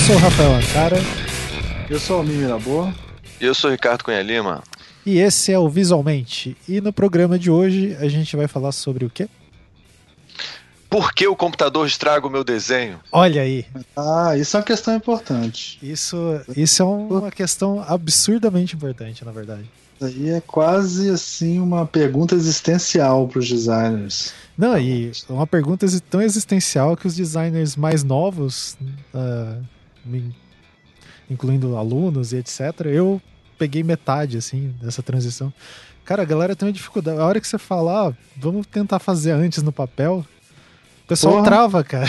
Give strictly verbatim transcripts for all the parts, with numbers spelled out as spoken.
sou o Rafael Ancara. Eu sou o Mimi Labor. E eu sou o Ricardo Cunha Lima. E esse é o Visualmente. E no programa de hoje a gente vai falar sobre o quê? Por que o computador estraga o meu desenho? Olha aí. Ah, isso é uma questão importante. Isso, isso é uma questão absurdamente importante, na verdade. Isso aí é quase assim uma pergunta existencial para os designers. Não, e uma pergunta tão existencial que os designers mais novos, uh, incluindo alunos e etcétera, eu peguei metade, assim, dessa transição. Cara, a galera tem uma dificuldade. A hora que você fala, ah, vamos tentar fazer antes no papel, o pessoal Porra. trava, cara.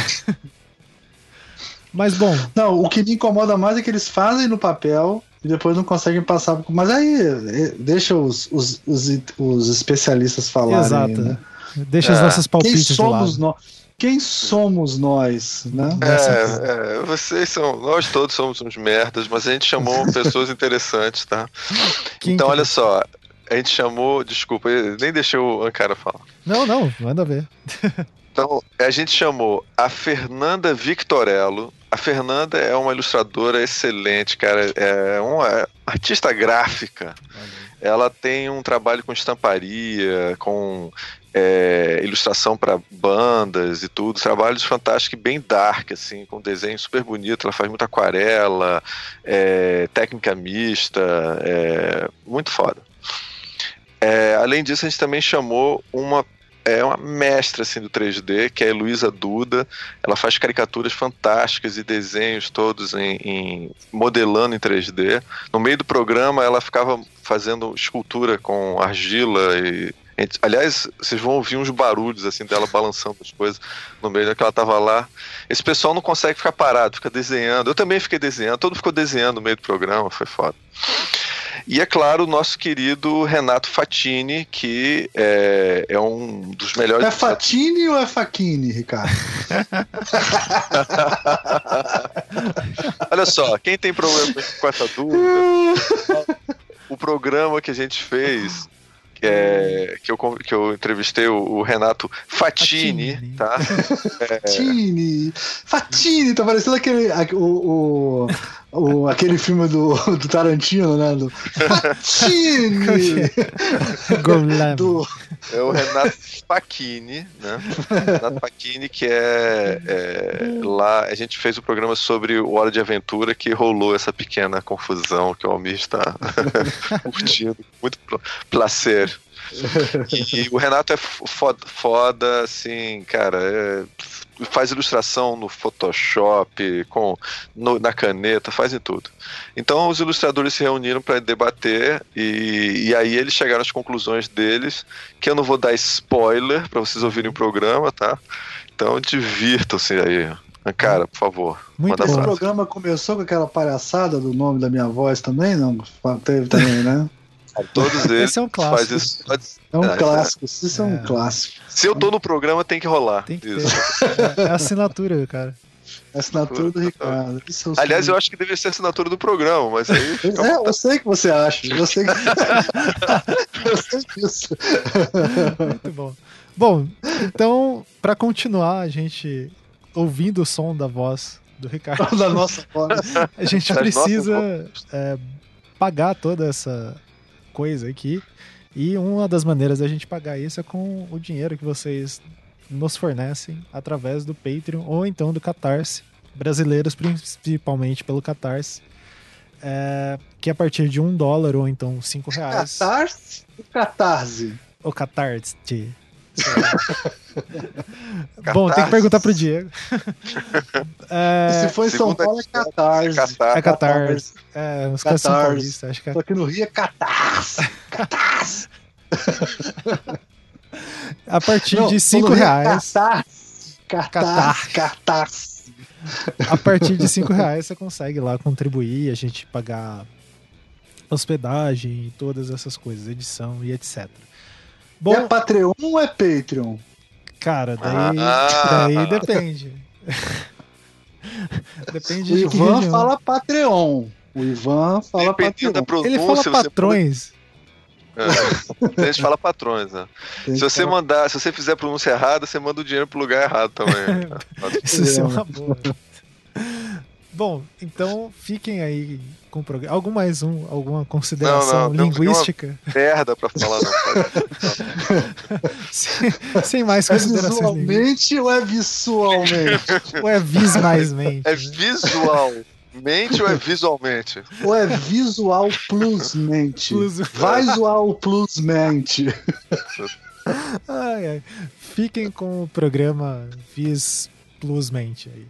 Mas bom... Não, o que me incomoda mais é que eles fazem no papel e depois não conseguem passar... Mas aí, deixa os, os, os, os especialistas falarem. Exato. Né? Deixa é. os nossos palpites Quem somos de lado. nós? Quem somos nós, né? É, é, vocês são... Nós todos somos uns merdas, mas a gente chamou pessoas interessantes, tá? Quem então, que... olha só... A gente chamou... Desculpa, nem deixei o Ancara falar. Não, não. Manda ver. Então, a gente chamou a Fernanda Victorello. A Fernanda é uma ilustradora excelente, cara. É uma artista gráfica. Ela tem um trabalho com estamparia, com é, ilustração para bandas e tudo. Trabalhos fantásticos e bem dark, assim, com desenho super bonito. Ela faz muita aquarela, é, técnica mista, é, muito foda. É, além disso, a gente também chamou uma É uma mestra assim, do três D, que é a Heloísa Duda. Ela faz caricaturas fantásticas e desenhos todos em, em modelando em três D. No meio do programa, ela ficava fazendo escultura com argila e... Aliás, vocês vão ouvir uns barulhos assim dela balançando as coisas no meio que ela tava lá. Esse pessoal não consegue ficar parado, fica desenhando. Eu também fiquei desenhando, todo mundo ficou desenhando no meio do programa, foi foda. E é claro, o nosso querido Renato Fatini, que é, é um dos melhores... É Fatini ou é Facchini, Ricardo? Olha só, quem tem problema com essa dúvida, o programa que a gente fez... Que, é, que, eu, que eu entrevistei o, o Renato Fatini, Fatini. tá? Fatini! É... Fatini! Tá parecendo aquele, o, o, o, aquele filme do, do Tarantino, né? Do Fatini! do... É o Renato Facchini, né? Renato Facchini, que é, é... Lá a gente fez o programa sobre o Hora de Aventura, que rolou essa pequena confusão que o Almir está curtindo. Muito prazer. E o Renato é foda, foda assim, cara, é, faz ilustração no Photoshop, com, no, na caneta, faz em tudo. Então os ilustradores se reuniram para debater e, e aí eles chegaram às conclusões deles, que eu não vou dar spoiler para vocês ouvirem o programa, tá? Então divirtam-se aí. Cara, por favor. Muito bom. Esse programa começou com aquela palhaçada do nome da minha voz também, não? Teve também, né? Todos eles. Esse é um clássico. Faz isso, pode... É um é, clássico. Isso é. é um clássico. Se eu tô no programa, tem que rolar. Tem que isso. É a assinatura, cara. É a assinatura do Ricardo. Isso é Aliás, eu acho que deveria ser a assinatura do programa, mas aí. É, eu sei que você acha. Eu sei que... eu sei disso. Muito bom. Bom, então, pra continuar, a gente ouvindo o som da voz do Ricardo. Da nossa voz. A gente precisa é, pagar toda essa coisa aqui, e uma das maneiras da gente pagar isso é com o dinheiro que vocês nos fornecem através do Patreon ou então do Catarse, brasileiros principalmente pelo Catarse, é, que a partir de um dólar ou então cinco reais. Catarse? Catarse. O Catarse. Bom, tem que perguntar pro Diego. É, se for em São Paulo é Catarse. É Catarse. É, uns caras são paulistas, acho que é. Só que no Rio é Catarse. Catarse. A partir Não, de cinco reais. Catarse. Catarse. Catarse. A partir de cinco reais você consegue lá contribuir, a gente pagar hospedagem, todas essas coisas, edição e etcétera. Bom, é Patreon ou é Patreon? Cara, daí, ah. daí depende. Depende o de que Ivan região. fala Patreon. O Ivan fala Patreon. Pronúncia, ele fala patrões. É. A gente fala patrões, né? Se você mandar, se você fizer a pronúncia errada, você manda o dinheiro pro lugar errado também. Isso é uma boa. Bom, então fiquem aí com o programa. Algum mais um, alguma consideração não, não, linguística? Merda pra falar, não. sem, sem mais É considerações visualmente ou é visualmente? Ou é vis mais mente? É visualmente ou é visualmente? Ou é visual plus mente? Plus- Visual plus mente. Ai, ai. Fiquem com o programa Vis Plus Mente aí.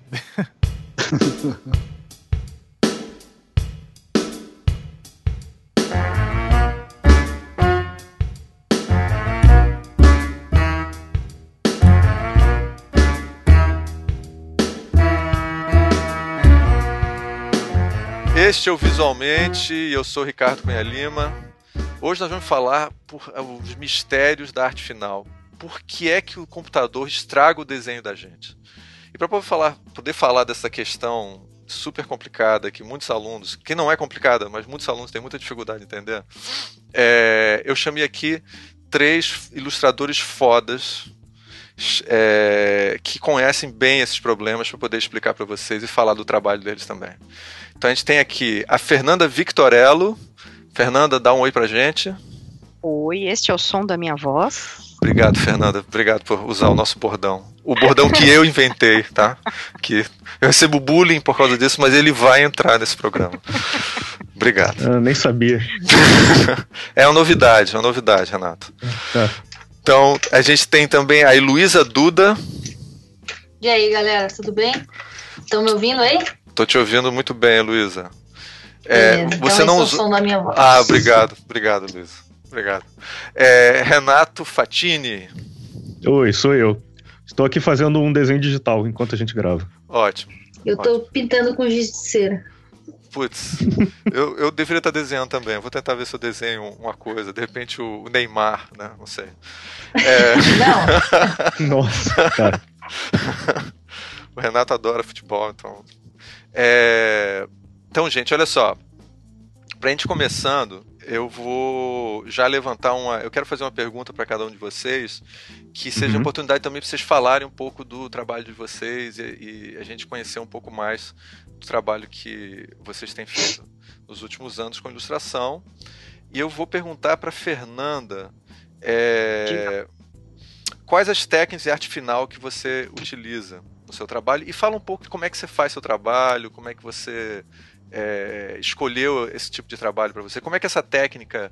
Este é o Visualmente, eu sou Ricardo Cunha Lima. Hoje nós vamos falar por os mistérios da arte final. Por que é que o computador estraga o desenho da gente? E para poder falar, poder falar dessa questão super complicada que muitos alunos, que não é complicada, mas muitos alunos têm muita dificuldade de entender, é, eu chamei aqui três ilustradores fodas é, que conhecem bem esses problemas para poder explicar para vocês e falar do trabalho deles também. Então a gente tem aqui a Fernanda Victorello. Fernanda, dá um oi pra gente. Oi, este é o som da minha voz. Obrigado, Fernanda. Obrigado por usar o nosso bordão. O bordão que eu inventei, tá? Que eu recebo bullying por causa disso, mas ele vai entrar nesse programa. Obrigado. Eu nem sabia. É uma novidade, é uma novidade, Renato. Tá. Então, a gente tem também a Heloísa Duda. E aí, galera, tudo bem? Estão me ouvindo aí? Tô te ouvindo muito bem, Heloísa. É, Beleza, você então não esse é o usou... som da minha voz. Ah, obrigado, obrigado, Luiz. Obrigado. É, Renato Fatini. Oi, sou eu. Estou aqui fazendo um desenho digital enquanto a gente grava. Ótimo. Eu tô ótimo. pintando com giz de cera. Putz, eu, eu deveria estar desenhando também. Vou tentar ver se eu desenho uma coisa. De repente o Neymar, né? Não sei. É... Não. Nossa, cara. O Renato adora futebol, então... É... Então, gente, olha só. Pra gente começando, eu vou já levantar uma... Eu quero fazer uma pergunta para cada um de vocês, que seja Uhum. oportunidade também para vocês falarem um pouco do trabalho de vocês e, e a gente conhecer um pouco mais do trabalho que vocês têm feito nos últimos anos com ilustração. E eu vou perguntar para Fernanda é, quais as técnicas de arte final que você utiliza no seu trabalho, e fala um pouco de como é que você faz seu trabalho, como é que você... É, escolheu esse tipo de trabalho para você? Como é que essa técnica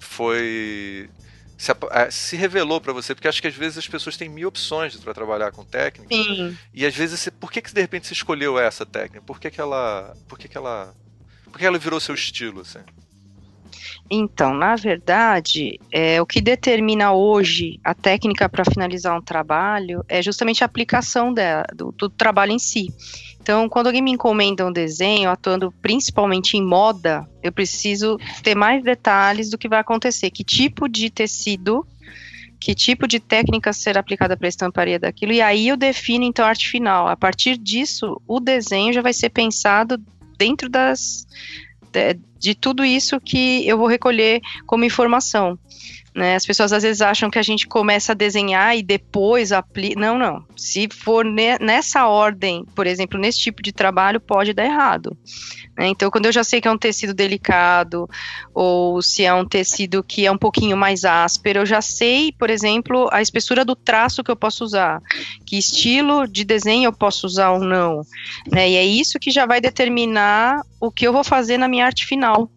foi se, se revelou para você? Porque acho que às vezes as pessoas têm mil opções para trabalhar com técnica. Sim. E às vezes você, por que que de repente você escolheu essa técnica? Por que que ela, por que que ela, por que ela virou seu estilo, assim? Então, na verdade, é, o que determina hoje a técnica para finalizar um trabalho é justamente a aplicação dela, do, do trabalho em si. Então, quando alguém me encomenda um desenho, atuando principalmente em moda, eu preciso ter mais detalhes do que vai acontecer. Que tipo de tecido, que tipo de técnica será aplicada para a estamparia daquilo, e aí eu defino, então, a arte final. A partir disso, o desenho já vai ser pensado dentro das... De, de tudo isso que eu vou recolher como informação, né? As pessoas às vezes acham que a gente começa a desenhar e depois aplica. Não, não. Se for ne- nessa ordem, por exemplo, nesse tipo de trabalho, pode dar errado, né? Então, quando eu já sei que é um tecido delicado, ou se é um tecido que é um pouquinho mais áspero, eu já sei, por exemplo, a espessura do traço que eu posso usar, que estilo de desenho eu posso usar ou não, né? E é isso que já vai determinar o que eu vou fazer na minha arte final.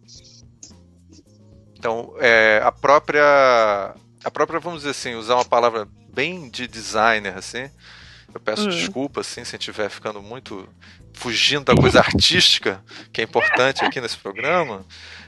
Então, é, a própria, a própria, vamos dizer assim, usar uma palavra bem de designer, assim, eu peço Hum. desculpa, assim, se eu estiver ficando muito fugindo da coisa artística, que é importante aqui nesse programa,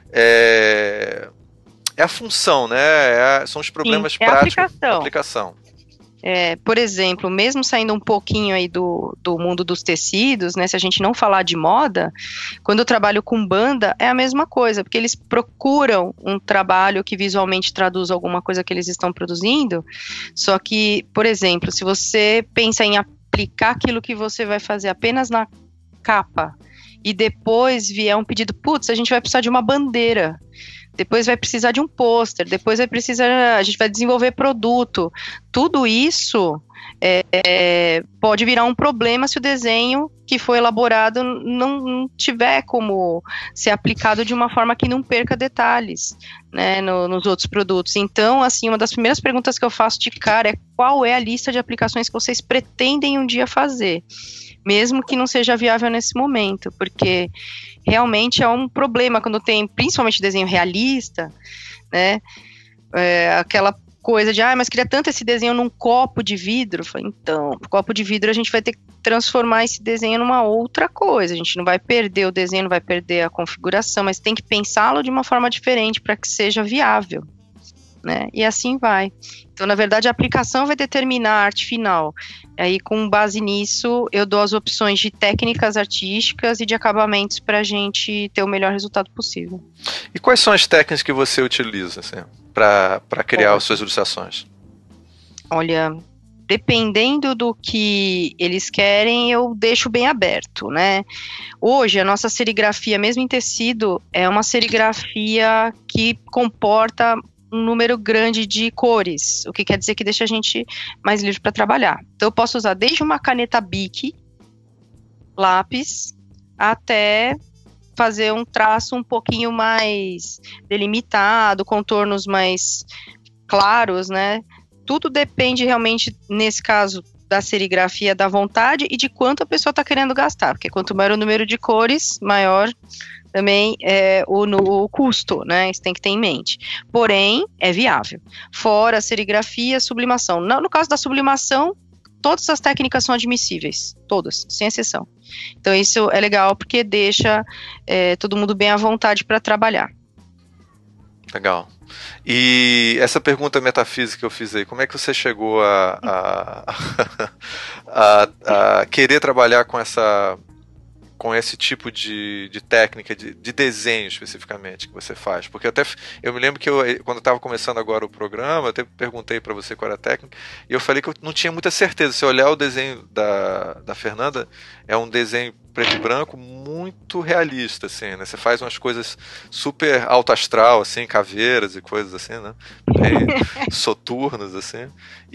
é, é a função, né? É a, são os problemas Sim, é a práticos da aplicação. aplicação. É, por exemplo, mesmo saindo um pouquinho aí do, do mundo dos tecidos, né, se a gente não falar de moda, quando eu trabalho com banda, é a mesma coisa, porque eles procuram um trabalho que visualmente traduz alguma coisa que eles estão produzindo, só que, por exemplo, se você pensa em aplicar aquilo que você vai fazer apenas na capa, e depois vier um pedido, putz, a gente vai precisar de uma bandeira, depois vai precisar de um pôster, depois vai precisar, a gente vai desenvolver produto. tudo isso é, é, pode virar um problema se o desenho que foi elaborado não, não tiver como ser aplicado de uma forma que não perca detalhes, né, no, nos outros produtos. Então, assim, uma das primeiras perguntas que eu faço de cara é qual é a lista de aplicações que vocês pretendem um dia fazer, mesmo que não seja viável nesse momento, porque realmente é um problema quando tem, principalmente desenho realista, né, é, aquela coisa de, ah, mas queria tanto esse desenho num copo de vidro. Eu falei, então, copo de vidro a gente vai ter que transformar esse desenho numa outra coisa, a gente não vai perder o desenho, não vai perder a configuração, mas tem que pensá-lo de uma forma diferente para que seja viável, né, e assim vai. Então, na verdade, a aplicação vai determinar a arte final. Aí, com base nisso, eu dou as opções de técnicas artísticas e de acabamentos para a gente ter o melhor resultado possível. E quais são as técnicas que você utiliza, assim, para criar Olha. as suas ilustrações? Olha, dependendo do que eles querem, eu deixo bem aberto, né? Hoje, a nossa serigrafia, mesmo em tecido, é uma serigrafia que comporta um número grande de cores, o que quer dizer que deixa a gente mais livre para trabalhar. Então eu posso usar desde uma caneta Bic, lápis, até fazer um traço um pouquinho mais delimitado, contornos mais claros, né? Tudo depende realmente, nesse caso, da serigrafia, da vontade e de quanto a pessoa está querendo gastar, porque quanto maior o número de cores, maior também é o, no, o custo, né? Isso tem que ter em mente. Porém, é viável. Fora a serigrafia, sublimação. No, no caso da sublimação, todas as técnicas são admissíveis. Todas, sem exceção. Então, isso é legal porque deixa é, todo mundo bem à vontade para trabalhar. Legal. E essa pergunta metafísica que eu fiz aí, como é que você chegou a, a, a, a querer trabalhar com essa... com esse tipo de, de técnica, de, de desenho especificamente que você faz? Porque até eu me lembro que eu, quando eu estava começando agora o programa, eu até perguntei para você qual era a técnica, e eu falei que eu não tinha muita certeza. Se olhar o desenho da, da Fernanda, é um desenho preto e branco muito realista, assim, né? Você faz umas coisas super alto astral, assim, caveiras e coisas assim, né? Bem soturnas, assim,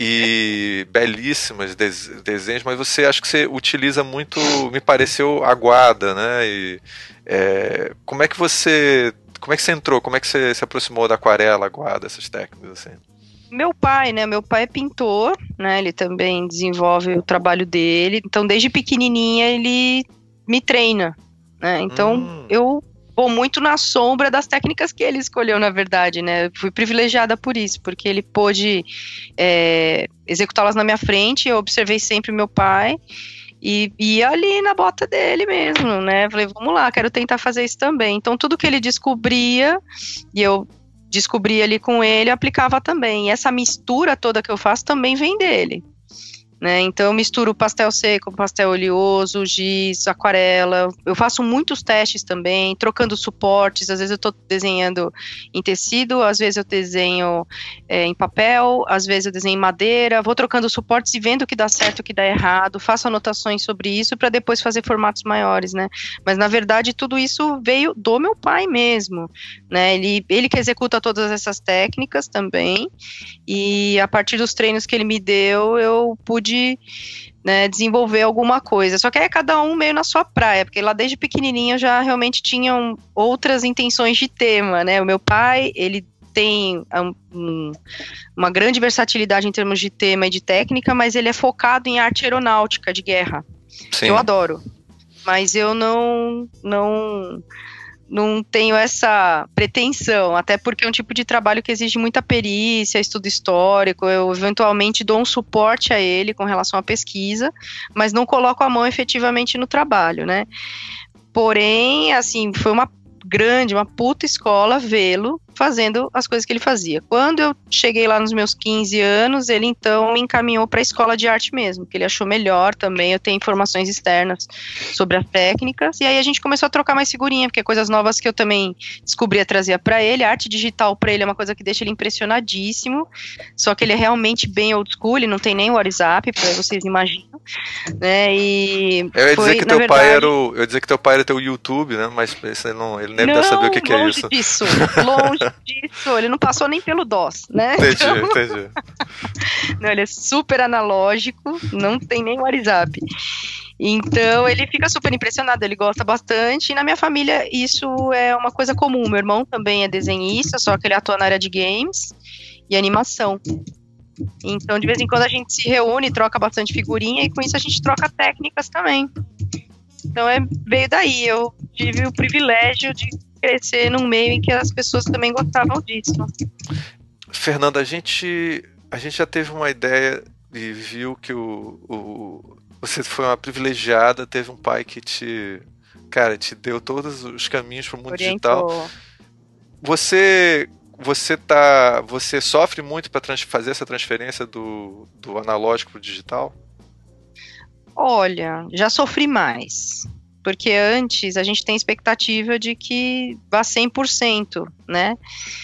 e belíssimas des desenhos, mas você acha que você utiliza muito, me pareceu, aguada, né? E é, como é que você como é que você entrou, como é que você se aproximou da aquarela, aguada, essas técnicas, assim? Meu pai, né, meu pai é pintor, né, ele também desenvolve o trabalho dele, então desde pequenininha ele me treina, né, então hum. eu vou muito na sombra das técnicas que ele escolheu, na verdade, né, eu fui privilegiada por isso, porque ele pôde é, executá-las na minha frente, eu observei sempre meu pai, e ia ali na bota dele mesmo, né, falei, vamos lá, quero tentar fazer isso também, então tudo que ele descobria, e eu descobria ali com ele, aplicava também, e essa mistura toda que eu faço também vem dele, né, então eu misturo pastel seco, pastel oleoso, giz, aquarela, eu faço muitos testes também, trocando suportes, às vezes eu estou desenhando em tecido, às vezes eu desenho é, em papel, às vezes eu desenho em madeira, vou trocando suportes e vendo o que dá certo, o que dá errado, faço anotações sobre isso para depois fazer formatos maiores, né, mas na verdade tudo isso veio do meu pai mesmo, né, ele, ele que executa todas essas técnicas também, e a partir dos treinos que ele me deu, eu pude de né, desenvolver alguma coisa, só que é cada um meio na sua praia, porque lá desde pequenininho eu já realmente tinham outras intenções de tema, né, o meu pai, ele tem um, uma grande versatilidade em termos de tema e de técnica, mas ele é focado em arte aeronáutica de guerra, Sim. que eu adoro, mas eu não, não não tenho essa pretensão, até porque é um tipo de trabalho que exige muita perícia, estudo histórico, eu eventualmente dou um suporte a ele com relação à pesquisa, mas não coloco a mão efetivamente no trabalho, né? Porém, assim, foi uma grande, uma puta escola vê-lo fazendo as coisas que ele fazia. Quando eu cheguei lá nos meus quinze anos, ele então me encaminhou para a escola de arte mesmo, que ele achou melhor também, eu tenho informações externas sobre as técnicas, e aí a gente começou a trocar mais figurinha, porque coisas novas que eu também descobria trazia para ele, a arte digital para ele é uma coisa que deixa ele impressionadíssimo, só que ele é realmente bem old school, ele não tem nem o WhatsApp, para vocês imaginam, né, e eu ia foi, dizer que teu verdade, pai era o, eu ia dizer que teu pai era teu YouTube, né, mas ele não, ele nem não, deve saber o que, que é isso. Disso, longe disso, ele não passou nem pelo DOS, né? Entendi, então, entendi. Não, ele é super analógico, não tem nem WhatsApp. Então, ele fica super impressionado, ele gosta bastante, e na minha família isso é uma coisa comum. Meu irmão também é desenhista, só que ele atua na área de games e animação. Então, de vez em quando a gente se reúne, troca bastante figurinha, e com isso a gente troca técnicas também. Então, é, veio daí, eu tive o privilégio de crescer num meio em que as pessoas também gostavam disso. Fernanda, a gente, a gente já teve uma ideia e viu que o, o, você foi uma privilegiada, teve um pai que te, cara, te deu todos os caminhos para o mundo Orientou. digital. Você, você, tá, você sofre muito para fazer essa transferência do, do analógico para o digital? Olha, já sofri mais. Porque antes a gente tem expectativa de que vá cem por cento, né?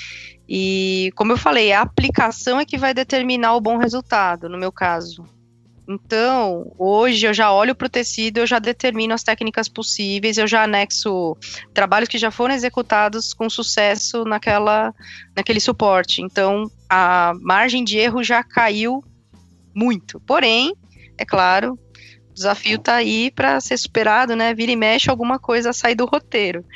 E, como eu falei, a aplicação é que vai determinar o bom resultado, no meu caso. Então, hoje eu já olho para o tecido, eu já determino as técnicas possíveis, eu já anexo trabalhos que já foram executados com sucesso naquela, naquele suporte. Então, a margem de erro já caiu muito. Porém, é claro, o desafio está aí para ser superado, né? Vira e mexe alguma coisa a sair do roteiro.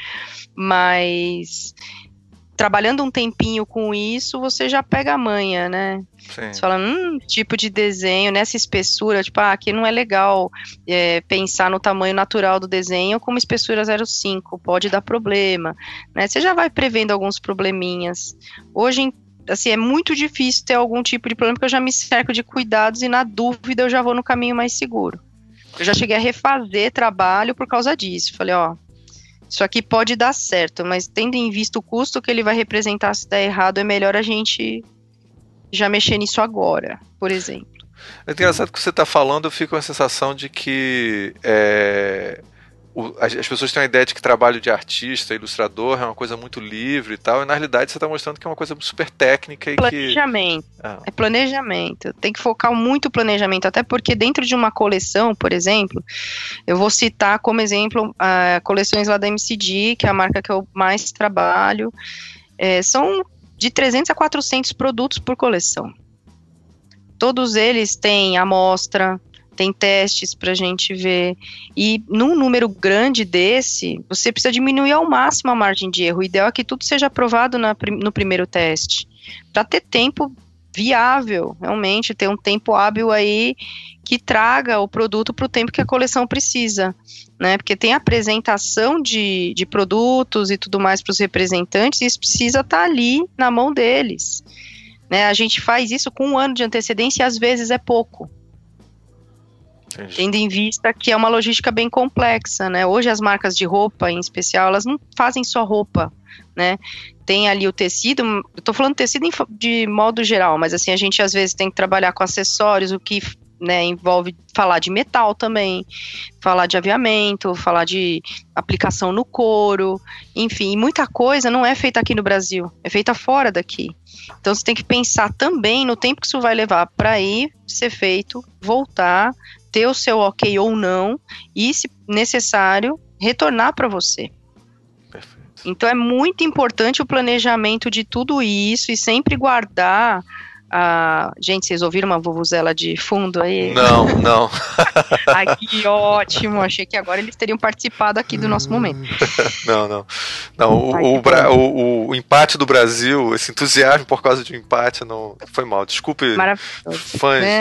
Mas trabalhando um tempinho com isso, você já pega a manha, né? Sim. Você fala, hum, tipo de desenho, nessa espessura, tipo, ah, aqui não é legal é, pensar no tamanho natural do desenho como espessura zero vírgula cinco, pode dar problema, né? Você já vai prevendo alguns probleminhas. Hoje, assim, é muito difícil ter algum tipo de problema, porque eu já me cerco de cuidados e, na dúvida, eu já vou no caminho mais seguro. Eu já cheguei a refazer trabalho por causa disso. Falei, ó, isso aqui pode dar certo, mas tendo em vista o custo que ele vai representar se der errado, é melhor a gente já mexer nisso agora, por exemplo. É engraçado que você está falando, eu fico com a sensação de que é, o, as, as pessoas têm a ideia de que trabalho de artista, ilustrador é uma coisa muito livre e tal, e na realidade você está mostrando que é uma coisa super técnica e planejamento. que... Ah. É planejamento. Tem que focar muito o planejamento, até porque dentro de uma coleção, por exemplo, eu vou citar como exemplo uh, coleções lá da M C D, que é a marca que eu mais trabalho, é, são de trezentos a quatrocentos produtos por coleção. Todos eles têm amostra, tem testes para a gente ver, e num número grande desse, você precisa diminuir ao máximo a margem de erro. O ideal é que tudo seja aprovado na, no primeiro teste, para ter tempo viável, realmente, ter um tempo hábil aí que traga o produto para o tempo que a coleção precisa, né? Porque tem apresentação de, de produtos e tudo mais para os representantes, e isso precisa estar ali na mão deles, né? A gente faz isso com um ano de antecedência e às vezes é pouco. Entendi. Tendo em vista que é uma logística bem complexa, né? Hoje as marcas de roupa, em especial, elas não fazem só roupa, né? Tem ali o tecido, eu tô falando tecido de modo geral, mas assim, a gente às vezes tem que trabalhar com acessórios, o que, né, envolve falar de metal também, falar de aviamento, falar de aplicação no couro, enfim, muita coisa não é feita aqui no Brasil, é feita fora daqui. Então você tem que pensar também no tempo que isso vai levar para ir ser feito, voltar, ter o seu ok ou não, e, se necessário, retornar para você. Perfeito. Então é muito importante o planejamento de tudo isso e sempre guardar a... Gente, vocês ouviram uma vuvuzela de fundo aí? Não, não. Ai, que ótimo, achei que agora eles teriam participado aqui do nosso momento. Não, não. não o, Ai, o, Bra... o, o empate do Brasil, esse entusiasmo por causa de um empate, não foi mal. Desculpe, fãs. Né?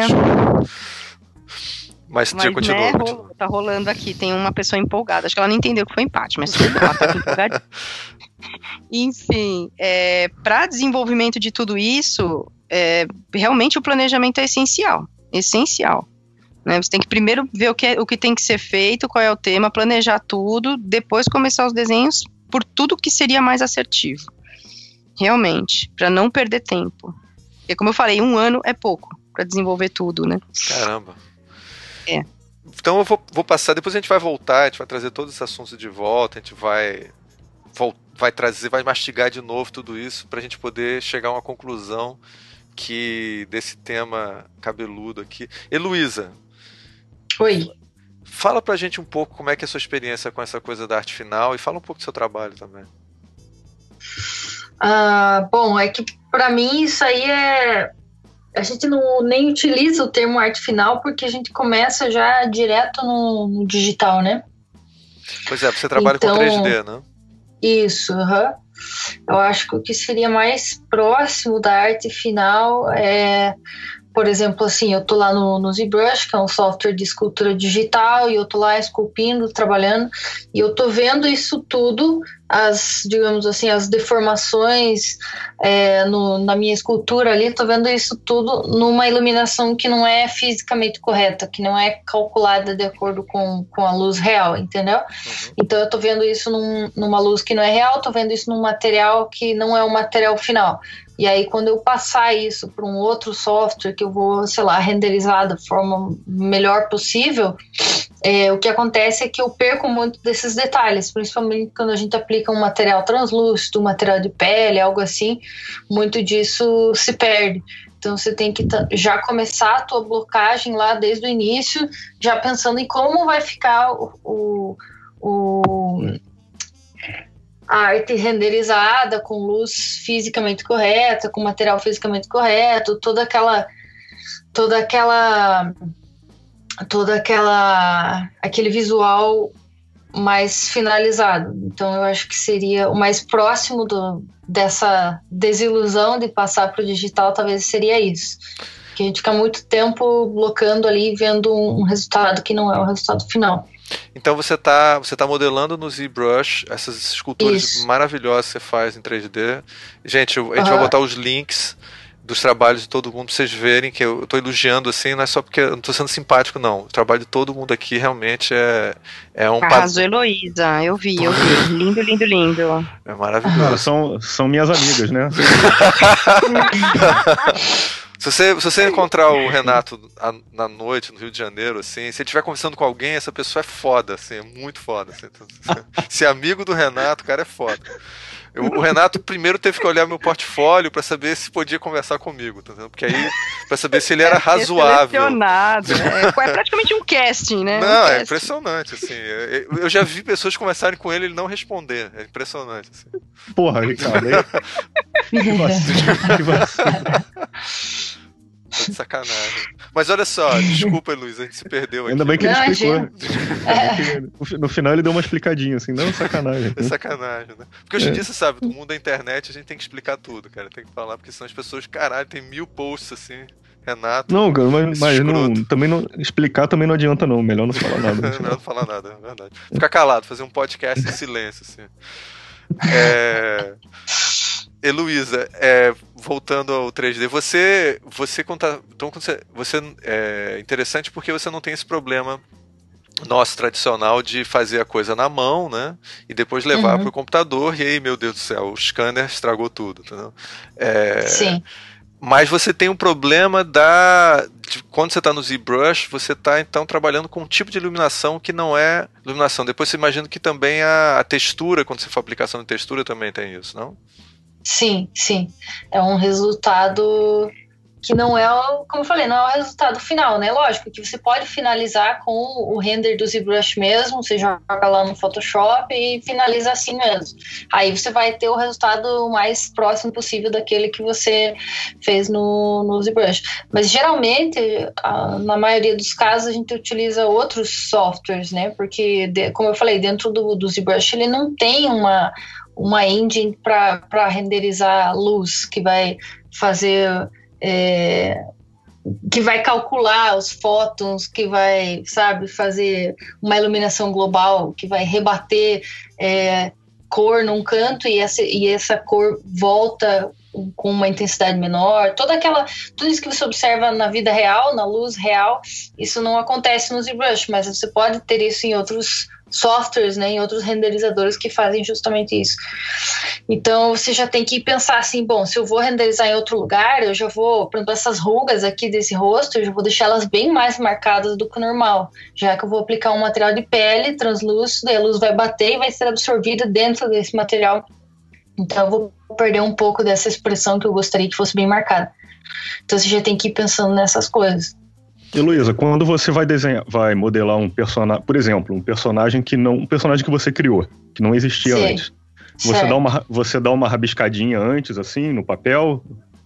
Mas, mas já continua. Né, rolou, tá rolando aqui, tem uma pessoa empolgada. Acho que ela não entendeu que foi empate, mas tudo bem, ela tá empolgada. Enfim, é, para desenvolvimento de tudo isso, é, realmente o planejamento é essencial. Essencial. Né? Você tem que primeiro ver o que, é, o que tem que ser feito, qual é o tema, planejar tudo, depois começar os desenhos por tudo que seria mais assertivo. Realmente, para não perder tempo. Porque, como eu falei, um ano é pouco para desenvolver tudo, né? Caramba. É. Então eu vou, vou passar, depois a gente vai voltar, a gente vai trazer todos esses assuntos de volta, a gente vai, vai trazer, vai mastigar de novo tudo isso pra gente poder chegar a uma conclusão que desse tema cabeludo aqui. Heloísa. Oi. Fala pra gente um pouco como é que é a sua experiência com essa coisa da arte final e fala um pouco do seu trabalho também. Ah, bom, é que pra mim isso aí é a gente não nem utiliza o termo arte final porque a gente começa já direto no, no digital, né? Pois é, você trabalha então, com três D, né? Isso, aham. Uhum. Eu acho que o que seria mais próximo da arte final é, por exemplo, assim, eu tô lá no, no ZBrush, que é um software de escultura digital, e eu tô lá esculpindo, trabalhando, e eu tô vendo isso tudo, as, digamos assim, as deformações é, no, na minha escultura ali, tô vendo isso tudo numa iluminação que não é fisicamente correta, que não é calculada de acordo com, com a luz real, entendeu? Uhum. Então eu tô vendo isso num, numa luz que não é real, tô vendo isso num material que não é o material final. E aí, quando eu passar isso para um outro software que eu vou, sei lá, renderizar da forma melhor possível, é, o que acontece é que eu perco muito desses detalhes, principalmente quando a gente aplica um material translúcido, um material de pele, algo assim, muito disso se perde. Então, você tem que já começar a tua blocagem lá desde o início, já pensando em como vai ficar o... o, o a arte renderizada, com luz fisicamente correta, com material fisicamente correto, toda aquela toda aquela toda aquela aquele visual mais finalizado. Então eu acho que seria o mais próximo do, dessa desilusão de passar para o digital, talvez seria isso. Que a gente fica muito tempo blocando ali, vendo um, um resultado que não é o resultado final. Então você está você tá modelando no ZBrush essas esculturas Isso. maravilhosas que você faz em três D. Gente, a gente uhum. vai botar os links dos trabalhos de todo mundo para vocês verem, que eu estou elogiando assim, não é só porque eu não estou sendo simpático, não. O trabalho de todo mundo aqui realmente é, é um... Arrasou, Heloísa, eu vi, eu vi. Lindo, lindo, lindo. É maravilhoso. Ah, são, são minhas amigas, né? Se você, se você encontrar o Renato a, na noite, no Rio de Janeiro, assim, se ele estiver conversando com alguém, essa pessoa é foda, assim, é muito foda. Assim, ser amigo do Renato, o cara é foda. Eu, o Renato primeiro teve que olhar meu portfólio pra saber se podia conversar comigo, tá vendo? Porque aí, pra saber se ele era razoável. Né? É praticamente um casting, né? Não, um é casting. Impressionante, assim. Eu já vi pessoas conversarem com ele e ele não responder. É impressionante, assim. Porra, Ricardo. Que vacilo. Que vacilo. Tô de sacanagem. Mas olha só, desculpa, Luiz, a gente se perdeu aqui. Ainda bem que ele não, explicou. É. No final ele deu uma explicadinha, assim, não sacanagem. É sacanagem, né? Porque hoje em é. dia, você sabe, no mundo da internet a gente tem que explicar tudo, cara. Tem que falar, porque senão as pessoas, caralho, tem mil posts assim, Renato. Não, cara, mas, mas não, também não, explicar também não adianta, não. Melhor não falar nada. Melhor não falar nada, é verdade. Ficar calado, fazer um podcast em silêncio, assim. É... Heloísa, é, voltando ao três D, você, você, conta, então, você, você é interessante porque você não tem esse problema nosso tradicional de fazer a coisa na mão, né? E depois levar uhum. para o computador e aí, meu Deus do céu, o scanner estragou tudo, entendeu? É, Sim. Mas você tem um problema da de, quando você está no ZBrush, você está então trabalhando com um tipo de iluminação que não é iluminação. Depois você imagina que também a, a textura, quando você for aplicação de textura, também tem isso, não? Sim, sim. É um resultado que não é, o, como eu falei, não é o resultado final, né? Lógico que você pode finalizar com o render do ZBrush mesmo, você joga lá no Photoshop e finaliza assim mesmo. Aí você vai ter o resultado mais próximo possível daquele que você fez no, no ZBrush. Mas geralmente, a, na maioria dos casos, a gente utiliza outros softwares, né? Porque, de, como eu falei, dentro do, do ZBrush ele não tem uma... uma engine para renderizar luz, que vai fazer, é, que vai calcular os fótons, que vai, sabe, fazer uma iluminação global, que vai rebater é, cor num canto e essa, e essa cor volta com uma intensidade menor, toda aquela, tudo isso que você observa na vida real, na luz real, isso não acontece no ZBrush, mas você pode ter isso em outros softwares, né, em outros renderizadores que fazem justamente isso. Então você já tem que pensar assim, bom, se eu vou renderizar em outro lugar, eu já vou, por exemplo, essas rugas aqui desse rosto, eu já vou deixar elas bem mais marcadas do que o normal, já que eu vou aplicar um material de pele translúcido, e a luz vai bater e vai ser absorvida dentro desse material. Então eu vou perder um pouco dessa expressão que eu gostaria que fosse bem marcada. Então você já tem que ir pensando nessas coisas. E Luísa, quando você vai desenhar, vai modelar um personagem, por exemplo, um personagem que não, um personagem que você criou, que não existia Sim. antes, você dá, uma, você dá uma rabiscadinha antes, assim, no papel?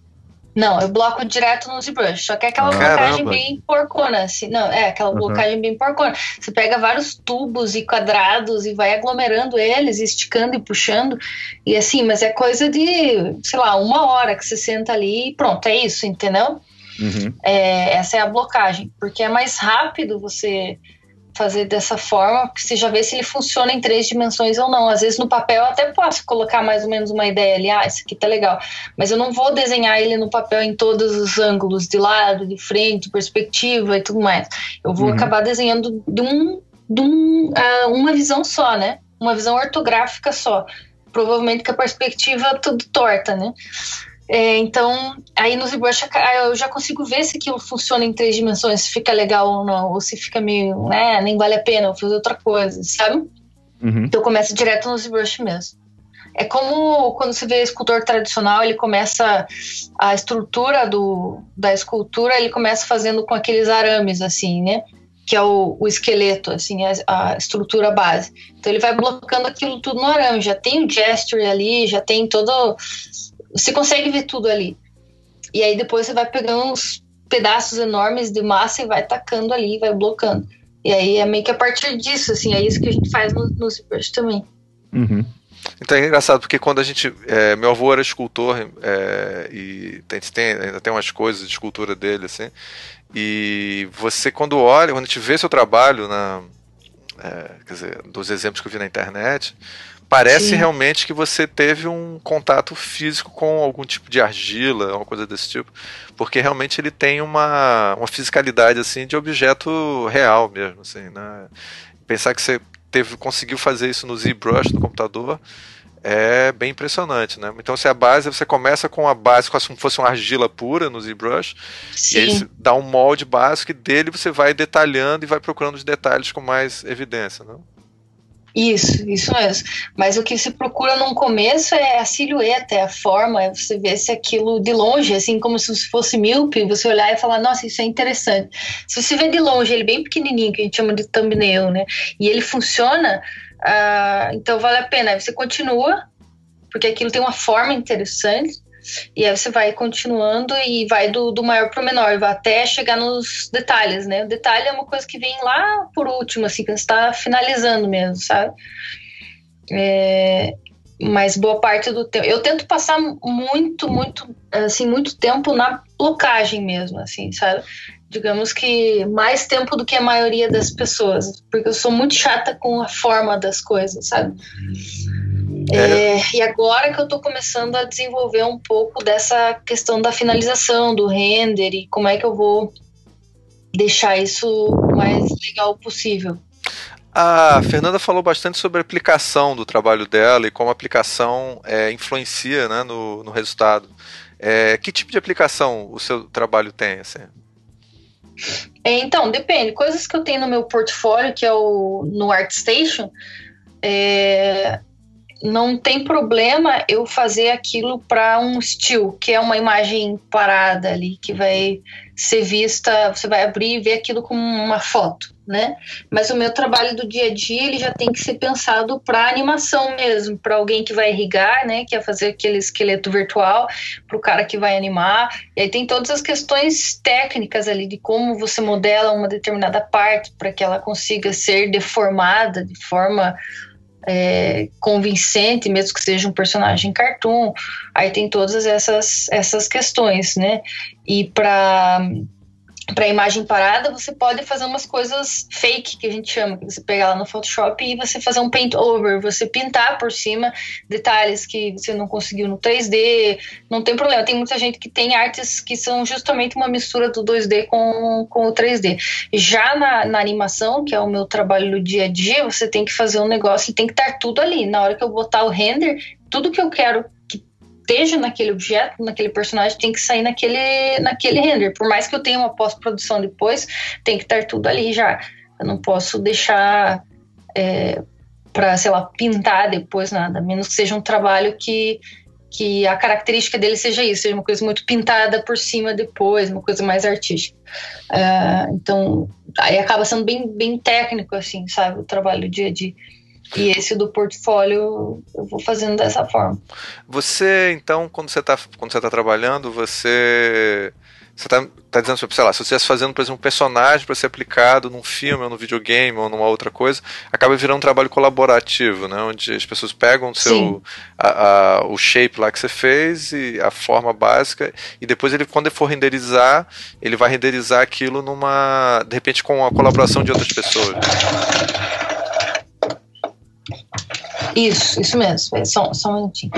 Não, eu bloco direto no ZBrush, só que é aquela Ah, blocagem caramba. bem porcona, assim. Não, é aquela Uhum. blocagem bem porcona. Você pega vários tubos e quadrados e vai aglomerando eles, esticando e puxando. E assim, mas é coisa de, sei lá, uma hora que você senta ali e pronto, é isso, entendeu? Uhum. É, essa é a blocagem, porque é mais rápido você fazer dessa forma, porque você já vê se ele funciona em três dimensões ou não. Às vezes no papel eu até posso colocar mais ou menos uma ideia ali, ah, esse aqui tá legal, mas eu não vou desenhar ele no papel em todos os ângulos, de lado, de frente, perspectiva e tudo mais. Eu vou Uhum. acabar desenhando de, um, de um, uh, uma visão só, né? Uma visão ortográfica só. Provavelmente com a perspectiva tudo torta, né? É, então, aí no ZBrush eu já consigo ver se aquilo funciona em três dimensões, se fica legal ou não, ou se fica meio, né, nem vale a pena, eu fazer outra coisa, sabe? Uhum. Então eu começo direto no ZBrush mesmo. É como quando você vê escultor tradicional, ele começa, a estrutura do, da escultura, ele começa fazendo com aqueles arames, assim, né? Que é o, o esqueleto, assim, a, a estrutura base. Então ele vai blocando aquilo tudo no arame, já tem o gesture ali, já tem todo... Você consegue ver tudo ali. E aí depois você vai pegando uns pedaços enormes de massa e vai tacando ali, vai blocando. E aí é meio que a partir disso, assim, é isso que a gente faz no, no ZBrush também. Uhum. Então é engraçado, porque quando a gente... É, meu avô era escultor é, e tem, tem, ainda tem umas coisas de escultura dele, assim. E você, quando olha, quando a gente vê seu trabalho, na, é, quer dizer, dos exemplos que eu vi na internet... Parece Sim. realmente que você teve um contato físico com algum tipo de argila, alguma coisa desse tipo, porque realmente ele tem uma, uma fisicalidade assim de objeto real mesmo, assim, né? Pensar que você teve, conseguiu fazer isso no ZBrush no computador é bem impressionante, né? Então se a base, você começa com a base como se fosse uma argila pura no ZBrush, Sim. e aí você dá um molde básico e dele você vai detalhando e vai procurando os detalhes com mais evidência, não? Isso, isso mesmo. Mas o que se procura num começo é a silhueta, é a forma, é você ver se aquilo de longe, assim como se fosse míope, você olhar e falar, nossa, isso é interessante. Se você vê de longe, ele bem pequenininho, que a gente chama de thumbnail, né? E ele funciona, ah, então vale a pena. Aí você continua, porque aquilo tem uma forma interessante, e aí você vai continuando e vai do, do maior pro menor, vai até chegar nos detalhes, né? O detalhe é uma coisa que vem lá por último, assim, que você está finalizando mesmo, sabe? É, mas boa parte do tempo... Eu tento passar muito, muito, assim, muito tempo na blocagem mesmo, assim, sabe? Digamos que mais tempo do que a maioria das pessoas, porque eu sou muito chata com a forma das coisas, sabe? É, e agora que eu tô começando a desenvolver um pouco dessa questão da finalização, do render e como é que eu vou deixar isso o mais legal possível. A Fernanda falou bastante sobre a aplicação do trabalho dela e como a aplicação é, influencia, né, no, no resultado. É, que tipo de aplicação o seu trabalho tem? Assim? É, então, depende. Coisas que eu tenho no meu portfólio, que é o no ArtStation, é... não tem problema eu fazer aquilo para um still, que é uma imagem parada ali, que vai ser vista, você vai abrir e ver aquilo como uma foto, né? Mas o meu trabalho do dia a dia, ele já tem que ser pensado para animação mesmo, para alguém que vai irrigar, né? Que é fazer aquele esqueleto virtual, para o cara que vai animar. E aí tem todas as questões técnicas ali, de como você modela uma determinada parte para que ela consiga ser deformada de forma... É, convincente, mesmo que seja um personagem cartoon. Aí tem todas essas, essas questões, né? E para para imagem parada, você pode fazer umas coisas fake, que a gente chama, que você pegar lá no Photoshop e você fazer um paint over, você pintar por cima detalhes que você não conseguiu no três D, não tem problema. Tem muita gente que tem artes que são justamente uma mistura do dois D com, com o três D. Já na, na animação, que é o meu trabalho no dia a dia, você tem que fazer um negócio, tem que estar tudo ali. Na hora que eu botar o render, tudo que eu quero que esteja naquele objeto, naquele personagem, tem que sair naquele, naquele render. Por mais que eu tenha uma pós-produção depois, tem que estar tudo ali já. Eu não posso deixar é, para, sei lá, pintar depois nada, a menos que seja um trabalho que, que a característica dele seja isso, seja uma coisa muito pintada por cima depois, uma coisa mais artística. Uh, então, aí acaba sendo bem, bem técnico, assim, sabe, o trabalho do dia a dia. E esse do portfólio eu vou fazendo dessa forma. Você, então, quando você está quando você tá trabalhando, você... Você tá, tá dizendo, sei lá, se você estivesse fazendo, por exemplo, um personagem para ser aplicado num filme, ou num videogame, ou numa outra coisa, acaba virando um trabalho colaborativo, né? Onde as pessoas pegam o seu, a, a, o shape lá que você fez, e a forma básica, e depois, ele, quando ele for renderizar, ele vai renderizar aquilo numa, de repente, com a colaboração de outras pessoas. Isso, isso mesmo. Só, só um minutinho.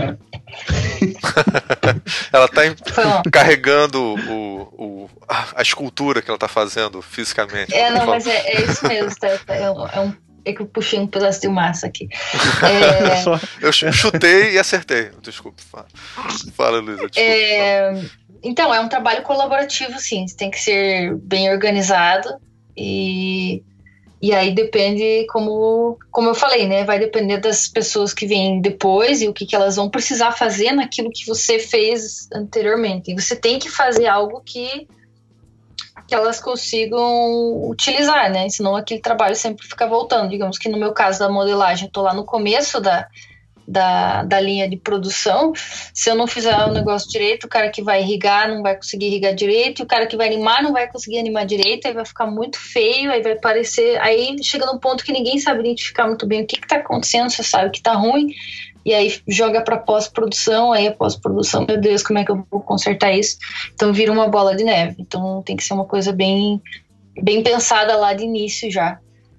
Ela está carregando o, o, a escultura que ela está fazendo fisicamente. É, não, mas é, é isso mesmo. Tá, tá, é, um, é, um, é que eu puxei um pedaço de massa aqui. É... Eu chutei e acertei. Desculpa. Fala, fala Luísa. É... Então, é um trabalho colaborativo, sim. Tem que ser bem organizado e... E aí depende, como, como eu falei, né? Vai depender das pessoas que vêm depois e o que, que elas vão precisar fazer naquilo que você fez anteriormente. E você tem que fazer algo que, que elas consigam utilizar, né? Senão aquele trabalho sempre fica voltando. Digamos que no meu caso da modelagem, eu tô lá no começo da, da, da linha de produção. Se eu não fizer o negócio direito, o cara que vai irrigar não vai conseguir irrigar direito, e o cara que vai animar não vai conseguir animar direito, aí vai ficar muito feio, aí vai parecer... Aí chega num ponto que ninguém sabe identificar muito bem o que que tá acontecendo, você sabe que tá ruim, e aí joga pra pós-produção, aí a pós-produção, meu Deus, como é que eu vou consertar isso? Então vira uma bola de neve. Então tem que ser uma coisa bem, bem pensada lá de início já.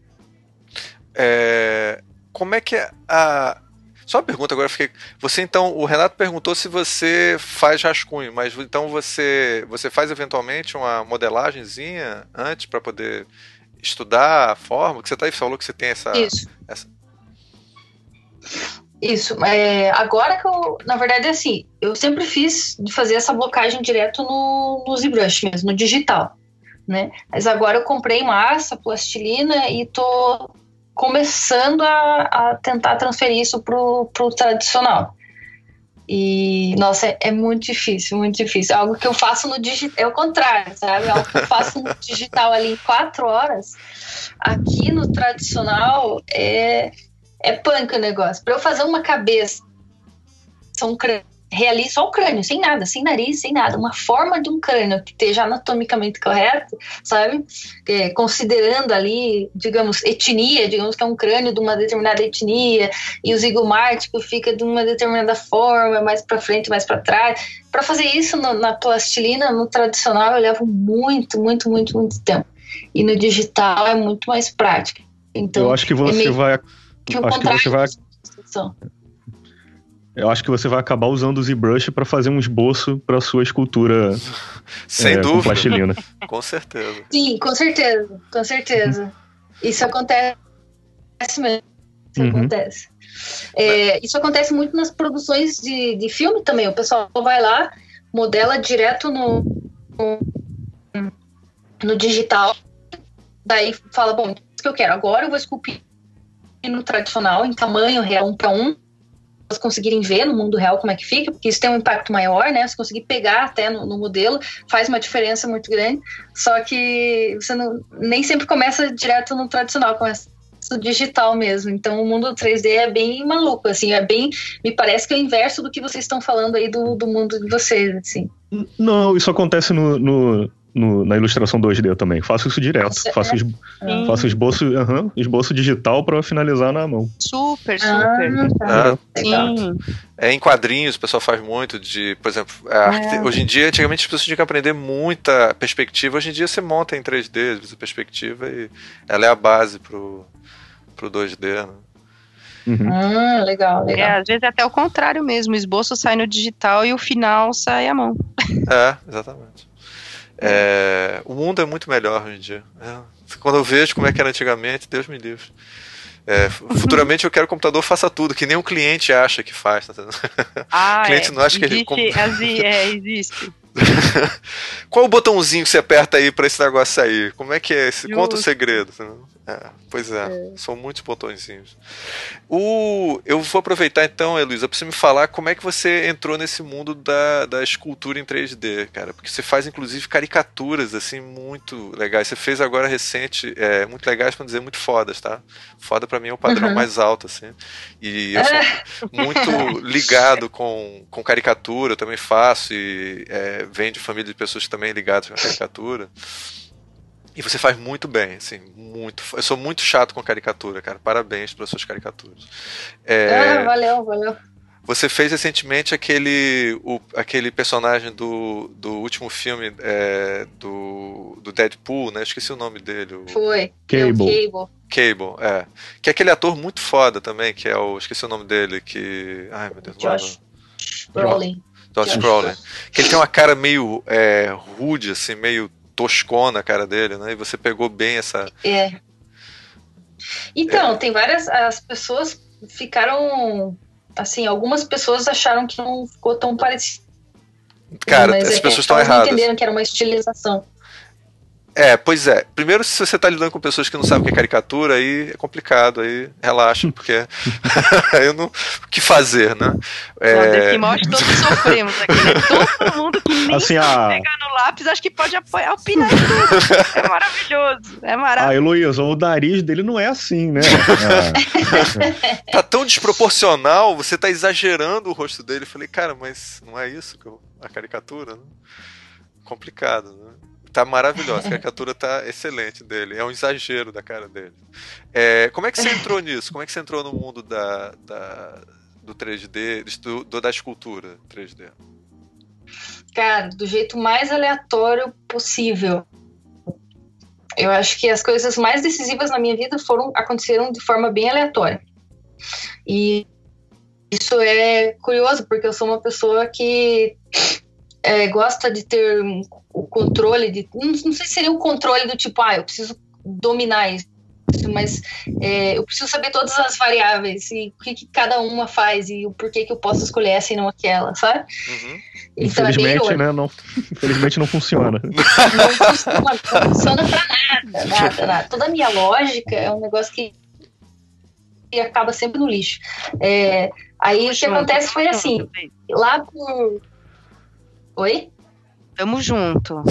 É... Como é que é a... Só uma pergunta agora, fiquei... Você então, o Renato perguntou se você faz rascunho, mas então você, você faz eventualmente uma modelagenzinha antes para poder estudar a forma? Que você tá aí, falou que você tem essa... Isso. essa... Isso. É, agora que eu, na verdade, assim, eu sempre fiz de fazer essa blocagem direto no, no ZBrush mesmo, no digital, né? Mas agora eu comprei massa, plastilina e tô começando a, a tentar transferir isso pro, pro tradicional. E, nossa, é, é muito difícil, muito difícil. Algo que eu faço no digital, é o contrário, sabe? Algo que eu faço no digital ali em quatro horas, aqui no tradicional é, é punk o negócio. Para eu fazer uma cabeça, um crânio, realizo só o crânio, sem nada, sem nariz, sem nada, uma forma de um crânio que esteja anatomicamente correto, sabe? É, considerando ali, digamos, etnia, digamos que é um crânio de uma determinada etnia, e o zigomártico fica de uma determinada forma, mais para frente, mais para trás. Para fazer isso no, na plastilina, no tradicional, eu levo muito, muito, muito, muito tempo. E no digital é muito mais prático. Então, eu acho que você é vai... Que o acho que você vai... Situação. Eu acho que você vai acabar usando o ZBrush para fazer um esboço para sua escultura. Sem é, dúvida. Com plastilina. Com certeza. Sim, com certeza, com certeza. Isso acontece mesmo. Isso Uhum. acontece. É, isso acontece muito nas produções de, de filme também. O pessoal vai lá, modela direto no, no, no digital, daí fala, bom, isso que eu quero. Agora eu vou esculpir no tradicional, em tamanho real, um para um, conseguirem ver no mundo real como é que fica, porque isso tem um impacto maior, né? Você conseguir pegar até no, no modelo faz uma diferença muito grande, só que você não, nem sempre começa direto no tradicional, começa no digital mesmo. Então o mundo três D é bem maluco, assim, é bem, me parece que é o inverso do que vocês estão falando aí do, do mundo de vocês, assim. Não, isso acontece no, no, no, na ilustração dois D também. Faço isso direto. Nossa, faço, é? es, faço esboço, uhum, esboço digital para finalizar na mão. Super, super. Ah, tá. Ah, Sim. É, em quadrinhos o pessoal faz muito de, por exemplo, a arte- É. hoje em dia, antigamente as pessoas tinham que aprender muita perspectiva, hoje em dia você monta em três D, a perspectiva, e ela é a base pro, pro dois D, né? Uhum. Hum, legal, É, legal. às vezes é até o contrário mesmo, o esboço sai no digital e o final sai à mão. É, exatamente. É, o mundo é muito melhor hoje em dia. É, quando eu vejo como é que era antigamente, Deus me livre. É, futuramente eu quero que o computador faça tudo, que nem o cliente acha que faz. Tá entendendo? Ah, O cliente é. não acha que ele- existe, assim, é, existe. Qual o botãozinho que você aperta aí pra esse negócio sair? Como é que é esse? Justo. Conta o segredo. É, pois é, é, são muitos botõezinhos. O, eu vou aproveitar então, Heloísa, pra você me falar como é que você entrou nesse mundo da, da escultura em três D, cara. Porque você faz inclusive caricaturas assim muito legais. Você fez agora recente, é, muito legais, pra não dizer muito fodas, tá? Foda pra mim é o padrão uhum. mais alto, assim. E eu sou muito ligado com, com caricatura, eu também faço, e é, venho de família de pessoas também ligadas com a caricatura. E você faz muito bem, assim, muito. Eu sou muito chato com caricatura, cara. Parabéns pelas suas caricaturas. É, ah, valeu, valeu. Você fez recentemente aquele, o, aquele personagem do, do último filme é, do, do Deadpool, né? Esqueci o nome dele. O... Foi. Cable. Cable. Cable, é. Que é aquele ator muito foda também, que é o... Esqueci o nome dele, que... Ai, meu Deus. Josh Brolin. Josh Brolin. Que ele tem uma cara meio é, rude, assim, meio toscona a cara dele, né? E você pegou bem essa... É. Então, é. tem várias... As pessoas ficaram... Assim, algumas pessoas acharam que não ficou tão parecido. Cara, as é, pessoas estão erradas. Elas entenderam que era uma estilização. É, pois é. Primeiro, se você tá lidando com pessoas que não sabem o que é caricatura, aí é complicado, aí relaxa, porque eu não... O que fazer, né? É... Não, que todos sofremos aqui, né? Todo mundo que nem assim, a... pegar no lápis, acho que pode apoiar, opinar em tudo. É maravilhoso, é maravilhoso. Ah, Heloísa, o nariz dele não é assim, né? É. Tá tão desproporcional, você tá exagerando o rosto dele. Eu falei, cara, mas não é isso que eu... a caricatura, né? Complicado, né? Tá maravilhosa, a caricatura tá excelente dele. É um exagero da cara dele. É, como é que você entrou nisso? Como é que você entrou no mundo da, da, do três D, do, do, da escultura três D? Cara, do jeito mais aleatório possível. Eu acho que as coisas mais decisivas na minha vida foram, aconteceram de forma bem aleatória. E isso é curioso, porque eu sou uma pessoa que é, gosta de ter o controle de... Não, não sei se seria o controle do tipo, ah, eu preciso dominar isso, mas é, eu preciso saber todas as variáveis e o que, que cada uma faz e o porquê que eu posso escolher essa e não aquela, sabe? Uhum. Então, infelizmente, é né? Não, infelizmente não funciona. Não funciona, não funciona pra nada, nada, nada. Toda a minha lógica é um negócio que, que acaba sempre no lixo. É, aí o que acontece foi assim, lá por... Oi? Tamo junto.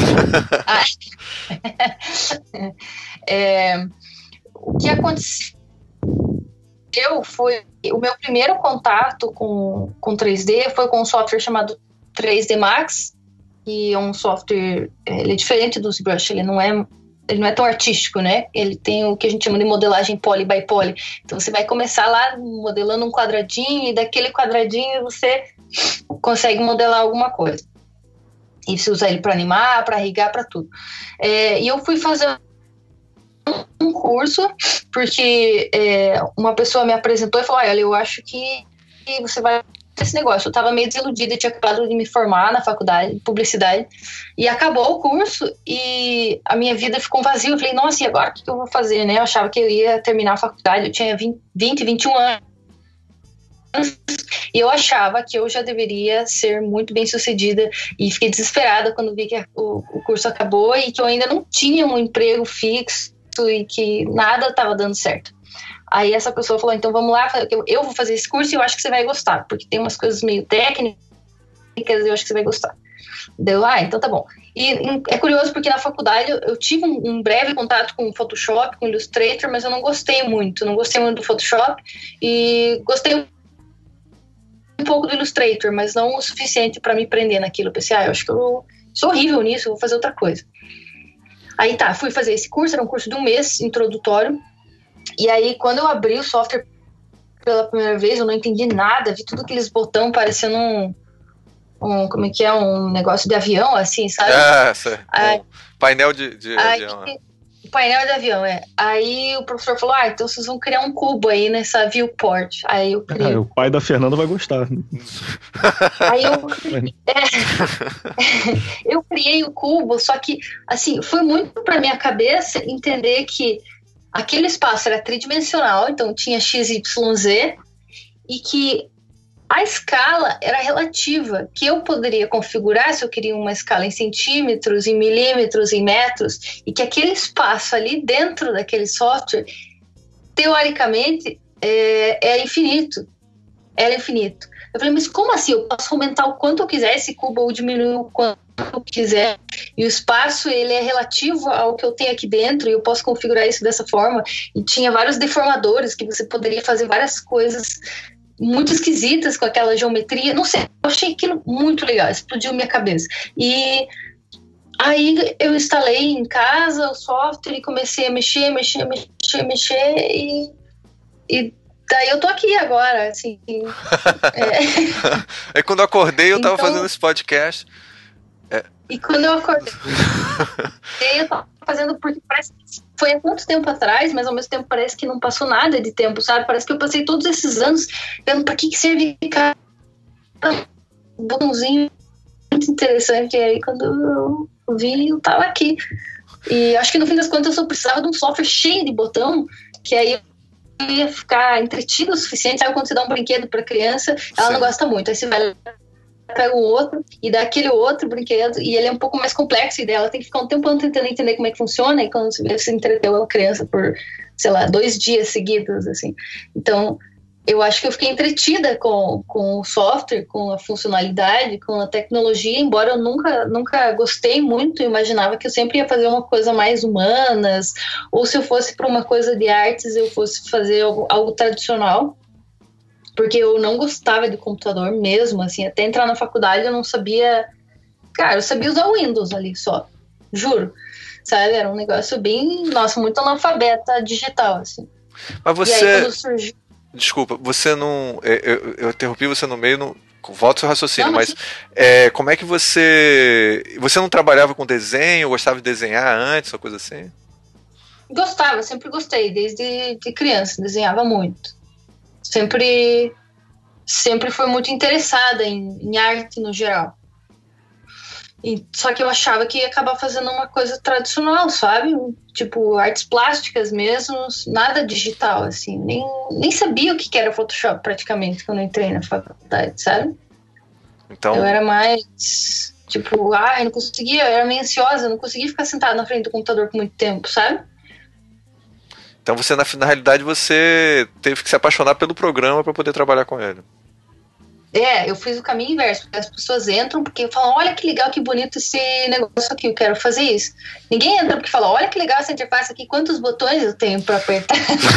é, o que aconteceu foi... O meu primeiro contato com, com três D foi com um software chamado três D Max, que é um software... Ele é diferente do ZBrush, ele não é... Ele não é tão artístico, né? Ele tem o que a gente chama de modelagem poly by poly. Então você vai começar lá modelando um quadradinho e daquele quadradinho você consegue modelar alguma coisa. E você usa ele para animar, para irrigar, para tudo. É, e eu fui fazer um curso, porque é, uma pessoa me apresentou e falou, olha, eu acho que, que você vai fazer esse negócio. Eu estava meio desiludida, eu tinha acabado de me formar na faculdade de publicidade, e acabou o curso, e a minha vida ficou um vazio. Eu falei, nossa, e agora o que eu vou fazer, né? Eu achava que eu ia terminar a faculdade, eu tinha vinte, vinte e um anos, e eu achava que eu já deveria ser muito bem sucedida, e fiquei desesperada quando vi que o, o curso acabou e que eu ainda não tinha um emprego fixo e que nada estava dando certo. Aí essa pessoa falou, então vamos lá, eu vou fazer esse curso e eu acho que você vai gostar, porque tem umas coisas meio técnicas e eu acho que você vai gostar. Deu, ah, então tá bom. E é curioso porque na faculdade eu, eu tive um, um breve contato com Photoshop, com Illustrator, mas eu não gostei muito, não gostei muito do Photoshop e gostei um pouco do Illustrator, mas não o suficiente para me prender naquilo. Eu pensei, ah, eu acho que eu sou horrível nisso, eu vou fazer outra coisa. Aí tá, fui fazer esse curso, era um curso de um mês, introdutório, e aí quando eu abri o software pela primeira vez, eu não entendi nada, vi tudo aqueles botões parecendo um, um como é que é, um negócio de avião, assim, sabe? Ah, certo. Um painel de, de aí, avião. Né? Painel de avião, é. Aí o professor falou, ah, então vocês vão criar um cubo aí nessa viewport. Aí eu criei. Ah, o pai da Fernanda vai gostar. Aí eu, é, eu criei o cubo, só que, assim, foi muito pra minha cabeça entender que aquele espaço era tridimensional, então tinha X, Y, Z, e que a escala era relativa, que eu poderia configurar se eu queria uma escala em centímetros, em milímetros, em metros, e que aquele espaço ali dentro daquele software, teoricamente, é, é infinito. Era infinito. Eu falei, mas como assim? Eu posso aumentar o quanto eu quiser esse cubo ou diminuir o quanto eu quiser, e o espaço ele é relativo ao que eu tenho aqui dentro, e eu posso configurar isso dessa forma. E tinha vários deformadores que você poderia fazer várias coisas muito esquisitas com aquela geometria. Não sei, eu achei aquilo muito legal, explodiu minha cabeça. E aí eu instalei em casa o software e comecei a mexer, mexer, mexer, mexer, e, e daí eu tô aqui agora, assim. É. Aí quando eu acordei, eu então, tava fazendo esse podcast. É. E quando eu acordei, eu tava fazendo, porque parece que foi há muito tempo atrás, mas ao mesmo tempo parece que não passou nada de tempo, sabe? Parece que eu passei todos esses anos vendo pra que, que serve cada botãozinho muito interessante. E aí quando eu vi, eu tava aqui. E acho que no fim das contas eu só precisava de um software cheio de botão, que aí eu ia ficar entretido o suficiente. Sabe quando você dá um brinquedo pra criança, ela Sim. não gosta muito, aí você vai pega um outro e dá aquele outro brinquedo, e ele é um pouco mais complexo, e daí ela tem que ficar um tempão tentando entender como é que funciona, e quando você vê, você entreteu a criança por, sei lá, dois dias seguidos, assim. Então, eu acho que eu fiquei entretida com, com o software, com a funcionalidade, com a tecnologia, embora eu nunca, nunca gostei muito, eu imaginava que eu sempre ia fazer uma coisa mais humanas, ou se eu fosse para uma coisa de artes, eu fosse fazer algo, algo tradicional, porque eu não gostava de computador mesmo, assim, até entrar na faculdade eu não sabia, cara, eu sabia usar o Windows ali só, juro, sabe, era um negócio bem, nossa, muito analfabeta digital, assim. Mas você, e aí, quando surgiu... desculpa, você não, eu, eu interrompi você no meio, no... volta ao seu raciocínio, não, mas, mas é, como é que você, você não trabalhava com desenho, gostava de desenhar antes, ou coisa assim? Gostava, sempre gostei, desde de criança, desenhava muito. Sempre, sempre fui muito interessada em, em arte no geral. E, só que eu achava que ia acabar fazendo uma coisa tradicional, sabe? Tipo, artes plásticas mesmo, nada digital, assim. Nem, nem sabia o que era Photoshop, praticamente, quando eu entrei na faculdade, sabe? Então... Eu era mais, tipo, ah, eu não conseguia, eu era meio ansiosa, eu não conseguia ficar sentada na frente do computador por muito tempo, sabe? Então você, na, na realidade, você teve que se apaixonar pelo programa para poder trabalhar com ele. É, eu fiz o caminho inverso, porque as pessoas entram porque falam, olha que legal, que bonito esse negócio aqui, eu quero fazer isso. Ninguém entra porque fala, olha que legal essa interface aqui, quantos botões eu tenho para apertar.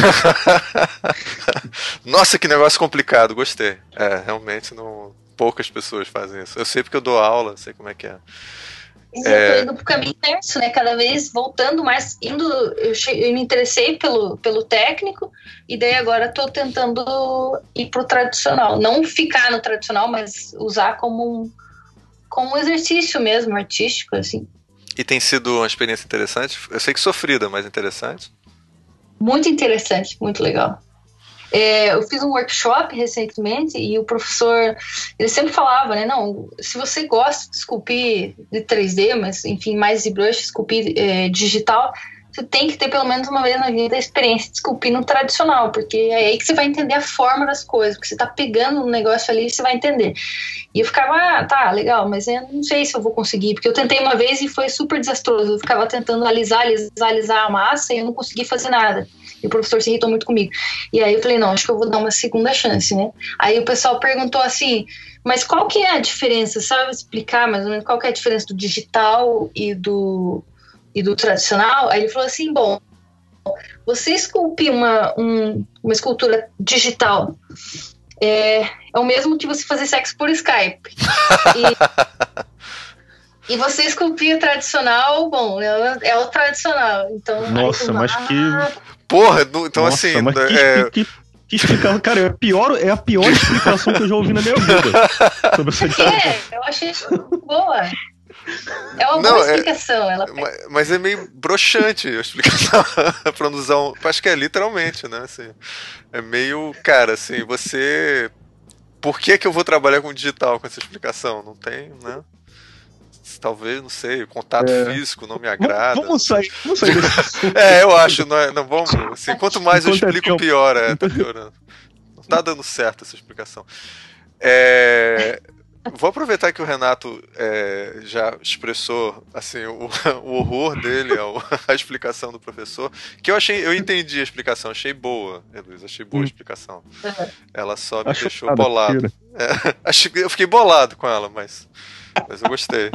Nossa, que negócio complicado, gostei. É, realmente não, poucas pessoas fazem isso. Eu sei porque eu dou aula, sei como é que é. É... Eu tô indo pro caminho inverso, né? Cada vez voltando mais, indo, eu, che... eu me interessei pelo, pelo técnico, e daí agora tô tentando ir pro tradicional. Não ficar no tradicional, mas usar como um, como um exercício mesmo, artístico, assim. E tem sido uma experiência interessante? Eu sei que sofrida, mas interessante. Muito interessante, muito legal. É, eu fiz um workshop recentemente e o professor, ele sempre falava, né, não, se você gosta de esculpir de três D, mas enfim, mais de brush, esculpir é, digital, você tem que ter pelo menos uma vez na vida a experiência de esculpir no tradicional, porque é aí que você vai entender a forma das coisas, porque você tá pegando um negócio ali e você vai entender. E eu ficava, ah, tá, legal, mas eu não sei se eu vou conseguir, porque eu tentei uma vez e foi super desastroso, eu ficava tentando alisar, alisar, alisar a massa e eu não consegui fazer nada. E o professor se irritou muito comigo. E aí eu falei, não, acho que eu vou dar uma segunda chance, né? Aí o pessoal perguntou assim, mas qual que é a diferença? Sabe explicar mais ou menos qual que é a diferença do digital e do, e do tradicional? Aí ele falou assim, bom, você esculpir uma, um, uma escultura digital é, é o mesmo que você fazer sexo por Skype. E... E você esculpir o tradicional, bom, é, é o tradicional. Então, nossa, mas ah, que... Porra, então nossa, assim... Mas que, é... que, que, que explicação, cara, é a, pior, é a pior explicação que eu já ouvi na minha vida. Sobre essa é, eu achei boa. É uma não, boa explicação. É, ela... mas, mas é meio broxante a explicação, pra não usar um... Acho que é literalmente, né? Assim, é meio... Cara, assim, você... Por que que eu vou trabalhar com digital com essa explicação? Não tem, né? Talvez, não sei, o contato é. físico não me agrada. Vamos sair, vamos sair desse... É, eu acho, não, é, não vamos. Assim, quanto mais eu explico, pior, é, tá piorando. Não tá dando certo essa explicação. É... Vou aproveitar que o Renato é, já expressou assim, o, o horror dele, a, a explicação do professor, que eu achei, eu entendi a explicação, achei boa, Heloísa, achei boa a explicação. Ela só me Acho deixou nada, bolado. É, acho, eu fiquei bolado com ela, mas, mas eu gostei.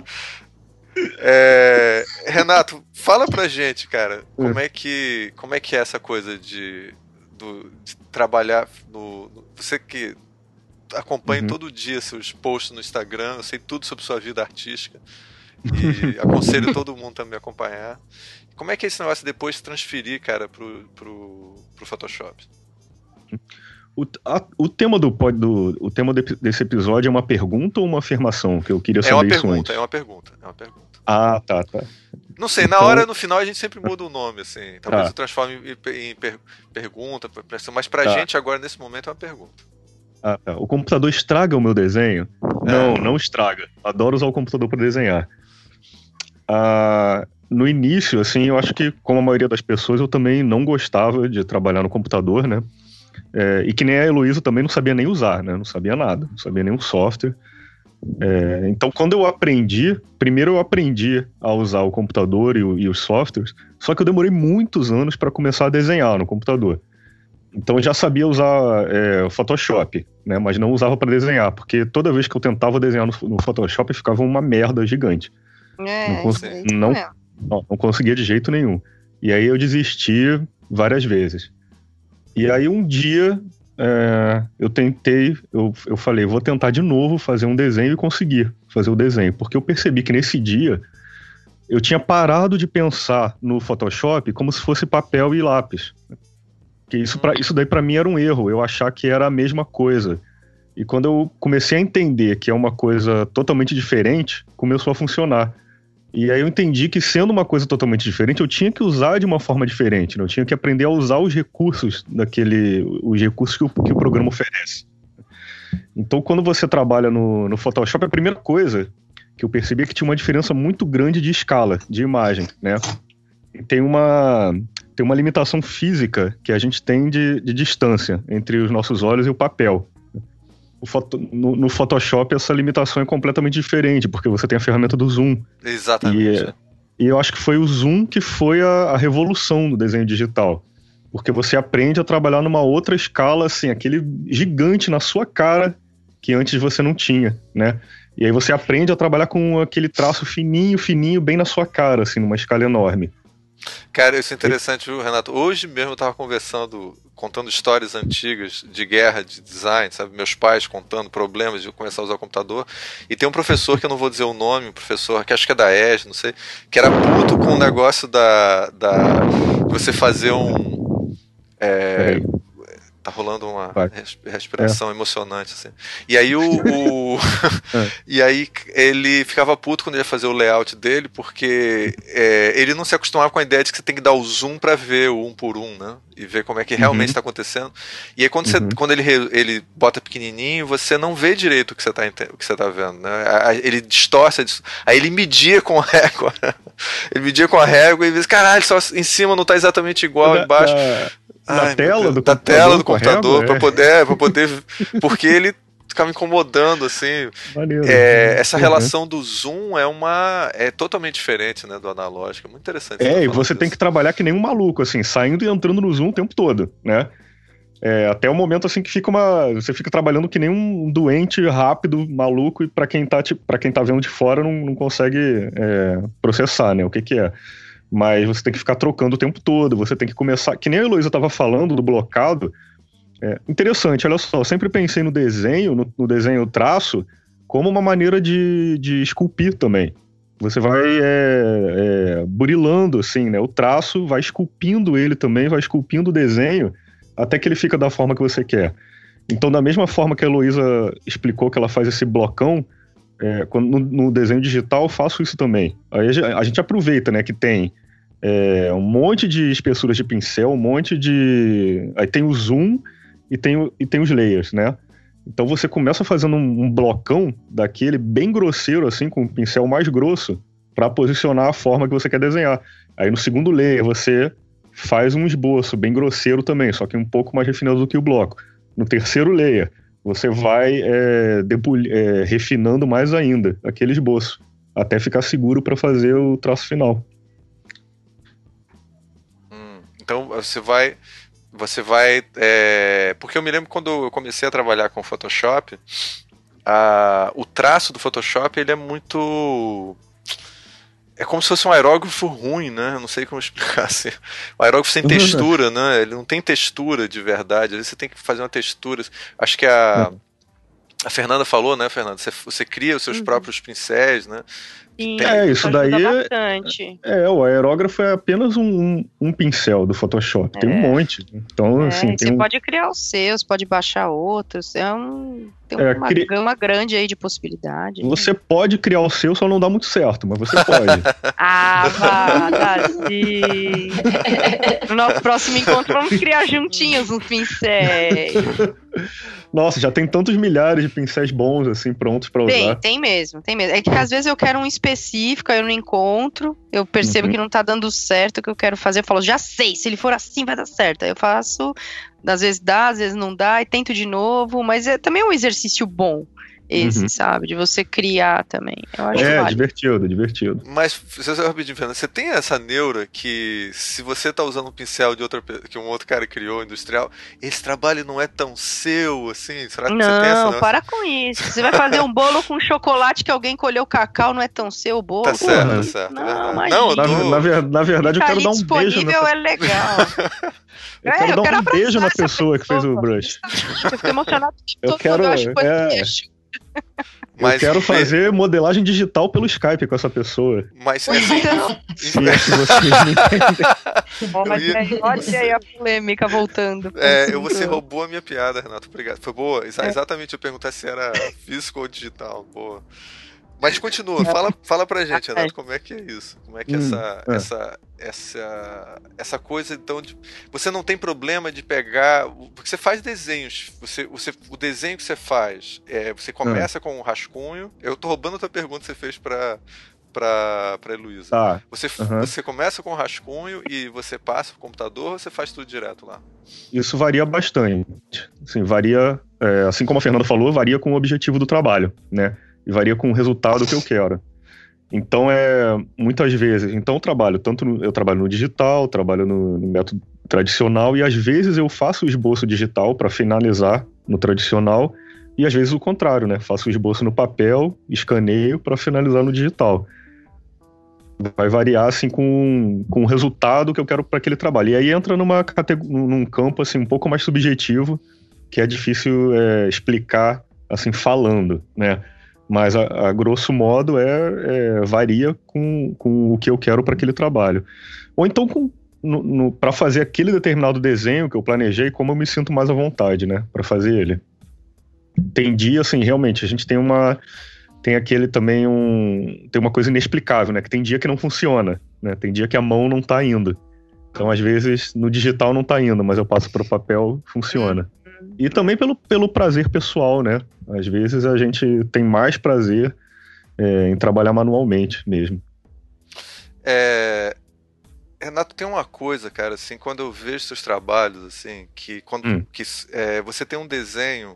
É, Renato, fala pra gente, cara, como é que, como é, que é essa coisa de, do, de trabalhar no, no. Você que acompanho uhum. todo dia seus posts no Instagram, eu sei tudo sobre sua vida artística e aconselho todo mundo a me acompanhar. Como é que é esse negócio de depois transferir, cara, pro, pro, pro Photoshop? O, a, o tema, do, do, o tema de, desse episódio é uma pergunta ou uma afirmação? Que eu queria saber é uma isso pergunta, antes. É uma pergunta, é uma pergunta. Ah, tá, tá. Não sei, na então... hora, no final, a gente sempre muda o nome, assim. Talvez tá. eu transforme em, em per, pergunta, mas pra tá. gente agora, nesse momento, é uma pergunta. Ah, tá. O computador estraga o meu desenho? É. Não, não estraga. Adoro usar o computador para desenhar. Ah, no início, assim, eu acho que, como a maioria das pessoas, eu também não gostava de trabalhar no computador, né? É, e que nem a Heloísa também não sabia nem usar, né? Não sabia nada, não sabia nenhum software. É, então, quando eu aprendi, primeiro eu aprendi a usar o computador e, o, e os softwares, só que eu demorei muitos anos para começar a desenhar no computador. Então eu já sabia usar é, o Photoshop, né? Mas não usava para desenhar, porque toda vez que eu tentava desenhar no, no Photoshop ficava uma merda gigante. É, não, cons não, não, não conseguia de jeito nenhum. E aí eu desisti várias vezes. E aí um dia é, eu tentei, eu, eu falei, vou tentar de novo fazer um desenho e conseguir fazer o desenho, porque eu percebi que nesse dia eu tinha parado de pensar no Photoshop como se fosse papel e lápis. Que isso, pra, isso daí pra mim era um erro, eu achar que era a mesma coisa. E quando eu comecei a entender que é uma coisa totalmente diferente, começou a funcionar. E aí eu entendi que, sendo uma coisa totalmente diferente, eu tinha que usar de uma forma diferente, né? Eu tinha que aprender a usar os recursos daquele, os recursos que o, que o programa oferece. Então, quando você trabalha no, no Photoshop, a primeira coisa que eu percebi é que tinha uma diferença muito grande de escala, de imagem, né? E tem uma... tem uma limitação física que a gente tem de, de distância entre os nossos olhos e o papel. O foto, no, no Photoshop essa limitação é completamente diferente, porque você tem a ferramenta do zoom. Exatamente. E, e eu acho que foi o zoom que foi a, a revolução do desenho digital. Porque você aprende a trabalhar numa outra escala, assim, aquele gigante na sua cara que antes você não tinha, né? E aí você aprende a trabalhar com aquele traço fininho, fininho, bem na sua cara, assim, numa escala enorme. Cara, isso é interessante, viu, Renato? Hoje mesmo eu tava conversando, contando histórias antigas de guerra, de design, sabe? Meus pais contando problemas de começar a usar o computador. E tem um professor, que eu não vou dizer o nome, um professor, que acho que é da E S, não sei, que era puto com o negócio da... da você fazer um... É, tá rolando uma respiração é. emocionante, assim. E aí o... o é. E aí ele ficava puto quando ele ia fazer o layout dele, porque é, ele não se acostumava com a ideia de que você tem que dar o zoom pra ver o um por um, né? E ver como é que realmente está uhum. acontecendo. E aí quando, uhum. você, quando ele, ele bota pequenininho, você não vê direito o que você tá, o que você tá vendo, né? Ele distorce, aí ele media com a régua. Ele media com a régua e diz, caralho, só em cima não tá exatamente igual, da, embaixo... Da... Da Ai, tela do da computador, tela do computador para é. poder, para poder, porque ele ficava incomodando assim. Maneiro, é, essa uhum. relação do zoom é uma é totalmente diferente, né, do analógico. É muito interessante. É, e você disso. Tem que trabalhar que nem um maluco, assim, saindo e entrando no zoom o tempo todo, né? É, até o momento assim que fica uma, você fica trabalhando que nem um doente rápido, maluco, e para quem tá para quem tá vendo de fora não, não consegue é, processar, né? O que que é? Mas você tem que ficar trocando o tempo todo, você tem que começar... Que nem a Heloísa estava falando do blocado. É interessante, olha só, eu sempre pensei no desenho, no, no desenho traço, como uma maneira de, de esculpir também. Você vai é, é, burilando, assim, né? O traço, vai esculpindo ele também, vai esculpindo o desenho, até que ele fica da forma que você quer. Então, da mesma forma que a Heloísa explicou que ela faz esse blocão, é, quando, no, no desenho digital eu faço isso também. Aí a gente aproveita, né, que tem é, um monte de espessuras de pincel, um monte de... Aí tem o zoom e tem, e tem os layers, né? Então você começa fazendo um, um blocão daquele bem grosseiro, assim, com o pincel mais grosso, para posicionar a forma que você quer desenhar. Aí no segundo layer você faz um esboço bem grosseiro também, só que um pouco mais refinado do que o bloco. No terceiro layer, você vai é, debul- é, refinando mais ainda aquele esboço, até ficar seguro para fazer o traço final. Hum, então você vai... Você vai... É... Porque eu me lembro quando eu comecei a trabalhar com Photoshop, a... o traço do Photoshop ele é muito... É como se fosse um aerógrafo ruim, né? Eu não sei como explicar assim. O aerógrafo sem textura, né? Ele não tem textura de verdade. Às vezes você tem que fazer uma textura. Acho que a, a Fernanda falou, né, Fernanda? Você, você cria os seus uhum. próprios pincéis, né? Sim, tem... É, isso daí bastante. É, o aerógrafo é apenas um, um, um pincel do Photoshop. É. Tem um monte. Então, é, assim, você tem um... pode criar os seus, pode baixar outros. É um... Tem é, uma cri... gama grande aí de possibilidades. Você né? pode criar o seu, só não dá muito certo, mas você pode. Ah, vá, Daci. No nosso próximo encontro, vamos criar juntinhos uns pincéis. Nossa, já tem tantos milhares de pincéis bons, assim, prontos pra usar. Tem, tem mesmo, tem mesmo. É que às vezes eu quero um específico, aí eu não encontro, eu percebo uhum. que não tá dando certo o que eu quero fazer, eu falo, já sei, se ele for assim vai dar certo. Aí eu faço, às vezes dá, às vezes não dá, e tento de novo, mas é também um exercício bom, esse, uhum. sabe? De você criar também. Eu acho é, válido. divertido, divertido. Mas, você tem essa neura que se você tá usando um pincel de outra, que um outro cara criou, industrial, esse trabalho não é tão seu, assim? Será que não, você tem essa Não, para com isso. Você vai fazer um bolo com chocolate que alguém colheu cacau, não é tão seu o bolo? Tá certo, tá certo. Não, não, não na, tô... na, ver, na verdade, eu quero dar um beijo. Disponível é legal. Eu quero é, eu dar quero um beijo na pessoa, pessoa que fez o brush. Eu fico emocionado. Eu quero... Eu, acho é... Mas eu quero fazer modelagem digital pelo Skype com essa pessoa. Mas assim... Se é que vocês me entendem. Bom, mas ia... aí, olha aí a polêmica voltando. É, eu, você roubou a minha piada, Renato. Obrigado. Foi boa. Exa- é. Exatamente, eu perguntar se era físico ou digital. Boa. Mas continua, fala, fala pra gente, Renato, como é que é isso? Como é que é hum, essa, é. essa, essa, essa coisa, então, de, você não tem problema de pegar, porque você faz desenhos, você, você, o desenho que você faz, é, você começa é. com um rascunho, eu tô roubando a tua pergunta que você fez pra, pra, pra Heloísa. Tá. Você, uhum. você começa com um rascunho e você passa pro computador ou você faz tudo direto lá? Isso varia bastante, assim, varia, é, assim como a Fernanda falou, varia com o objetivo do trabalho, né? E varia com o resultado que eu quero. Então, é muitas vezes... Então, eu trabalho tanto no, eu trabalho no digital, trabalho no, no método tradicional, e às vezes eu faço o esboço digital para finalizar no tradicional, e às vezes o contrário, né? Faço o esboço no papel, escaneio para finalizar no digital. Vai variar, assim, com, com o resultado que eu quero para aquele trabalho. E aí entra numa categ- num campo, assim, um pouco mais subjetivo, que é difícil é, explicar, assim, falando, né? Mas, a, a grosso modo, é, é, varia com, com o que eu quero para aquele trabalho. Ou então, para fazer aquele determinado desenho que eu planejei, como eu me sinto mais à vontade, né? Para fazer ele. Tem dia, assim, realmente, a gente tem uma... Tem aquele também um... Tem uma coisa inexplicável, né? Que tem dia que não funciona, né? Tem dia que a mão não tá indo. Então, às vezes, no digital não tá indo, mas eu passo para o papel, funciona. E também pelo, pelo prazer pessoal, né? Às vezes a gente tem mais prazer é, em trabalhar manualmente mesmo. É... Renato, tem uma coisa, cara, assim, quando eu vejo seus trabalhos, assim, que quando hum. que, é, você tem um desenho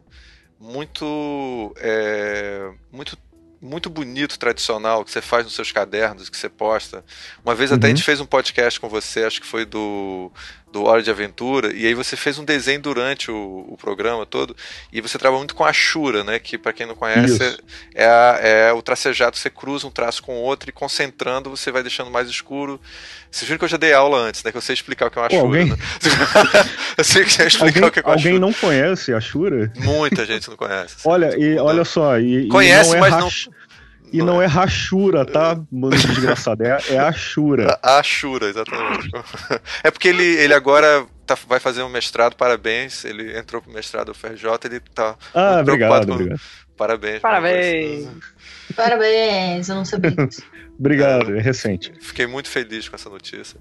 muito, é, muito, muito bonito, tradicional, que você faz nos seus cadernos, que você posta. Uma vez uhum. até a gente fez um podcast com você, acho que foi do... do Hora de Aventura, e aí você fez um desenho durante o, o programa todo, e você trabalha muito com a Ashura, né, que pra quem não conhece é, a, é o tracejado, você cruza um traço com o outro e concentrando você vai deixando mais escuro. Vocês viram que eu já dei aula antes, né, que eu sei explicar o que é uma Ashura. Alguém... Né? eu sei que você explicar alguém, o que é uma Ashura. Alguém não conhece a Ashura? Muita gente não conhece. Assim, olha, e, olha só, e, conhece, e não é mas racha... não... E não é rachura, tá, mano, desgraçado, é, é Ashura. A Ashura, exatamente. É porque ele, ele agora tá, vai fazer um mestrado, parabéns, ele entrou pro mestrado do F R J, ele tá ah, muito obrigado, com... obrigado. Parabéns. Parabéns. Parabéns, eu não sabia disso. Obrigado, é recente. Fiquei muito feliz com essa notícia.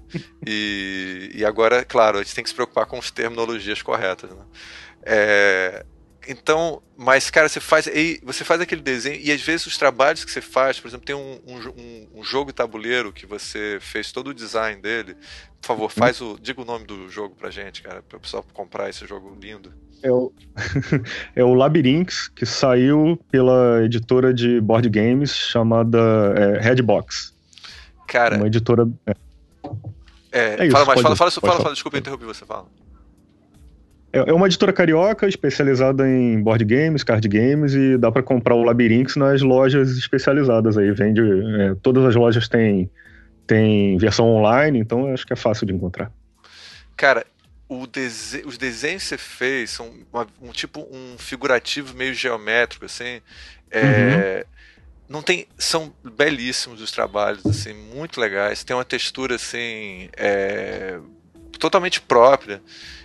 E, e agora, claro, a gente tem que se preocupar com as terminologias corretas, né? É... Então, mas, cara, você faz, e você faz aquele desenho, e às vezes os trabalhos que você faz, por exemplo, tem um, um, um jogo tabuleiro que você fez todo o design dele. Por favor, faz o, diga o nome do jogo pra gente, cara, para o pessoal comprar esse jogo lindo. É o, é o Labyrinths, que saiu pela editora de board games chamada é, Redbox. Cara, uma editora. É, é, é isso, fala mais, fala, fala, fala, fala, fala, desculpa, eu interrompi, você fala. É uma editora carioca especializada em board games, card games, e dá para comprar o Labyrinths nas lojas especializadas aí. Vende, é, todas as lojas têm, têm versão online, então acho que é fácil de encontrar. Cara, o dese... os desenhos que você fez são uma, um tipo um figurativo meio geométrico, assim. É, uhum. Não tem, são belíssimos os trabalhos, assim, muito legais. Tem uma textura assim é, totalmente própria.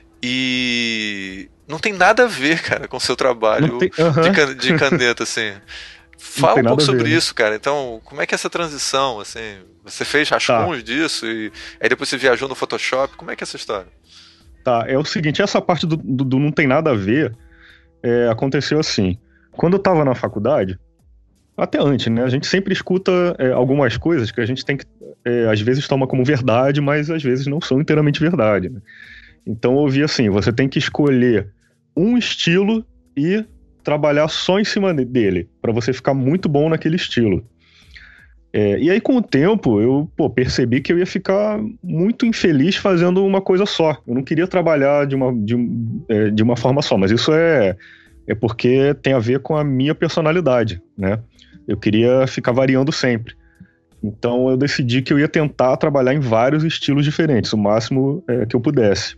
E não tem nada a ver, cara, com o seu trabalho tem, uh-huh. de, can, de caneta, assim. Fala um pouco sobre ver, isso, né? Cara. Então, como é que é essa transição, assim? Você fez rascunhos tá. disso e aí depois você viajou no Photoshop. Como é que é essa história? Tá, é o seguinte, essa parte do, do, do não tem nada a ver é, aconteceu assim. Quando eu tava na faculdade, até antes, né? A gente sempre escuta é, algumas coisas que a gente tem que, é, às vezes, toma como verdade, mas às vezes não são inteiramente verdade, né? Então eu ouvi assim, você tem que escolher um estilo e trabalhar só em cima dele, para você ficar muito bom naquele estilo. É, e aí com o tempo eu pô, percebi que eu ia ficar muito infeliz fazendo uma coisa só. Eu não queria trabalhar de uma, de, de uma forma só, mas isso é, é porque tem a ver com a minha personalidade, né? Eu queria ficar variando sempre. Então eu decidi que eu ia tentar trabalhar em vários estilos diferentes, o máximo é, que eu pudesse.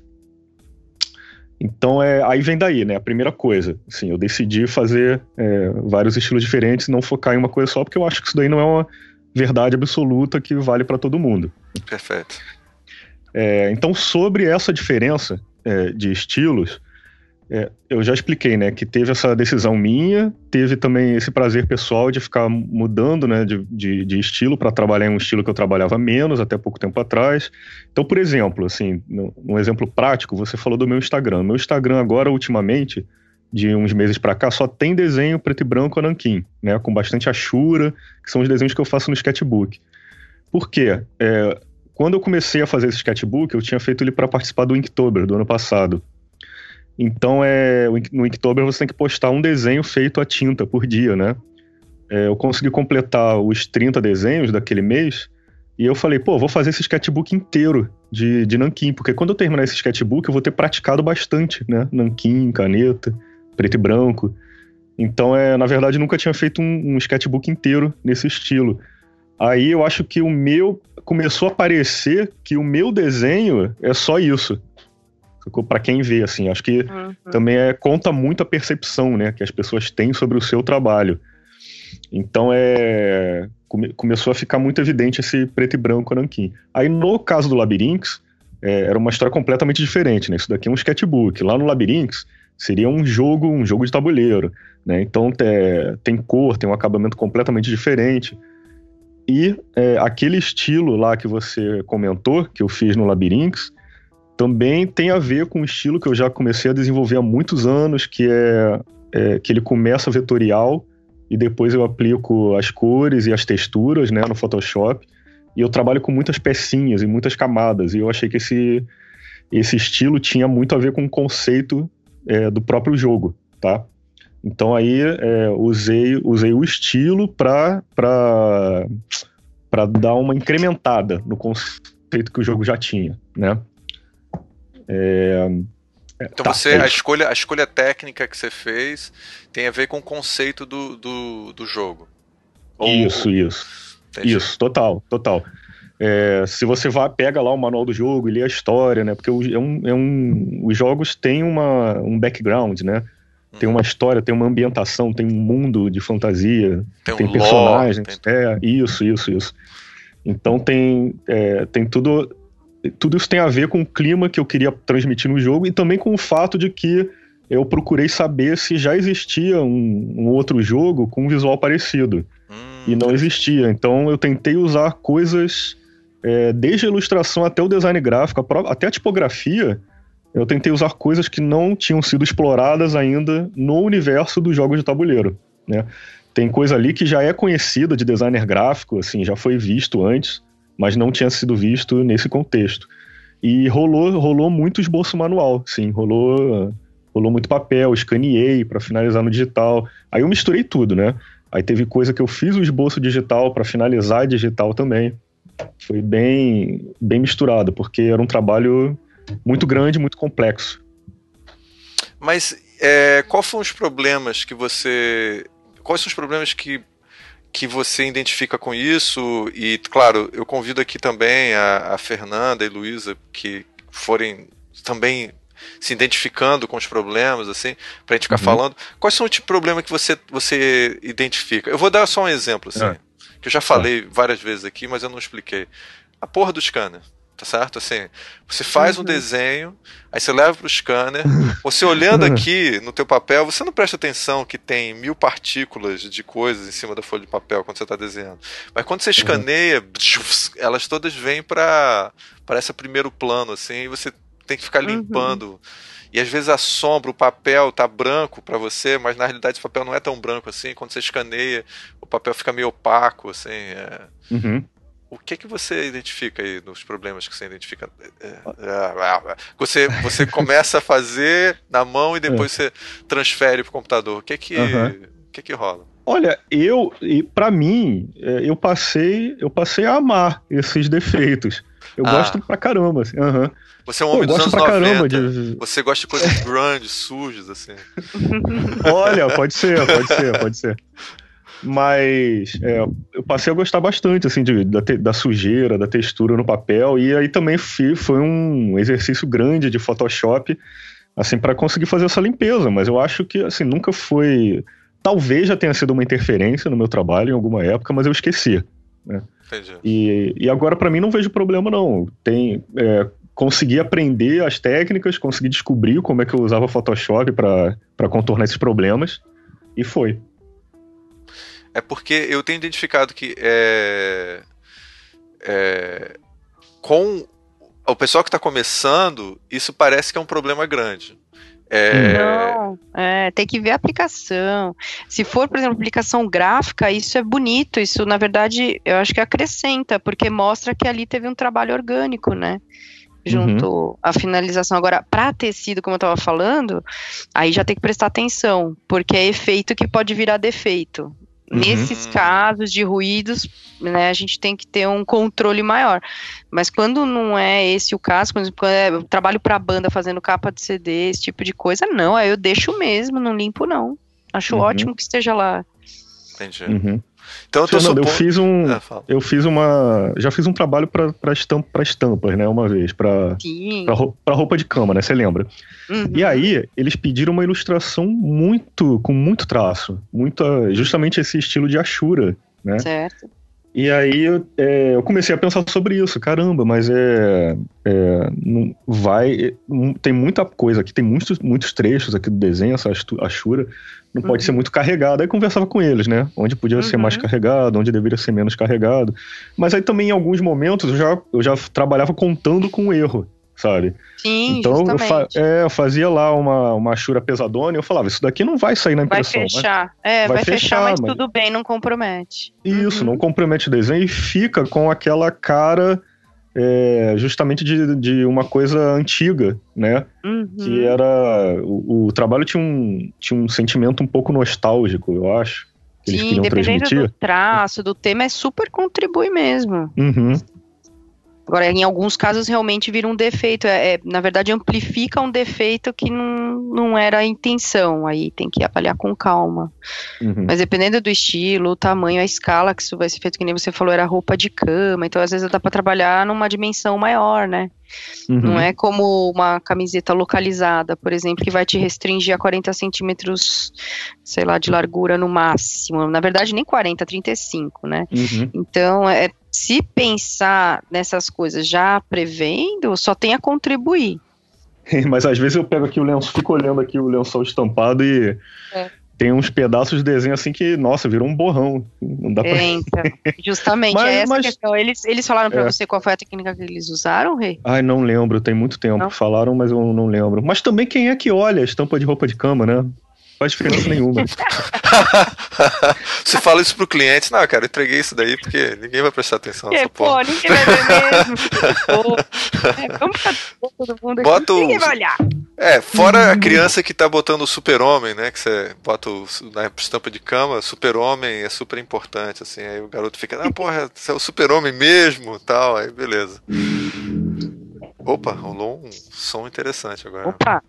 Então, é, aí vem daí, né? A primeira coisa, assim, eu decidi fazer é, vários estilos diferentes, não focar em uma coisa só, porque eu acho que isso daí não é uma verdade absoluta que vale para todo mundo. Perfeito. É, então, sobre essa diferença é, de estilos, é, eu já expliquei, né? Que teve essa decisão minha, teve também esse prazer pessoal de ficar mudando, né? De, de, de estilo para trabalhar em um estilo que eu trabalhava menos até pouco tempo atrás. Então, por exemplo, assim, um exemplo prático, você falou do meu Instagram. Meu Instagram agora, ultimamente, de uns meses para cá, só tem desenho preto e branco nanquim, né? Com bastante achura, que são os desenhos que eu faço no sketchbook. Por quê? É, quando eu comecei a fazer esse sketchbook, eu tinha feito ele para participar do Inktober do ano passado. Então, é, no Inktober você tem que postar um desenho feito à tinta por dia, né? É, eu consegui completar os trinta desenhos daquele mês e eu falei, pô, vou fazer esse sketchbook inteiro de, de nanquim, porque quando eu terminar esse sketchbook eu vou ter praticado bastante, né? Nanquim, caneta, preto e branco. Então, é, na verdade, nunca tinha feito um, um sketchbook inteiro nesse estilo. Aí eu acho que o meu... Começou a parecer que o meu desenho é só isso. Para quem vê, assim, acho que uhum. também é, conta muito a percepção, né, que as pessoas têm sobre o seu trabalho. Então, é, come, começou a ficar muito evidente esse preto e branco nanquim. Aí, no caso do Labyrinths, é, era uma história completamente diferente, né, isso daqui é um sketchbook. Lá no Labyrinths, seria um jogo, um jogo de tabuleiro, né, então é, tem cor, tem um acabamento completamente diferente. E é, aquele estilo lá que você comentou, que eu fiz no Labyrinths, também tem a ver com um estilo que eu já comecei a desenvolver há muitos anos, que é, é que ele começa vetorial e depois eu aplico as cores e as texturas, né, no Photoshop, e eu trabalho com muitas pecinhas e muitas camadas, e eu achei que esse, esse estilo tinha muito a ver com o conceito é, do próprio jogo, tá? Então aí é, usei, usei o estilo para para dar uma incrementada no conceito que o jogo já tinha, né? É... Então tá, você, é a, escolha, a escolha técnica que você fez tem a ver com o conceito do, do, do jogo. Isso, Ou... isso. Entendi. Isso, total, total. É, se você vai, pega lá o manual do jogo e lê a história, né? Porque é um, é um, os jogos têm uma, um background, né? Tem uma história, tem uma ambientação, tem um mundo de fantasia, tem, tem um personagens. Lore, tem... É, isso, isso, isso. Então tem, é, tem tudo... Tudo isso tem a ver com o clima que eu queria transmitir no jogo e também com o fato de que eu procurei saber se já existia um, um outro jogo com um visual parecido. Hum, e não existia. Então eu tentei usar coisas, é, desde a ilustração até o design gráfico, a pró- até a tipografia, eu tentei usar coisas que não tinham sido exploradas ainda no universo dos jogos de tabuleiro, né? Tem coisa ali que já é conhecida de designer gráfico, assim, já foi visto antes, mas não tinha sido visto nesse contexto. E rolou, rolou muito esboço manual, sim, rolou, rolou muito papel, escaneei para finalizar no digital. Aí eu misturei tudo, né? Aí teve coisa que eu fiz o esboço digital para finalizar digital também. Foi bem, bem misturado, porque era um trabalho muito grande, muito complexo. Mas é, quais foram os problemas que você... Quais são os problemas que, que você identifica com isso? E, claro, eu convido aqui também a, a Fernanda e a Luísa que forem também se identificando com os problemas, assim, pra gente ficar uhum. falando. Quais são os tipos de problema que você, você identifica? Eu vou dar só um exemplo, assim, é. que eu já falei é. várias vezes aqui, mas eu não expliquei. A porra do scanner. Tá certo? Assim, você faz uhum. um desenho, aí você leva pro scanner, você olhando aqui no teu papel, você não presta atenção que tem mil partículas de coisas em cima da folha de papel quando você tá desenhando. Mas quando você escaneia, uhum. elas todas vêm para para esse primeiro plano, assim, e você tem que ficar limpando. Uhum. E às vezes a sombra, o papel tá branco para você, mas na realidade esse papel não é tão branco assim. Quando você escaneia, o papel fica meio opaco, assim. É... Uhum. O que que você identifica aí nos problemas que você identifica? Você, você começa a fazer na mão e depois é. você transfere pro computador. O que que, uhum. o que que rola? Olha, eu, para mim, eu passei, eu passei a amar esses defeitos. Eu ah. gosto pra caramba. Assim. Uhum. Você é um homem Pô, dos anos noventa. De... Você gosta de coisas grunge, sujas, assim. Olha, pode ser, pode ser, pode ser. Mas é, eu passei a gostar bastante assim, de, da, te, da sujeira, da textura no papel, e aí também fui, foi um exercício grande de Photoshop assim, para conseguir fazer essa limpeza, mas eu acho que assim, nunca foi... Talvez já tenha sido uma interferência no meu trabalho em alguma época, mas eu esqueci, né? Entendi. E, e agora para mim não vejo problema não. Tem, é, consegui aprender as técnicas, consegui descobrir como é que eu usava Photoshop para contornar esses problemas, e foi. É porque eu tenho identificado que é, é, com o pessoal que está começando, isso parece que é um problema grande. É... Não, é, tem que ver a aplicação. Se for, por exemplo, aplicação gráfica, isso é bonito, isso na verdade eu acho que acrescenta, porque mostra que ali teve um trabalho orgânico, né? Junto uhum. à finalização. Agora, para tecido, como eu estava falando, aí já tem que prestar atenção, porque é efeito que pode virar defeito. Nesses uhum. casos de ruídos, né, a gente tem que ter um controle maior. Mas quando não é esse o caso, quando eu trabalho para banda fazendo capa de C D, esse tipo de coisa, não, aí eu deixo mesmo, não limpo não. Acho uhum. ótimo que esteja lá. Entendi. Uhum. Então, eu, tô Fernando, supondo... eu fiz um, é, eu fiz uma, já fiz um trabalho para para estamp, estampas, né, uma vez, para para roupa de cama, né, você lembra? Uhum. E aí eles pediram uma ilustração muito, com muito traço, muito, justamente esse estilo de Ashura, né? Certo. E aí eu, é, eu comecei a pensar sobre isso, caramba, mas é, é não vai, é, tem muita coisa aqui, tem muitos, muitos trechos aqui do desenho, essa Ashura, não pode uhum. ser muito carregado. Aí conversava com eles, né, onde podia uhum. ser mais carregado, onde deveria ser menos carregado, mas aí também em alguns momentos eu já, eu já trabalhava contando com o erro, sabe? Sim, então eu, fa é, eu fazia lá uma, uma Ashura pesadona e eu falava, isso daqui não vai sair na impressão. Vai fechar, mas... é, vai, vai fechar, fechar mas, mas tudo bem, não compromete. Isso, uhum. não compromete o desenho e fica com aquela cara é, justamente de, de uma coisa antiga, né? Uhum. Que era... O, o trabalho tinha um, tinha um sentimento um pouco nostálgico, eu acho. Que eles Sim, queriam dependendo transmitir. do traço, do tema, é super contribui mesmo. Uhum. Agora, em alguns casos, realmente vira um defeito. É, é, na verdade, amplifica um defeito que não, não era a intenção. Aí tem que avaliar com calma. Uhum. Mas dependendo do estilo, o tamanho, a escala que isso vai ser feito, que nem você falou, era roupa de cama. Então, às vezes, dá para trabalhar numa dimensão maior, né? Uhum. Não é como uma camiseta localizada, por exemplo, que vai te restringir a quarenta centímetros, sei lá, de largura no máximo. Na verdade, nem quarenta, trinta e cinco, né? Uhum. Então, é, se pensar nessas coisas já prevendo, só tem a contribuir. Mas às vezes eu pego aqui o lençol, fico olhando aqui o lençol estampado e... É. tem uns pedaços de desenho assim que, nossa, virou um borrão. Não dá pra... É, então, justamente, Mas- é essa mas- questão. Eles, eles falaram pra É. você qual foi a técnica que eles usaram, Rei? Ai, não lembro, tem muito tempo. Não? Falaram, mas eu não lembro. Mas também quem é que olha a estampa de roupa de cama, né? Não faz diferença nenhuma. Você fala isso pro cliente, não, cara, eu entreguei isso daí porque ninguém vai prestar atenção É, nessa pô, porra. ninguém vai ver mesmo. Pô, é, vamos ficar todo mundo aqui, Bota o- ninguém vai olhar. É, fora a criança que tá botando o super-homem, né? Que você bota o, na estampa de cama, super-homem é super importante, assim. Aí o garoto fica, ah, porra, você é o super-homem mesmo, tal. Aí, beleza. Opa, rolou um som interessante agora. Opa,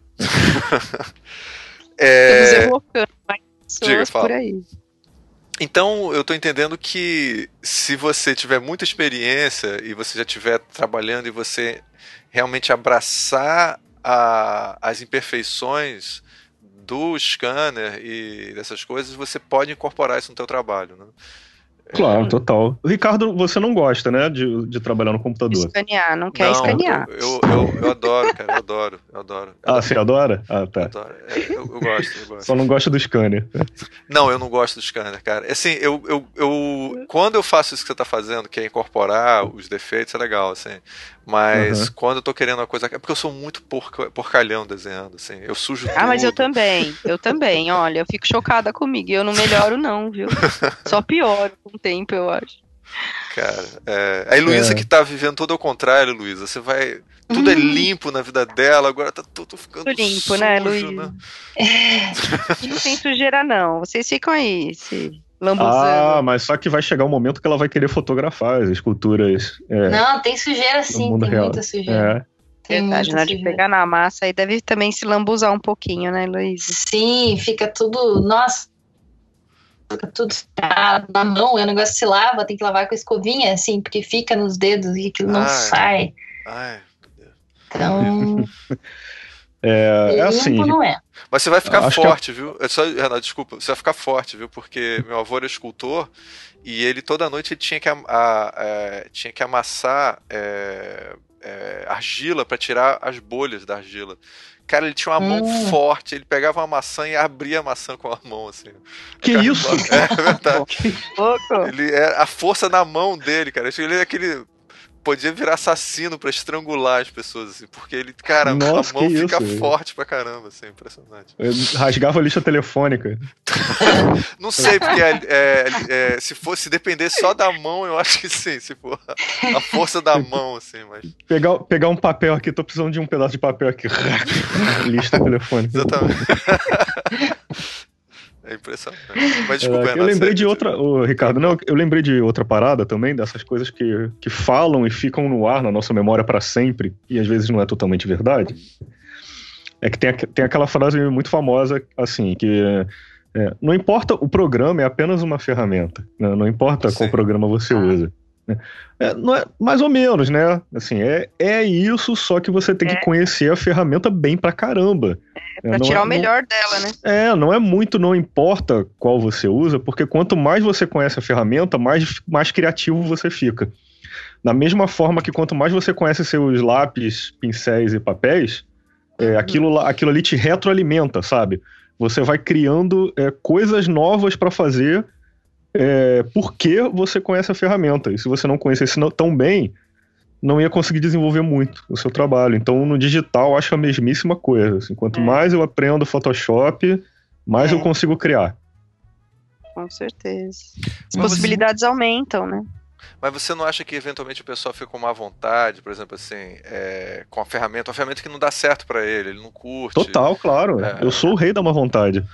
É, estamos evocando mais pessoas diga, fala. por aí. então, eu tô entendendo que se você tiver muita experiência e você já estiver trabalhando e você realmente abraçar a- as imperfeições do scanner e dessas coisas, você pode incorporar isso no teu trabalho, né? Claro, total. Ricardo, você não gosta, né, de, de trabalhar no computador? Escanear, não quer Não, escanear. Eu, eu, eu, eu adoro, cara, eu adoro, eu adoro. Eu Ah, você adora? Ah, eu tá. adoro. É, eu, eu gosto, eu gosto. Só não gosta do scanner. Não, eu não gosto do scanner, cara. Assim, eu, eu, eu quando eu faço isso que você tá fazendo, que é incorporar os defeitos, é legal, assim. Mas Uhum. quando eu tô querendo uma coisa... É porque eu sou muito porca, porcalhão desenhando, assim. Eu sujo tudo. Ah, mas eu também, eu também, olha, eu fico chocada comigo, e eu não melhoro não, viu? Só pioro com o tempo, eu acho. Cara, é... a Heloísa É. que tá vivendo todo ao contrário, Luísa. Você vai... Tudo é limpo na vida dela, agora tá tudo ficando Tudo limpo, sujo, né, Luísa? E não tem sujeira não, vocês ficam aí se lambuzando. Ah, mas só que vai chegar um momento que ela vai querer fotografar as esculturas. É, Não, tem sujeira sim, mundo tem real. muita sujeira. é. Tem Verdade, muita na hora de sujeira. pegar na massa, aí deve também se lambuzar um pouquinho, né, Luísa? Sim, fica tudo. Nossa, fica tudo ah, na mão. É um negócio que se lava, tem que lavar com a escovinha, assim, porque fica nos dedos e aquilo não Ai. sai. Ai, meu Deus. Então, É, é limpo assim, não é. Mas você vai ficar Acho que forte, viu? É só, Renato, desculpa, você vai ficar forte, viu? Porque meu avô era escultor e ele toda noite ele tinha que, am- a- é, tinha que amassar é, é, argila pra tirar as bolhas da argila. Cara, ele tinha uma mão Hum. forte, ele pegava uma maçã e abria a maçã com a mão, assim. que Cara, isso? É verdade. Pouco. Ele é a força na mão dele, cara. Ele é aquele. Podia virar assassino pra estrangular as pessoas, assim, porque ele, cara, Nossa, a mão que fica isso, velho. forte pra caramba, assim, impressionante. Eu rasgava a lista telefônica. Não sei, porque é, é, é, se fosse depender só da mão, eu acho que sim, se for a força da mão, assim, mas. Pegar, pegar um papel aqui, tô precisando de um pedaço de papel aqui. lista telefônica. Exatamente. É impressionante. Mas desculpa, É, Renato, eu lembrei você- de outra, ô, Ricardo, não, eu lembrei de outra parada também, dessas coisas que, que falam e ficam no ar na nossa memória pra sempre, e às vezes não é totalmente verdade. É que tem, a- tem aquela frase muito famosa, assim, que é, não importa, o programa é apenas uma ferramenta, né? Não importa qual Sim. programa você usa. Né? É, não é, mais ou menos, né? Assim, é, é isso, só que você tem que conhecer a ferramenta bem pra caramba. Pra Não tirar é- o melhor dela, né? é, não é muito, não importa qual você usa, porque quanto mais você conhece a ferramenta, mais, mais criativo você fica. Da mesma forma que quanto mais você conhece seus lápis, pincéis e papéis, é, aquilo, lá- aquilo ali te retroalimenta, sabe? Você vai criando é, coisas novas para fazer é, porque você conhece a ferramenta. E se você não conhecesse não- tão bem, não ia conseguir desenvolver muito o seu trabalho. Então, no digital, eu acho a mesmíssima coisa. Assim, quanto É. mais eu aprendo Photoshop, mais É. eu consigo criar. Com certeza. As Mas possibilidades aumentam, né? Mas você não acha que eventualmente o pessoal fica com má vontade, por exemplo, assim, é, com a ferramenta, uma ferramenta que não dá certo pra ele, ele não curte. Total, claro. É. Eu sou o rei da má vontade.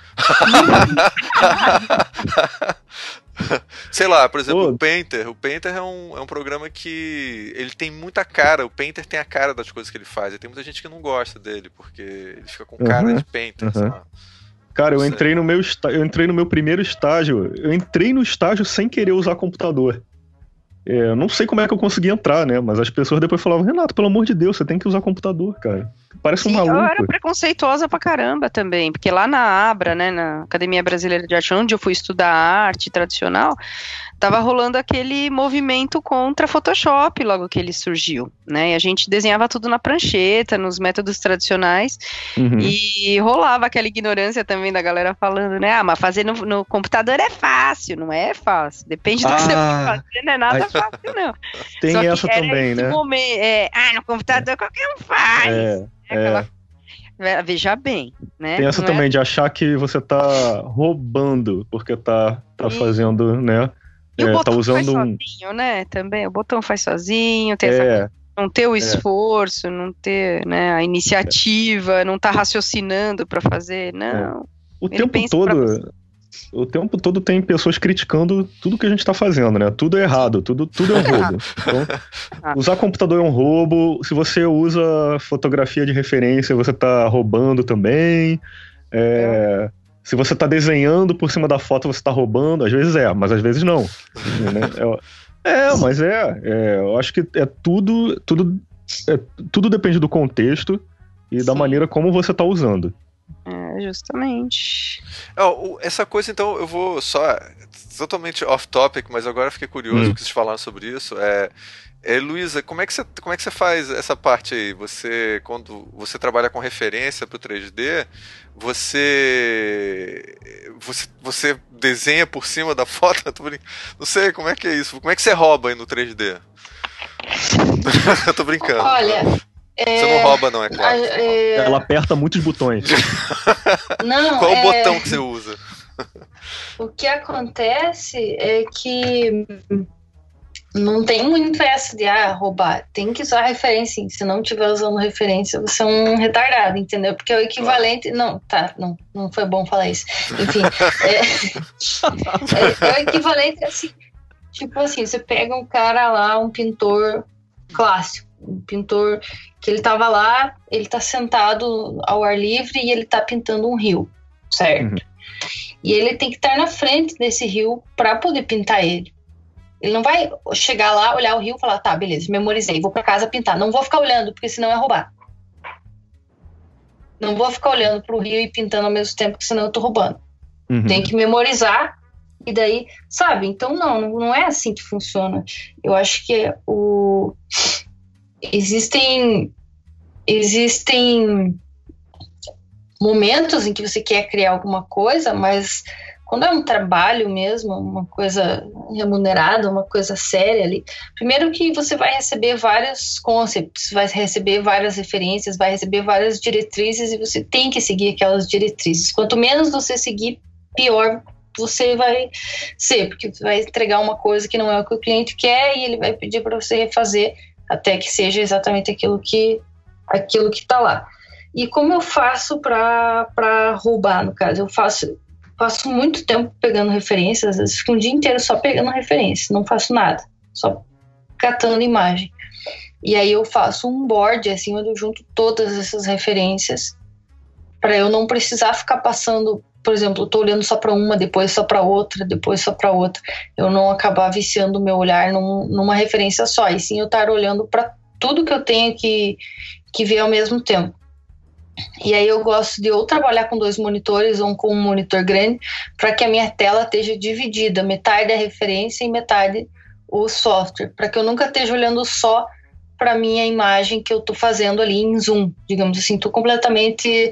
Sei lá, por exemplo, Pô. o Painter. O Painter é um, é um programa que ele tem muita cara. O Painter tem a cara das coisas que ele faz. E tem muita gente que não gosta dele, porque ele fica com cara Uhum, de Painter, uhum. sei lá. Cara, eu Sei. entrei no meu está- eu entrei no meu primeiro estágio. Eu entrei no estágio sem querer usar computador. É, eu não sei como é que eu consegui entrar, né? Mas as pessoas depois falavam, Renato, pelo amor de Deus, você tem que usar computador, cara. Parece um Sim, maluco. eu era preconceituosa pra caramba também, porque lá na Abra, né, na Academia Brasileira de Arte, onde eu fui estudar arte tradicional, tava rolando aquele movimento contra Photoshop logo que ele surgiu, né, e a gente desenhava tudo na prancheta, nos métodos tradicionais, Uhum. e rolava aquela ignorância também da galera falando, né, ah, mas fazer no, no computador é fácil, não é fácil, depende do que você Ah, vai fazer, não é nada aí- fácil não. Tem Só que essa era também, esse né? momento, é, ah, no computador qualquer um faz. É, É aquela- é. Veja bem, né? Tem essa Não é- também de achar que você tá roubando porque tá, tá Sim. fazendo, né? E o É, botão tá usando faz um. sozinho, né? Também, o botão faz sozinho, tem essa É, não ter o esforço, não ter, né, a iniciativa, não tá raciocinando para fazer, não. o Ele tempo pensa pra você. todo. O tempo todo tem pessoas criticando tudo que a gente tá fazendo, né? Tudo é errado, tudo, tudo é um roubo. Então, Ah. usar computador é um roubo. Se você usa fotografia de referência, você tá roubando também. É, se você tá desenhando por cima da foto, você tá roubando. Às vezes é, mas às vezes não. né? É, é, mas é, é. Eu acho que é tudo. Tudo, é, tudo depende do contexto e da Sim. maneira como você tá usando. É, justamente. Ó, o- essa coisa, então, eu vou só. Totalmente off-topic, mas agora eu fiquei curioso Hum. porque vocês falaram sobre isso. É, é, Luísa, como é que você, como é que você faz essa parte aí? Você, quando você trabalha com referência para o três D, você, você você desenha por cima da foto? Eu tô brin- Não sei, como é que é isso? Como é que você rouba aí no três D? Eu tô brincando. Olha, Você não rouba, não, é a- claro. é, Ela aperta muitos botões. não, Qual o é, botão que você usa? o que acontece é que não tem muito essa de ah, roubar. Tem que usar referência. Se não estiver usando referência, você é um retardado, entendeu? Porque é o equivalente. Não, tá, não, não foi bom falar isso. Enfim, é, é, é o equivalente assim. Tipo assim, você pega um cara lá, um pintor clássico, um pintor que ele tava lá, ele tá sentado ao ar livre e ele tá pintando um rio, certo? Uhum. E ele tem que estar na frente desse rio para poder pintar ele. Ele não vai chegar lá, olhar o rio e falar, tá, beleza, memorizei, vou para casa pintar. Não vou ficar olhando, porque senão é roubar. Não vou ficar olhando pro rio e pintando ao mesmo tempo, porque senão eu tô roubando. Uhum. Tem que memorizar e daí, sabe? Então não, não é assim que funciona. Eu acho que o existem existem momentos em que você quer criar alguma coisa, mas quando é um trabalho mesmo, uma coisa remunerada, uma coisa séria ali, primeiro que você vai receber vários concepts, vai receber várias referências, vai receber várias diretrizes e você tem que seguir aquelas diretrizes. Quanto menos você seguir, pior você vai ser, porque você vai entregar uma coisa que não é o que o cliente quer e ele vai pedir para você refazer até que seja exatamente aquilo que aquilo que está lá. E como eu faço para roubar, no caso? Eu faço, passo muito tempo pegando referências, às vezes fico um dia inteiro só pegando referência, não faço nada, só catando imagem. E aí eu faço um board, assim, onde eu junto todas essas referências, para eu não precisar ficar passando, por exemplo, eu tô olhando só para uma, depois só para outra, depois só para outra. Eu não acabar viciando o meu olhar num, numa referência só, e sim eu estar olhando para tudo que eu tenho que, que ver ao mesmo tempo. E aí eu gosto de ou trabalhar com dois monitores ou com um monitor grande, para que a minha tela esteja dividida, metade é referência e metade o software, para que eu nunca esteja olhando só para minha imagem que eu estou fazendo ali em zoom, digamos assim, estou completamente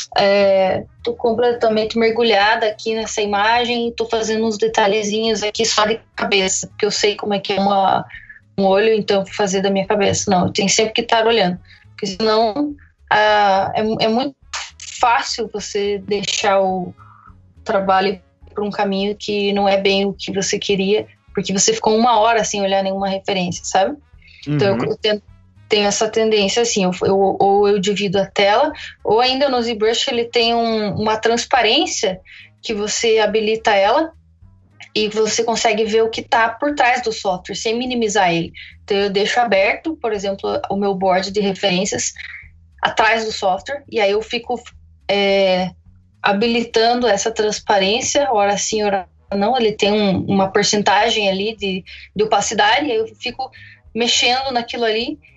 é, tô completamente mergulhada aqui nessa imagem e estou fazendo uns detalhezinhos aqui só de cabeça, porque eu sei como é que é uma, um olho, então vou fazer da minha cabeça. Não, eu tenho sempre que estar olhando, porque senão ah, é, é muito fácil você deixar o trabalho para um caminho que não é bem o que você queria, porque você ficou uma hora sem olhar nenhuma referência, sabe? Então Uhum. eu, eu tento, tenho essa tendência assim, eu, eu, ou eu divido a tela, ou ainda no ZBrush ele tem um, uma transparência que você habilita ela e você consegue ver o que está por trás do software, sem minimizar ele. Então eu deixo aberto, por exemplo, o meu board de referências atrás do software, e aí eu fico é, habilitando essa transparência, hora sim, hora não, ele tem um, uma porcentagem ali de, de opacidade, e aí eu fico mexendo naquilo ali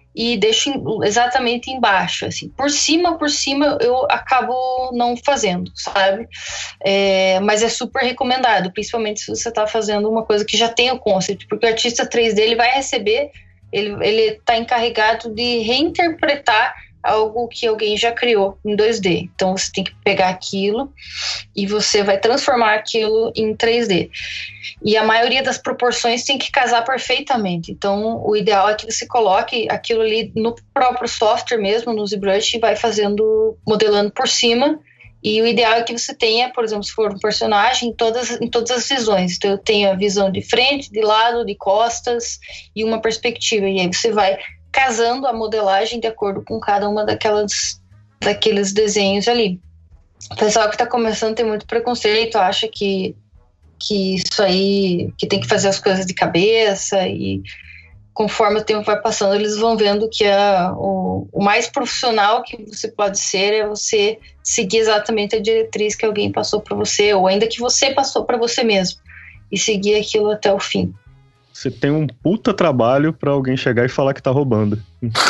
e deixo exatamente embaixo, assim. Por cima, por cima, eu acabo não fazendo, sabe? É, mas é super recomendado, principalmente se você está fazendo uma coisa que já tem o concept, porque o artista três D, ele vai receber, ele ele está encarregado de reinterpretar algo que alguém já criou em dois D. Então você tem que pegar aquilo e você vai transformar aquilo em três D. E a maioria das proporções tem que casar perfeitamente. Então o ideal é que você coloque aquilo ali no próprio software mesmo, no ZBrush, e vai fazendo, modelando por cima. E o ideal é que você tenha, por exemplo, se for um personagem, em todas, em todas as visões. Então eu tenho a visão de frente, de lado, de costas e uma perspectiva. E aí você vai casando a modelagem de acordo com cada uma daquelas, daqueles desenhos ali. O pessoal que está começando tem muito preconceito, acha que, que isso aí, que tem que fazer as coisas de cabeça, e conforme o tempo vai passando, eles vão vendo que a, o, o mais profissional que você pode ser é você seguir exatamente a diretriz que alguém passou para você, ou ainda que você passou para você mesmo, e seguir aquilo até o fim. Você tem um puta trabalho pra alguém chegar e falar que tá roubando.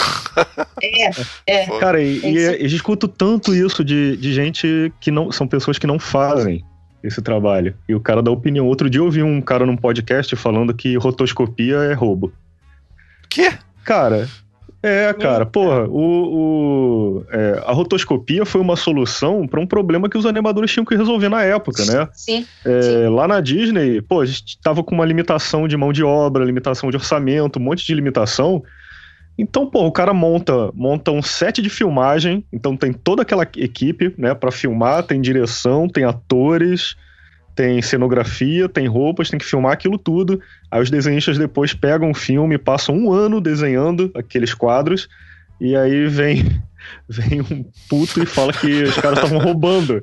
É, é. Cara, e, e, e eu escuto tanto isso de, de gente que não... São pessoas que não fazem esse trabalho. E o cara dá opinião. Outro dia eu ouvi um cara num podcast falando que rotoscopia é roubo. Quê? Cara... É, cara, porra, o, o, é, a rotoscopia foi uma solução para um problema que os animadores tinham que resolver na época, né? Sim, é, sim. Lá na Disney, pô, a gente tava com uma limitação de mão de obra, limitação de orçamento, um monte de limitação. Então, pô, o cara monta, monta um set de filmagem, então tem toda aquela equipe, né, para filmar, tem direção, tem atores, tem cenografia, tem roupas, tem que filmar aquilo tudo. Aí os desenhistas depois pegam o filme, passam um ano desenhando aqueles quadros, e aí vem, vem um puto e fala que os caras estavam roubando.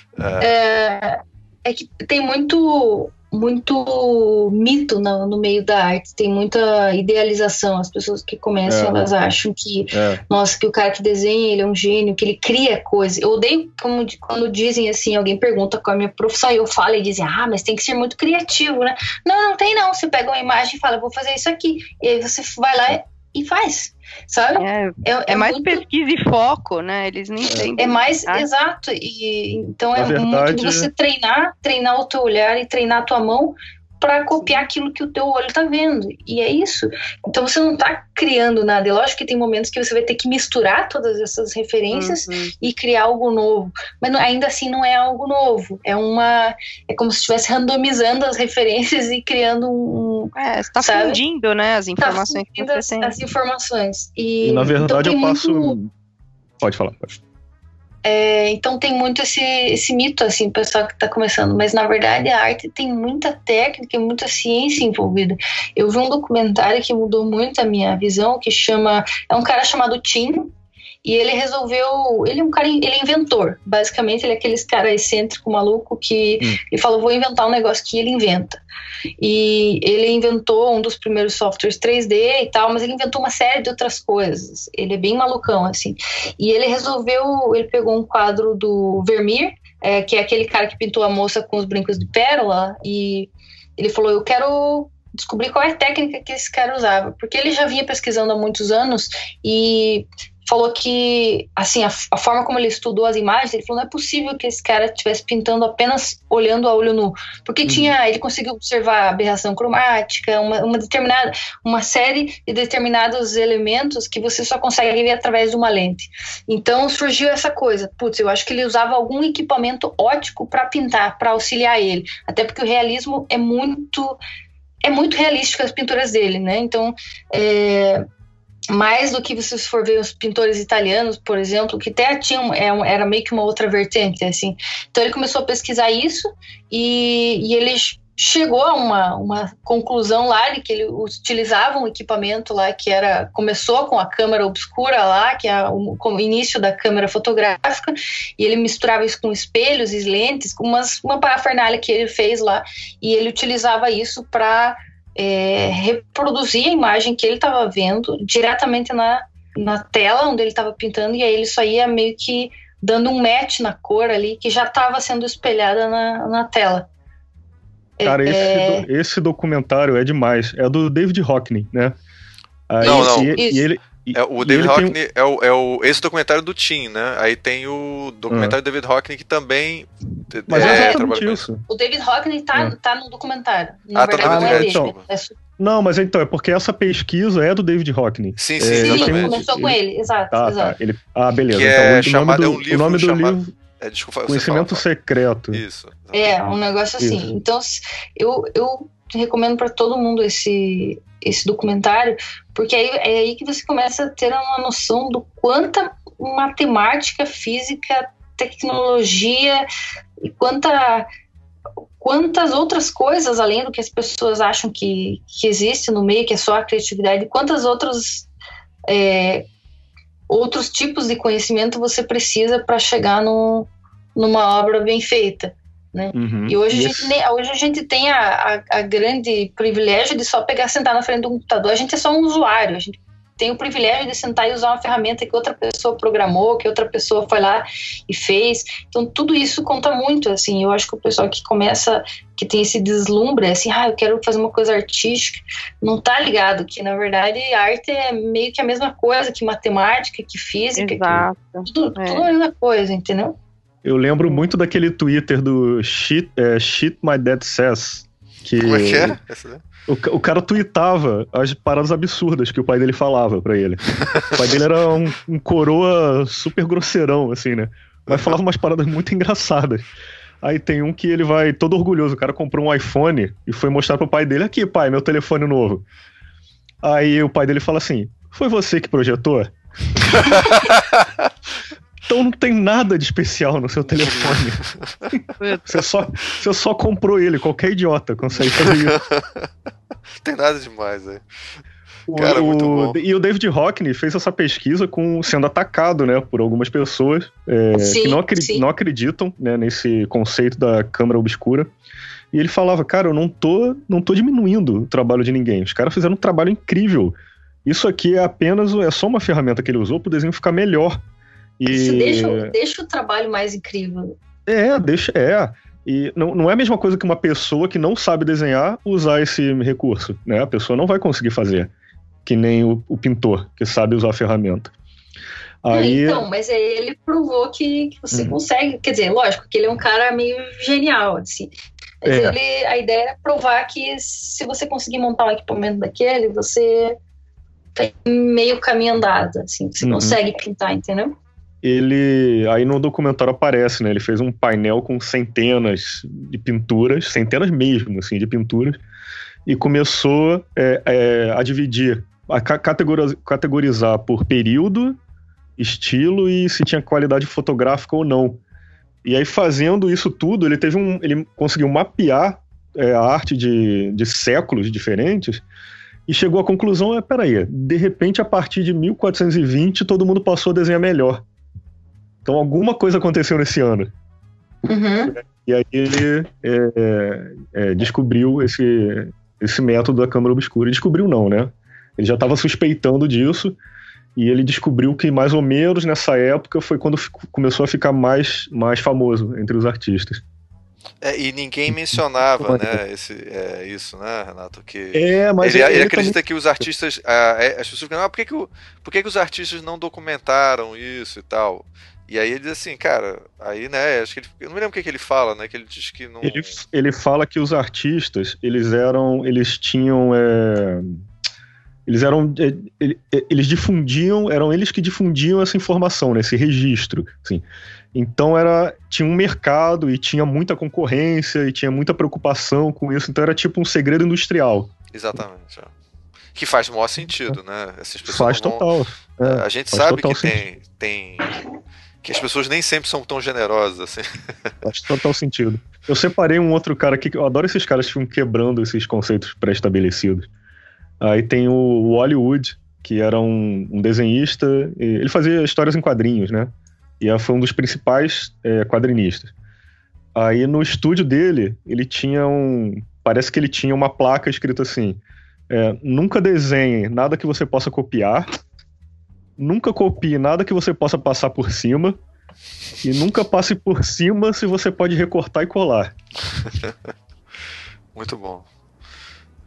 É, é que tem muito, muito mito no, no meio da arte, tem muita idealização. As pessoas que começam, é. elas acham que, é. nossa, que o cara que desenha, ele é um gênio, que ele cria coisa. Eu odeio como, quando dizem assim, alguém pergunta qual é a minha profissão, e eu falo e dizem, ah, mas tem que ser muito criativo, né? Não, não tem não. Você pega uma imagem e fala, vou fazer isso aqui. E aí você vai lá e faz, sabe? É, é, é, é mais muito... pesquisa e foco, né? Eles nem entendem. É mais, ah. exato. E, então Na é verdade, muito de você treinar, treinar o teu olhar e treinar a tua mão para copiar aquilo que o teu olho tá vendo. E é isso. Então você não tá criando nada. É lógico que tem momentos que você vai ter que misturar todas essas referências uhum. e criar algo novo. Mas não, ainda assim não é algo novo. É uma... É como se estivesse randomizando as referências e criando um... É, você tá sabe? fundindo, né, as informações tá fundindo que você tem. As informações. E, e na verdade então, eu passo... Muito... Pode falar, pode. É, então tem muito esse, esse mito, assim, o pessoal que está começando, mas na verdade a arte tem muita técnica e muita ciência envolvida. Eu vi um documentário que mudou muito a minha visão, que chama, é um cara chamado Tim, e ele resolveu, ele é um cara, ele é inventor, basicamente ele é aqueles cara excêntrico, maluco, que hum. ele falou, vou inventar um negócio que ele inventa. E ele inventou um dos primeiros softwares três D e tal, mas ele inventou uma série de outras coisas. Ele é bem malucão, assim. E ele resolveu, ele pegou um quadro do Vermeer, é, que é aquele cara que pintou a moça com os brincos de pérola, e ele falou, eu quero descobrir qual é a técnica que esse cara usava, porque ele já vinha pesquisando há muitos anos e falou que, assim, a, a forma como ele estudou as imagens, ele falou, não é possível que esse cara estivesse pintando apenas olhando a olho nu, porque uhum. tinha, ele conseguiu observar aberração cromática, uma, uma determinada, uma série de determinados elementos que você só consegue ver através de uma lente. Então surgiu essa coisa, putz, eu acho que ele usava algum equipamento óptico para pintar, para auxiliar ele, até porque o realismo é muito, é muito realístico as pinturas dele, né, então, é... mais do que você for ver os pintores italianos, por exemplo, que até tinham, era meio que uma outra vertente, assim. Então ele começou a pesquisar isso e, e ele chegou a uma, uma conclusão lá de que ele utilizava um equipamento lá que era, começou com a câmera obscura lá, que é o, o início da câmera fotográfica, e ele misturava isso com espelhos e lentes, com umas, uma parafernália que ele fez lá, e ele utilizava isso para É, reproduzir a imagem que ele estava vendo diretamente na, na tela onde ele estava pintando, e aí ele só ia meio que dando um match na cor ali que já estava sendo espelhada na, na tela. Cara, é, esse, do, esse documentário é demais. É do David Hockney, né? Aí, não, não. E, e ele, É, o David Hockney um... é, o, é o, esse documentário do Tim, né? Aí tem o documentário do David Hockney que também. Mas é, é exatamente isso. O David Hockney tá, é. tá no documentário. Na ah, verdade, tá não é dele. Então, é... Não, mas então, é porque essa pesquisa é do David Hockney. Sim, sim, é, exatamente. Começou ele... com ele, exato. Ah, exato. Tá. Ele... ah beleza. Que então, é o chamado, nome do, é um livro o nome do chamado... livro. É, desculpa, Conhecimento fala, fala. Secreto. Isso. É, um negócio assim. Isso. Então, eu, eu recomendo para todo mundo esse, esse documentário, porque aí, é aí que você começa a ter uma noção do quanta matemática, física, tecnologia e quanta, quantas outras coisas, além do que as pessoas acham que, que existe no meio, que é só a criatividade, quantas outras... É, outros tipos de conhecimento você precisa para chegar no, numa obra bem feita, né? Uhum. E hoje, Yes. a gente, hoje a gente tem a, a, a grande privilégio de só pegar, sentar na frente do computador. A gente é só um usuário, a gente tem o privilégio de sentar e usar uma ferramenta que outra pessoa programou, que outra pessoa foi lá e fez. Então, tudo isso conta muito, assim. Eu acho que o pessoal que começa, que tem esse deslumbre, assim, ah, eu quero fazer uma coisa artística, não tá ligado que, na verdade, a arte é meio que a mesma coisa que matemática, que física, Exato. que tudo, É. tudo a mesma coisa, entendeu? Eu lembro muito daquele Twitter do Shit, é, Shit My Dad Says. Que Como é que é? Essa, né? O, o cara tweetava as paradas absurdas que o pai dele falava pra ele. O pai dele era um, um coroa super grosseirão, assim, né? Mas falava umas paradas muito engraçadas. Aí tem um que ele vai todo orgulhoso. O cara comprou um iPhone e foi mostrar pro pai dele: aqui, pai, meu telefone novo. Aí o pai dele fala assim: foi você que projetou? Então não tem nada de especial no seu telefone. Você só, você só comprou ele, qualquer idiota consegue fazer isso. Tem nada demais, né? O, Cara, muito bom. E o David Hockney fez essa pesquisa com, sendo atacado, né, por algumas pessoas é, Sim, que não, acri sim. não acreditam, né, nesse conceito da câmara obscura. E ele falava: cara, eu não tô, não tô diminuindo o trabalho de ninguém. Os caras fizeram um trabalho incrível. Isso aqui é apenas, é só uma ferramenta que ele usou para o desenho ficar melhor. E... Isso deixa, deixa o trabalho mais incrível. É, deixa, é. E não, não é a mesma coisa que uma pessoa que não sabe desenhar usar esse recurso, né? A pessoa não vai conseguir fazer, que nem o, o pintor, que sabe usar a ferramenta. Aí... Então, mas aí ele provou que, que você hum. consegue, quer dizer, lógico que ele é um cara meio genial, assim. Mas É. ele, a ideia é provar que se você conseguir montar um equipamento daquele, você tem meio caminho andado, assim, você Uhum. consegue pintar, entendeu? Ele, aí no documentário aparece, né? Ele fez um painel com centenas de pinturas, centenas mesmo, assim, de pinturas, e começou é, é, a dividir, a categorizar, categorizar por período, estilo e se tinha qualidade fotográfica ou não. E aí, fazendo isso tudo, ele teve um, ele conseguiu mapear é, a arte de, de séculos diferentes e chegou à conclusão: é, peraí, de repente, a partir de mil quatrocentos e vinte, todo mundo passou a desenhar melhor. Então, alguma coisa aconteceu nesse ano. Uhum. E aí ele é, é, descobriu esse, esse método da câmara obscura. E descobriu não, né? Ele já estava suspeitando disso, e ele descobriu que mais ou menos nessa época foi quando fico, começou a ficar mais, mais famoso entre os artistas. É, e ninguém mencionava, né, esse, é, isso, né, Renato? Que é, mas ele, ele, ele ele acredita também... que os artistas... Ah, é, as pessoas ficam: ah, por, que, que, o, por que, que os artistas não documentaram isso e tal? E aí ele diz assim, cara, aí, né, acho que ele, eu não me lembro o que, que ele fala, né, que ele diz que não... Ele, ele fala que os artistas, eles eram, eles tinham, é, eles eram, é, eles difundiam, eram eles que difundiam essa informação, né, esse registro, assim. Então era, tinha um mercado e tinha muita concorrência e tinha muita preocupação com isso, então era tipo um segredo industrial. Exatamente, é. Que faz o maior sentido, né, essas pessoas Faz vão, total. É, a gente faz sabe que sentido. tem... tem que as pessoas nem sempre são tão generosas, assim. Faz total sentido. Eu separei um outro cara aqui, que eu adoro esses caras que ficam quebrando esses conceitos pré-estabelecidos. Aí tem o Wally Wood, que era um, um desenhista, ele fazia histórias em quadrinhos, né? E foi um dos principais é, quadrinistas. Aí no estúdio dele, ele tinha um... Parece que ele tinha uma placa escrita assim: é, nunca desenhe nada que você possa copiar, nunca copie nada que você possa passar por cima, e nunca passe por cima se você pode recortar e colar. Muito bom.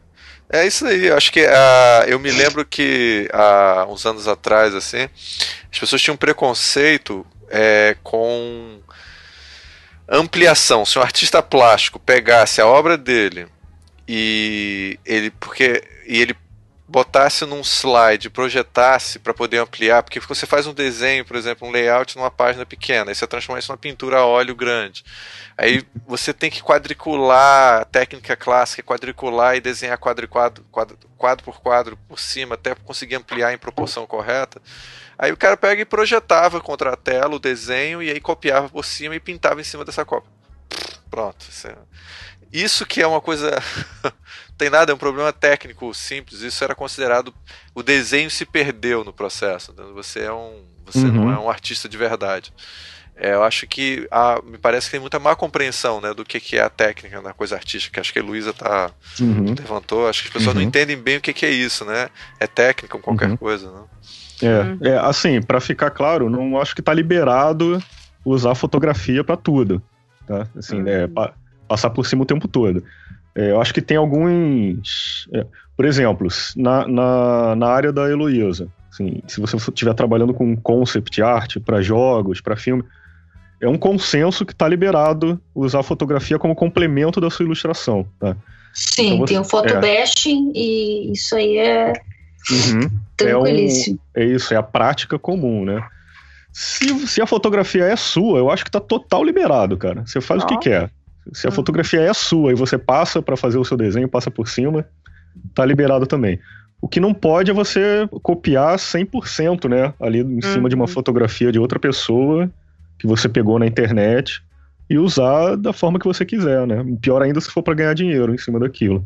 É isso aí, eu acho que uh, eu me lembro que há uns anos atrás, assim, as pessoas tinham um preconceito é, com ampliação. Se um artista plástico pegasse a obra dele e ele, porque, e ele botasse num slide, projetasse para poder ampliar, porque você faz um desenho, por exemplo, um layout numa página pequena, aí você transforma isso numa pintura a óleo grande. Aí você tem que quadricular, a técnica clássica é quadricular e desenhar quadro, quadro, quadro, quadro por quadro por cima, até conseguir ampliar em proporção correta. Aí o cara pega e projetava contra a tela o desenho e aí copiava por cima e pintava em cima dessa cópia. Pronto. Isso que é uma coisa... tem nada, é um problema técnico simples. Isso era considerado... O desenho se perdeu no processo. Você, é um, você uhum. não é um artista de verdade. É, eu acho que há, me parece que tem muita má compreensão, né, do que, que é a técnica na coisa artística. Acho que a Luísa tá, uhum. levantou. Acho que as pessoas uhum. não entendem bem o que, que é isso, né? É técnica ou qualquer uhum. coisa, né? É, é, assim, para ficar claro, não acho que tá liberado usar fotografia para tudo, tá? Assim, uhum. é, pa, passar por cima o tempo todo. É, eu acho que tem alguns... É, por exemplo, na, na, na área da Heloísa, assim, se você estiver trabalhando com concept art para jogos, para filme, é um consenso que tá liberado usar fotografia como complemento da sua ilustração, tá? Sim, então você, tem o photobashing é. E isso aí é... Uhum. Tranquilíssimo. É, um, é isso, é a prática comum, né? Se, se a fotografia é sua, eu acho que tá total liberado, cara. Você faz oh. o que quer. Se a fotografia é sua e você passa para fazer o seu desenho, passa por cima, tá liberado também. O que não pode é você copiar cem por cento, né? Ali em uhum. cima de uma fotografia de outra pessoa que você pegou na internet e usar da forma que você quiser, né? Pior ainda se for para ganhar dinheiro em cima daquilo.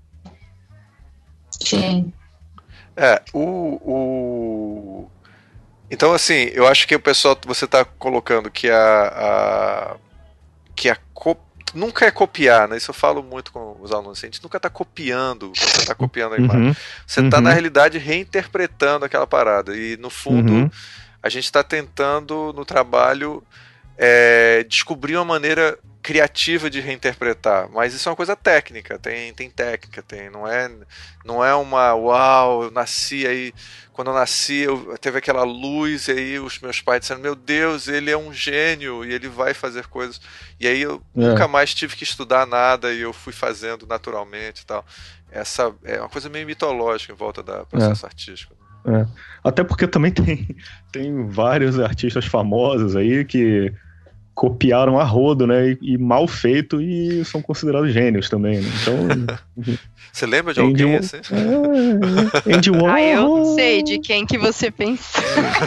Sim. É, o, o... Então, assim, eu acho que o pessoal, você está colocando que a, a que a co... nunca é copiar, né? Isso eu falo muito com os alunos, a gente nunca está copiando, você está copiando a imagem. Uhum. Você está, uhum. na realidade, reinterpretando aquela parada. E, no fundo, uhum. a gente está tentando, no trabalho, é, descobrir uma maneira criativa de reinterpretar, mas isso é uma coisa técnica, tem, tem técnica, tem, não é, não é uma uau, eu nasci aí, quando eu nasci eu teve aquela luz e aí os meus pais disseram, meu Deus, ele é um gênio e ele vai fazer coisas, e aí eu é. nunca mais tive que estudar nada e eu fui fazendo naturalmente e tal. Essa é uma coisa meio mitológica em volta do processo é. artístico. É. Até porque também tem, tem vários artistas famosos aí que copiaram a rodo, né, e, e mal feito, e são considerados gênios também, né? Então... Você lembra de alguém Andy, assim? É, Andy Warhol. Ah, eu sei de quem que você pensa.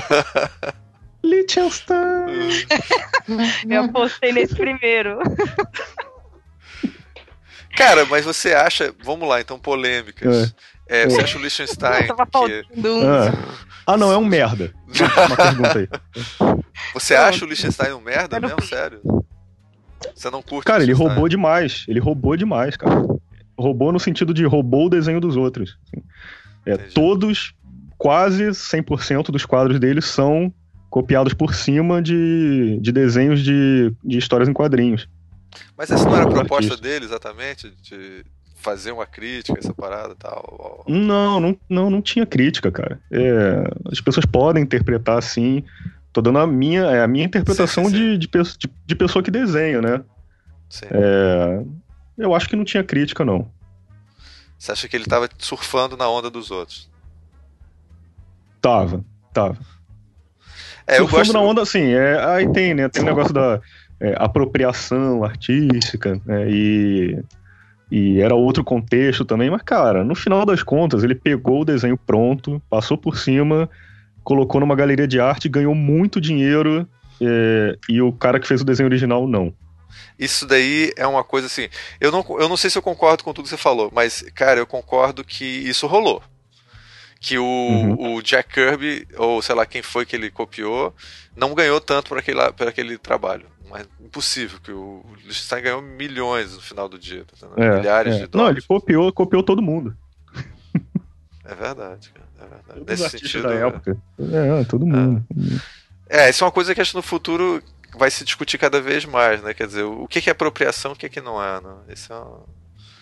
Liechtenstein. Eu apostei nesse primeiro. Cara, mas você acha... Vamos lá, então, polêmicas. É. É, você acha o Liechtenstein que... Um... Ah. ah, não, é um merda. Uma pergunta aí. Você acha o Liechtenstein um merda mesmo? Sério? Você não curte? Cara, ele roubou demais. Ele roubou demais, cara. Roubou no sentido de roubou o desenho dos outros. É, todos, quase cem por cento dos quadros dele são copiados por cima de, de desenhos de, de histórias em quadrinhos. Mas essa não era a proposta dele, exatamente? De fazer uma crítica, essa parada e tal? Não, não, não, não tinha crítica, cara. É, as pessoas podem interpretar assim. Tô dando a minha, é, a minha interpretação sim, sim, sim. De, de, de pessoa que desenha, né? Sim. É, eu acho que não tinha crítica, não. Você acha que ele tava surfando na onda dos outros? Tava, tava. É, surfando eu gosto... na onda, assim, é, aí tem, né? Tem o negócio da é, apropriação artística, né, e, e era outro contexto também, mas, cara, no final das contas, ele pegou o desenho pronto, passou por cima, colocou numa galeria de arte, ganhou muito dinheiro, é, e o cara que fez o desenho original, não. Isso daí é uma coisa assim, eu não, eu não sei se eu concordo com tudo que você falou, mas, cara, eu concordo que isso rolou. Que o, uhum. o Jack Kirby, ou sei lá quem foi que ele copiou, não ganhou tanto por aquele, por aquele trabalho. Mas impossível, que o Liechtenstein ganhou milhões no final do dia, tá é, milhares é. de dólares. Não, ele copiou, copiou todo mundo. É verdade, cara, é verdade. Todos Nesse os artistas sentido, da época. É, todo mundo. É, isso é uma coisa que acho que no futuro vai se discutir cada vez mais, né? Quer dizer, o que é apropriação, o que é que não é, né? Esse é um...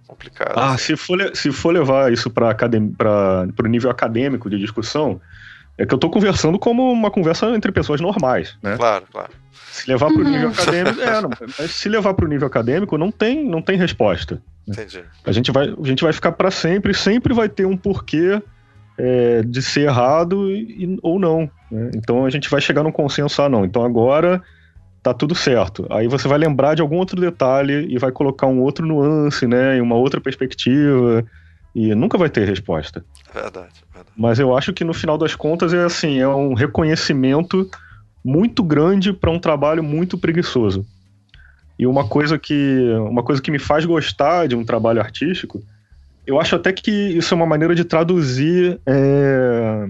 complicado. Ah, assim. se for, le- se for levar isso para o nível acadêmico de discussão, é que eu tô conversando como uma conversa entre pessoas normais, né? Claro, claro. Se levar para o nível acadêmico, é, não, mas se levar para o nível acadêmico, não tem, não tem resposta. Entendi. A gente vai, a gente vai ficar para sempre, sempre vai ter um porquê é, de ser errado e, e- ou não, né? Então a gente vai chegar num consenso, ah, não, então agora tá tudo certo. Aí você vai lembrar de algum outro detalhe e vai colocar um outro nuance, né, e uma outra perspectiva, e nunca vai ter resposta. Verdade, verdade. Mas eu acho que no final das contas é assim, é um reconhecimento muito grande para um trabalho muito preguiçoso. E uma coisa que uma coisa que me faz gostar de um trabalho artístico, eu acho até que isso é uma maneira de traduzir é,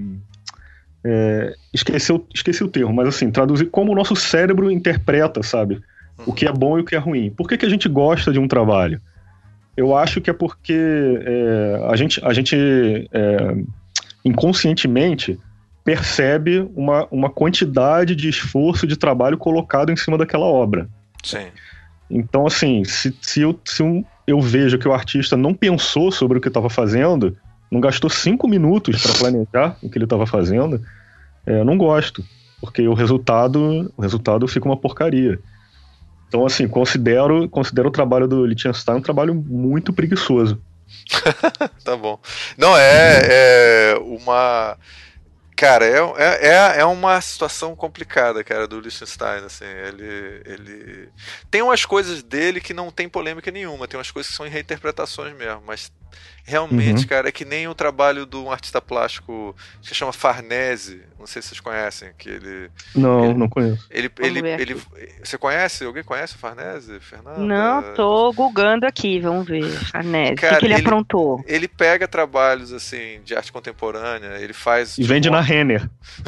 é, esqueci, o, esqueci o termo, mas assim, traduzir como o nosso cérebro interpreta, sabe? O que é bom e o que é ruim. Por que, que a gente gosta de um trabalho? Eu acho que é porque é, a gente, a gente é, inconscientemente percebe uma, uma quantidade de esforço de trabalho colocado em cima daquela obra. Sim. Então, assim, se, se, eu, se eu, eu vejo que o artista não pensou sobre o que estava fazendo, não gastou cinco minutos para planejar o que ele estava fazendo, é, eu não gosto, porque o resultado, o resultado fica uma porcaria. Então, assim, considero, considero o trabalho do Lichtenstein um trabalho muito preguiçoso. Tá bom. Não, é, é uma... Cara, é, é, é uma situação complicada, cara, do Lichtenstein, assim, ele, ele... Tem umas coisas dele que não tem polêmica nenhuma, tem umas coisas que são em reinterpretações mesmo, mas realmente, Uhum. cara, é que nem o trabalho de um artista plástico que se chama Farnese, não sei se vocês conhecem, que ele... Não, ele, não conheço. Ele, Vamos ele, ver ele, você conhece? Alguém conhece o Farnese, Fernanda? Não, tô googando aqui, vamos ver. Farnese. O que, Cara, que ele, ele- aprontou? Ele pega trabalhos, assim, de arte contemporânea, ele faz... E tipo, vende uma- na Renner.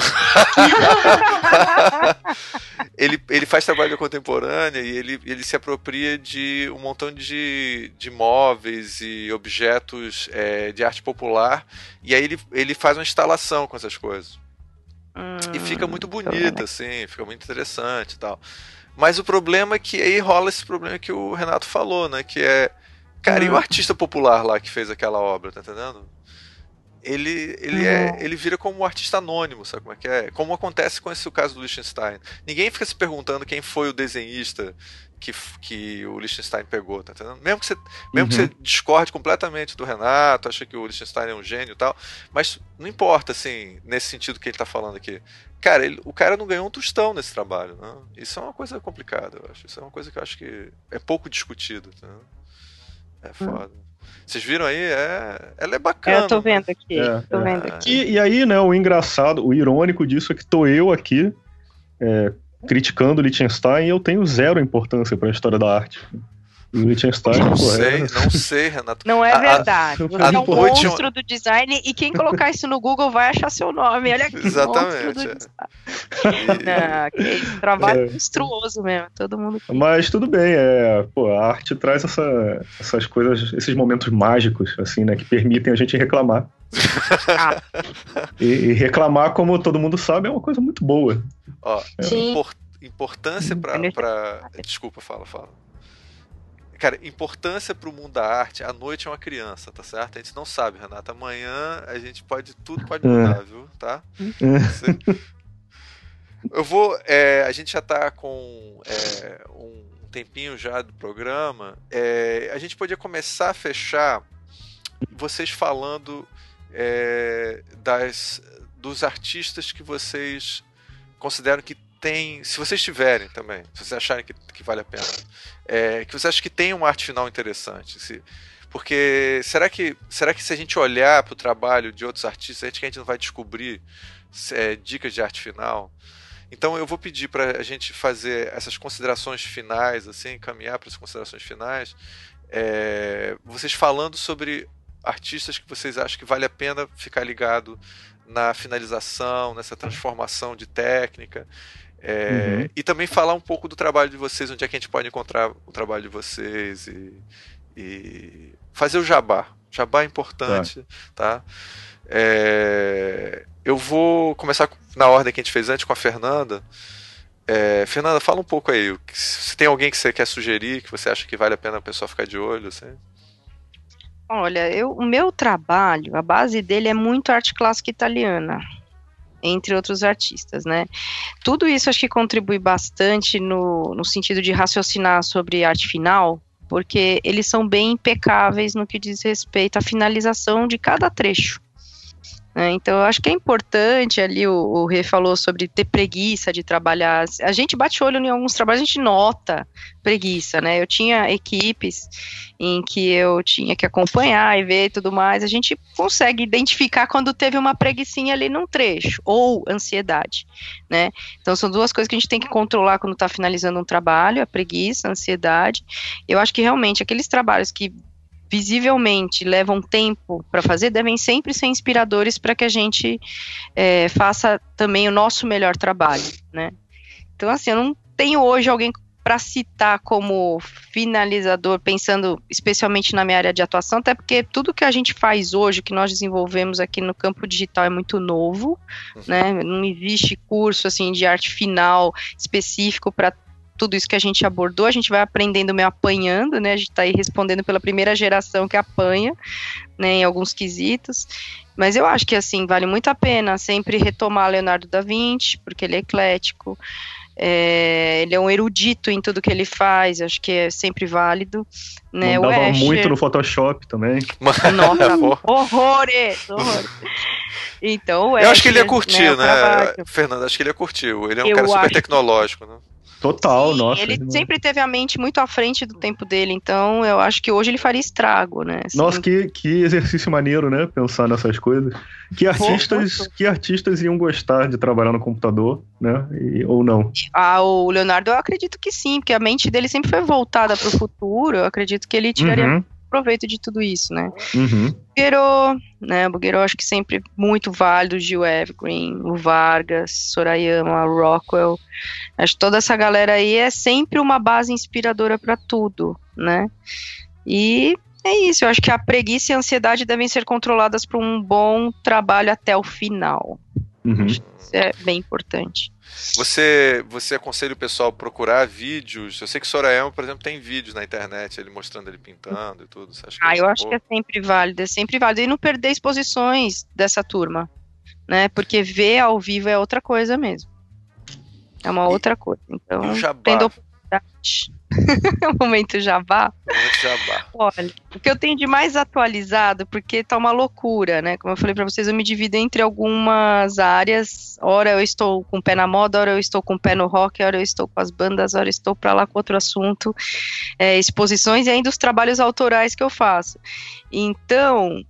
ele, ele faz trabalho contemporânea e ele, ele se apropria de um montão de, de móveis e objetos é, de arte popular, e aí ele, ele faz uma instalação com essas coisas. E fica muito bonita, assim, fica muito interessante e tal. Mas o problema é que aí rola esse problema que o Renato falou, né? Que é, cara, e o artista popular lá que fez aquela obra, tá entendendo? Ele, ele, é, ele vira como um artista anônimo, sabe como é que é? Como acontece com esse o caso do Lichtenstein. Ninguém fica se perguntando quem foi o desenhista que, que o Lichtenstein pegou, tá entendendo? Mesmo que você, mesmo que Uhum. você discorde completamente do Renato, acha que o Lichtenstein é um gênio e tal, mas não importa, assim, nesse sentido que ele tá falando aqui. Cara, ele, o cara não ganhou um tostão nesse trabalho, né? Isso é uma coisa complicada, eu acho. Isso é uma coisa que eu acho que é pouco discutido, tá? É foda. Vocês viram aí? É... Ela é É, bacana. eu tô vendo aqui. É, tô é. vendo aqui. E, e aí, né, o engraçado, o irônico disso é que tô eu aqui é, criticando o Lichtenstein e eu tenho zero importância para a história da arte. E o Lichtenstein, Não pô, sei, é- não sei, Renato. Não é A- a- verdade. Você a é um noite- monstro do design e quem colocar isso no Google vai achar seu nome. Olha aqui, Exatamente, monstro do é. design. Não, que isso, trabalho É. monstruoso mesmo. Todo mundo. Mas tudo bem, é, pô, a arte traz essa- essas coisas, esses momentos mágicos, assim, né, que permitem a gente reclamar. Ah, E, e reclamar, como todo mundo sabe, é uma coisa muito boa. Ó, Sim. impor- importância pra, Hum, pra. Desculpa, fala, fala. Cara, importância pro mundo da arte, a noite é uma criança, tá certo? A gente não sabe, Renato. Amanhã a gente pode. Tudo pode mudar, viu? Tá? Você- Eu vou. é, a gente já tá com é, um tempinho já do programa. É, a gente podia começar a fechar vocês falando é, das, dos artistas que vocês consideram que tem. Se vocês tiverem também, se vocês acharem que, que vale a pena. É, que vocês acham que tem uma arte final interessante. Se, porque será que, será que se a gente olhar para o trabalho de outros artistas, a gente, que a gente não vai descobrir é, dicas de arte final? Então eu vou pedir para a gente fazer essas considerações finais, assim, caminhar para as considerações finais, é, vocês falando sobre artistas que vocês acham que vale a pena ficar ligado na finalização, nessa transformação de técnica, é, Uhum. e também falar um pouco do trabalho de vocês, onde é que a gente pode encontrar o trabalho de vocês e, e fazer o jabá. Jabá é importante, tá? É, eu vou começar na ordem que a gente fez antes com a Fernanda. É, Fernanda, fala um pouco aí. Se tem alguém que você quer sugerir, que você acha que vale a pena a pessoa ficar de olho, assim? Olha, eu, o meu trabalho, a base dele é muito arte clássica italiana, entre outros artistas, né? Tudo isso acho que contribui bastante no, no sentido de raciocinar sobre arte final, porque eles são bem impecáveis no que diz respeito à finalização de cada trecho. Né? Então, eu acho que é importante, ali o, o Rê falou sobre ter preguiça de trabalhar. A gente bate o olho em alguns trabalhos, a gente nota preguiça, né? Eu tinha equipes em que eu tinha que acompanhar e ver e tudo mais, a gente consegue identificar quando teve uma preguicinha ali num trecho, ou ansiedade, né? Então, são duas coisas que a gente tem que controlar quando está finalizando um trabalho, a preguiça, a ansiedade. Eu acho que, realmente, aqueles trabalhos que visivelmente levam tempo para fazer, devem sempre ser inspiradores para que a gente é, faça também o nosso melhor trabalho, né? Então, assim, eu não tenho hoje alguém para citar como finalizador, pensando especialmente na minha área de atuação, até porque tudo que a gente faz hoje, que nós desenvolvemos aqui no campo digital, é muito novo, né? Não existe curso, assim, de arte final específico para tudo isso que a gente abordou, a gente vai aprendendo meio apanhando, né, a gente está aí respondendo pela primeira geração que apanha, né, em alguns quesitos, mas eu acho que, assim, vale muito a pena sempre retomar Leonardo da Vinci, porque ele é eclético, é, ele é um erudito em tudo que ele faz, acho que é sempre válido, né. Mandava o Escher, muito no Photoshop também. Nossa, horrores, horrores. Então, o Eu acho que ele ia Escher, curtir, né, né? Fernando, acho que ele ia curtir. Ele é um Eu cara super acho- tecnológico, né? Total, Sim, nossa. ele sempre teve a mente muito à frente do tempo dele, então eu acho que hoje ele faria estrago, né? Assim, Nossa, que, que exercício maneiro, né? Pensar nessas coisas. Que artistas, que artistas iam gostar de trabalhar no computador, né? E- ou não. ah, o Leonardo, eu acredito que sim, porque a mente dele sempre foi voltada para o futuro, eu acredito que ele tiraria Uhum, proveito de tudo isso, né? uhum. Buguerô, né? O Buguerô acho que sempre muito válido, o Gil Evergreen, o Vargas, Sorayama, o Rockwell. Acho que toda essa galera aí é sempre uma base inspiradora para tudo, né? E é isso, eu acho que a preguiça e a ansiedade devem ser controladas por um bom trabalho até o final. Uhum. Isso é bem importante. Você, você aconselha o pessoal a procurar vídeos? Eu sei que Sorayama, por exemplo, tem vídeos na internet, ele mostrando ele pintando e tudo. Você acha que Ah, é eu uma acho boa? que é sempre válido, é sempre válido. E não perder exposições dessa turma, né? Porque ver ao vivo é outra coisa mesmo. É uma E- outra coisa. Então, e o jabá? tendo oportunidade. Momento jabá. Muito jabá. Olha, o que eu tenho de mais atualizado, porque tá uma loucura, né? Como eu falei pra vocês, eu me divido entre algumas áreas. Ora eu estou com o pé na moda, ora eu estou com o pé no rock, ora eu estou com as bandas, ora eu estou pra lá com outro assunto, é, exposições e ainda os trabalhos autorais que eu faço. Então,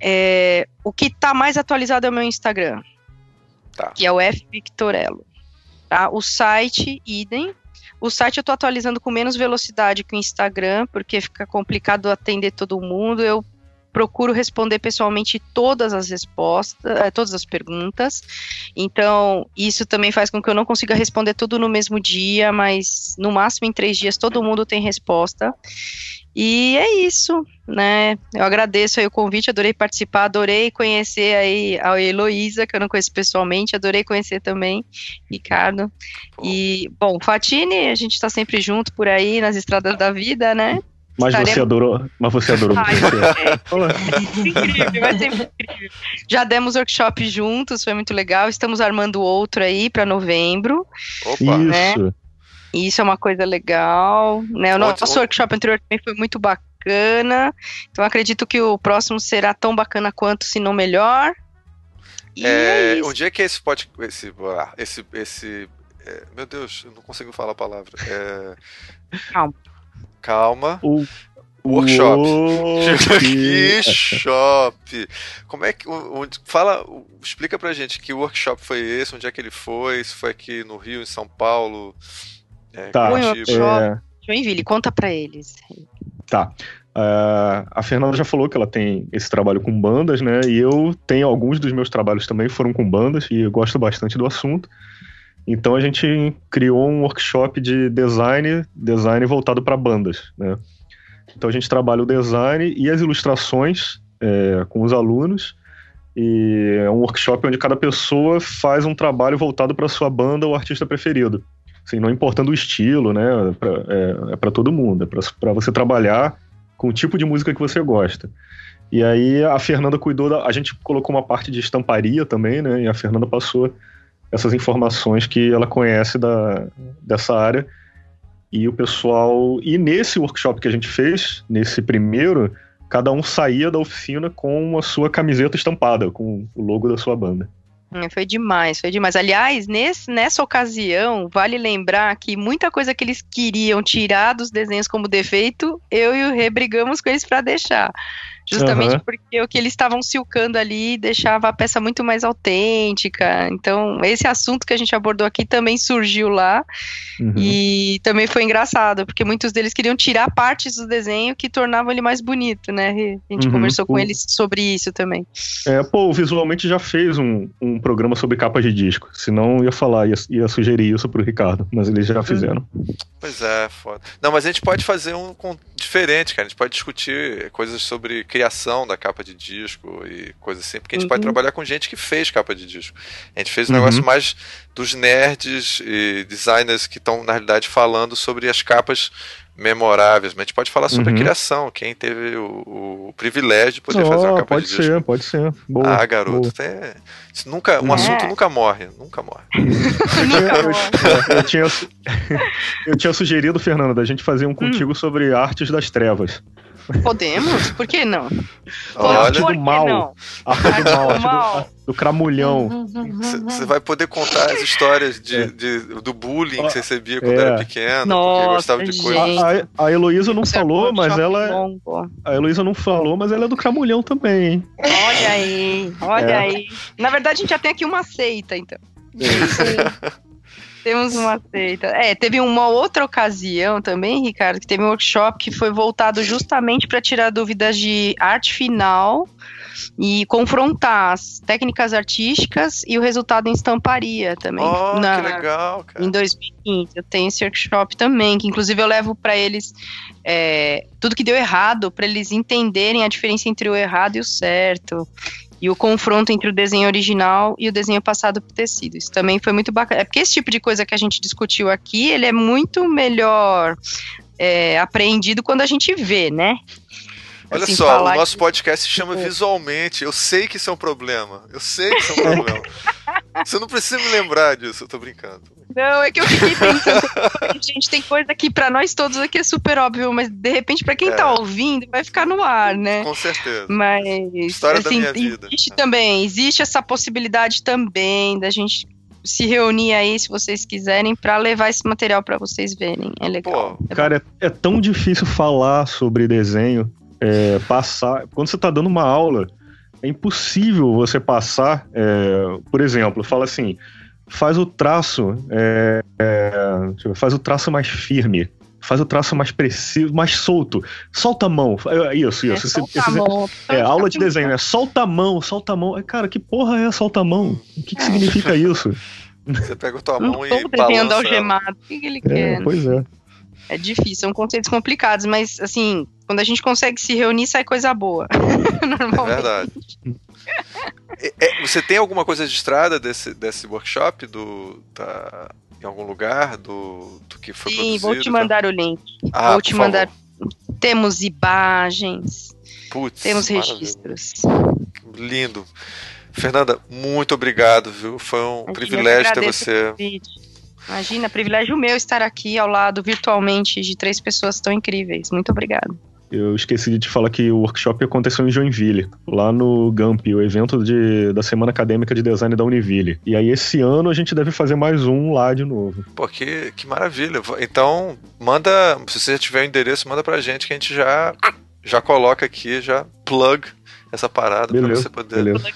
é, o que tá mais atualizado é o meu Instagram, Tá. que é o F Victorello. Tá? O site, idem. O site eu tô atualizando com menos velocidade que o Instagram, porque fica complicado atender todo mundo. Eu procuro responder pessoalmente todas as respostas, eh, todas as perguntas. Então, isso também faz com que eu não consiga responder tudo no mesmo dia, mas no máximo em três dias todo mundo tem resposta. E é isso, né? Eu agradeço aí o convite, adorei participar, adorei conhecer aí a Heloísa, que eu não conheço pessoalmente, adorei conhecer também, Ricardo. E, bom, Fatine, a gente tá sempre junto por aí nas estradas da vida, né? Mas Estaremos- você adorou. Mas você adorou. Ai, você. é incrível, vai ser incrível. Já demos workshop juntos, foi muito legal. Estamos armando outro aí para novembro. Opa, né? Isso. E isso é uma coisa legal, né? O Onde- nosso onde- workshop anterior também foi muito bacana. Então acredito que o próximo será tão bacana quanto, se não melhor. E é, É, isso. onde é que é esse pode esse ah, esse esse é, meu Deus, eu não consigo falar a palavra. É, Calma. calma. O Workshop. Workshop. Workshop. Como é que onde, fala, explica pra gente que workshop foi esse, onde é que ele foi, se foi aqui no Rio, em São Paulo, é, Tá. Foi um Curitiba. workshop. É, Joinville, conta pra eles. tá. Uh, a Fernanda já falou que ela tem esse trabalho com bandas, né? E eu tenho alguns dos meus trabalhos também foram com bandas e eu gosto bastante do assunto. Então a gente criou um workshop de design, design voltado para bandas, né? Então a gente trabalha o design e as ilustrações é, com os alunos. E é um workshop onde cada pessoa faz um trabalho voltado para sua banda ou artista preferido. Assim, não importando o estilo, né? Pra, é é para todo mundo. É para você trabalhar com o tipo de música que você gosta. E aí a Fernanda cuidou da... A gente colocou uma parte de estamparia também, né? E a Fernanda passou essas informações que ela conhece da, dessa área. E o pessoal... E nesse workshop que a gente fez, nesse primeiro, cada um saía da oficina com a sua camiseta estampada, com o logo da sua banda. Foi demais, foi demais. Aliás, nesse, nessa ocasião, vale lembrar que muita coisa que eles queriam tirar dos desenhos como defeito, eu e o Rê brigamos com eles para deixar. Justamente uhum. porque o que eles estavam silcando ali deixava a peça muito mais autêntica. Então, esse assunto que a gente abordou aqui também surgiu lá. Uhum. E também foi engraçado, porque muitos deles queriam tirar partes do desenho que tornavam ele mais bonito, né? A gente uhum. conversou com eles sobre isso também. É, pô, visualmente já fez um, um programa sobre capa de disco. Senão ia falar, ia, ia sugerir isso pro Ricardo, mas eles já fizeram. Pois é, foda. Não, mas a gente pode fazer um diferente, cara. A gente pode discutir coisas sobre criação da capa de disco e coisas assim, porque a gente uhum. pode trabalhar com gente que fez capa de disco. A gente fez um uhum. negócio mais dos nerds e designers que estão, na realidade, falando sobre as capas memoráveis, mas a gente pode falar sobre uhum. a criação, quem teve o, o privilégio de poder oh, fazer uma capa pode de disco. Ser, pode ser, boa. Ah, garoto, tem... Isso nunca, um é. assunto nunca morre, nunca morre. eu, eu, tinha, eu tinha sugerido, Fernando, da gente fazer um contigo hum. sobre artes das trevas. Podemos? Por que não? Olha, arte do mal. Arte do mal, arte do, arte do cramulhão. Você vai poder contar as histórias de, é. de, do bullying que você recebia quando é. era pequeno, Nossa, porque gostava de coisas. A, a Heloísa não Você falou, é mas ela. Longo. A Heloísa não falou, mas ela é do cramulhão também, hein? Olha aí, olha é. aí. Na verdade, a gente já tem aqui uma seita, então. É. Temos uma seita. É, teve uma outra ocasião também, Ricardo, que teve um workshop que foi voltado justamente para tirar dúvidas de arte final e confrontar as técnicas artísticas e o resultado em estamparia também. Oh, na, que legal, cara. Em dois mil e quinze. Eu tenho esse workshop também, que inclusive eu levo para eles é, tudo que deu errado, para eles entenderem a diferença entre o errado e o certo. E o confronto entre o desenho original e o desenho passado por tecido. Isso também foi muito bacana. É porque esse tipo de coisa que a gente discutiu aqui, ele é muito melhor é, apreendido quando a gente vê, né? Olha assim, só, o nosso que... podcast se chama Visualmente. Eu sei que isso é um problema. Eu sei que isso é um problema. Você não precisa me lembrar disso, eu tô brincando. Não, é que eu fiquei pensando, gente, tem coisa que pra nós todos aqui é super óbvio, mas de repente pra quem é. tá ouvindo vai ficar no ar, né? Com certeza. Mas, História assim, da minha vida. Existe também, existe essa possibilidade também da gente se reunir aí, se vocês quiserem, pra levar esse material pra vocês verem, é legal. Pô, é cara, é, é tão difícil falar sobre desenho, é, passar, quando você tá dando uma aula, é impossível você passar, é, por exemplo, fala assim, faz o traço, é, é, faz o traço mais firme, faz o traço mais preciso, mais solto, solta a mão, isso, isso, é, esse, solta esse, a mão. É, aula de desenho, é solta a mão, solta a mão, cara, que porra é solta a mão? O que, que significa isso? Você pega a tua mão não e balança. Desenhando algemado, o que, que ele é, quer? Pois é. É difícil, são conceitos complicados, mas assim, quando a gente consegue se reunir, sai coisa boa. Normalmente. É verdade. é, é, você tem alguma coisa registrada desse, desse workshop do, da, em algum lugar do, do que foi Sim, produzido? vou te mandar tá? o link. Ah, vou te mandar. Temos imagens, Putz, temos registros. Lindo. Fernanda, muito obrigado, viu? Foi um Imagina, privilégio ter você. Imagina, privilégio meu estar aqui ao lado virtualmente de três pessoas tão incríveis. Muito obrigado. Eu esqueci de te falar que o workshop aconteceu em Joinville, lá no Gamp, o evento de, da Semana Acadêmica de Design da Univille. E aí esse ano a gente deve fazer mais um lá de novo. Pô, que, que maravilha. Então, manda, se você já tiver o endereço, manda pra gente que a gente já, já coloca aqui, já plug essa parada pra você poder... Beleza.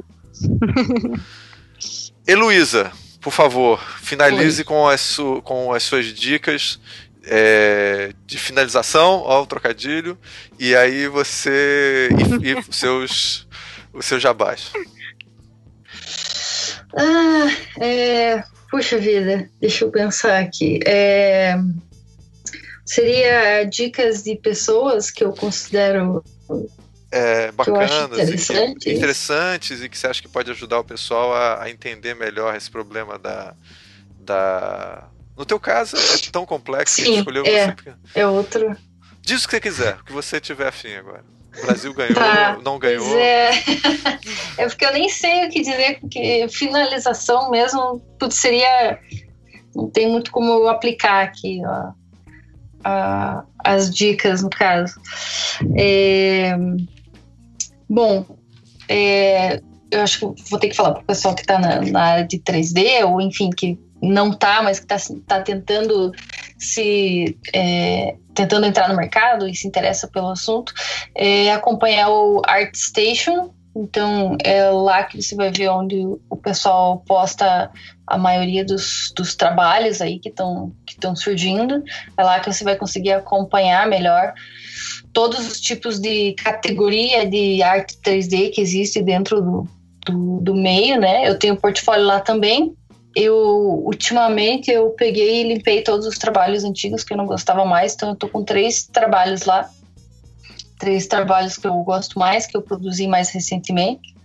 Heloísa, por favor, finalize com as, su, com as suas dicas é, de finalização, ó, o trocadilho, e aí você e, e os seus os seus jabás. Ah, é, puxa vida, deixa eu pensar aqui. É, seria dicas de pessoas que eu considero É, bacanas, interessantes. E que, interessantes e que você acha que pode ajudar o pessoal a, a entender melhor esse problema da, da... No teu caso é tão complexo Sim, que a gente escolheu é, você. Porque... é outro. Diz o que você quiser, o que você tiver afim agora. O Brasil ganhou, Tá, não ganhou. Pois é. É porque eu nem sei o que dizer, porque finalização mesmo, tudo seria. Não tem muito como eu aplicar aqui, ó, a, as dicas, no caso. É, bom, é, eu acho que vou ter que falar para o pessoal que está na, na área de três D, ou enfim, que não está, mas que está tá tentando se é, tentando entrar no mercado e se interessa pelo assunto, é acompanhar o ArtStation. Então é lá que você vai ver onde o pessoal posta a maioria dos, dos trabalhos aí que estão que estão surgindo. É lá que você vai conseguir acompanhar melhor todos os tipos de categoria de arte três D que existe dentro do, do, do meio, né? Eu tenho um portfólio lá também. Eu, ultimamente, eu peguei e limpei todos os trabalhos antigos que eu não gostava mais, então eu tô com três trabalhos lá, três trabalhos que eu gosto mais, que eu produzi mais recentemente.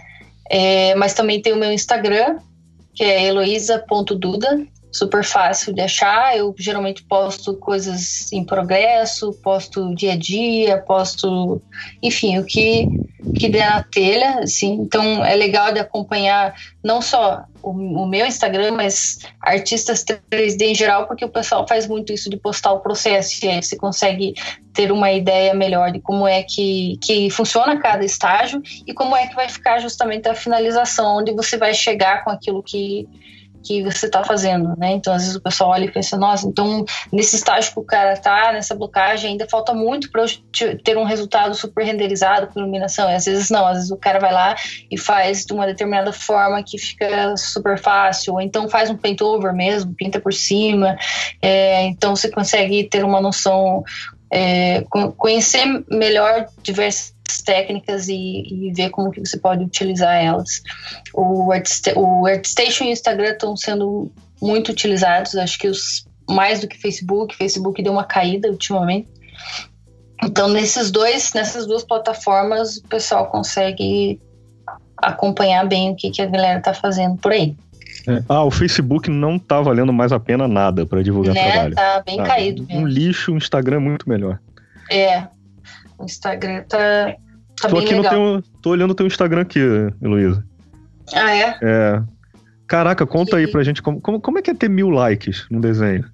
É, mas também tem o meu Instagram, que é heloisa ponto duda, super fácil de achar. Eu geralmente posto coisas em progresso, posto dia a dia, posto, enfim, o que, que der na telha, assim. Então é legal de acompanhar não só o, o meu Instagram, mas artistas três D em geral, porque o pessoal faz muito isso de postar o processo, e aí você consegue ter uma ideia melhor de como é que, que funciona cada estágio e como é que vai ficar justamente a finalização, onde você vai chegar com aquilo que que você está fazendo, né? Então, às vezes o pessoal olha e pensa, nossa, então nesse estágio que o cara tá, nessa blocagem, ainda falta muito para eu ter um resultado super renderizado com iluminação. E às vezes não, às vezes o cara vai lá e faz de uma determinada forma que fica super fácil, ou então faz um paint over mesmo, pinta por cima, é, então você consegue ter uma noção, é, conhecer melhor diversas técnicas e, e ver como que você pode utilizar elas. O, Artsta- o ArtStation e o Instagram estão sendo muito utilizados, acho que os mais do que Facebook. Facebook deu uma caída ultimamente. Então, nesses dois, nessas duas plataformas, o pessoal consegue acompanhar bem o que, que a galera tá fazendo por aí. É. Ah, o Facebook não tá valendo mais a pena nada para divulgar né? trabalho. Tá bem ah, caído mesmo. Um lixo, o Instagram é muito melhor. É, o Instagram tá, tá tô bem aqui legal. No teu, tô olhando o teu Instagram aqui, Heloísa. Ah, é? É. Caraca, conta Que- aí pra gente como, como, como é que é ter mil likes num desenho.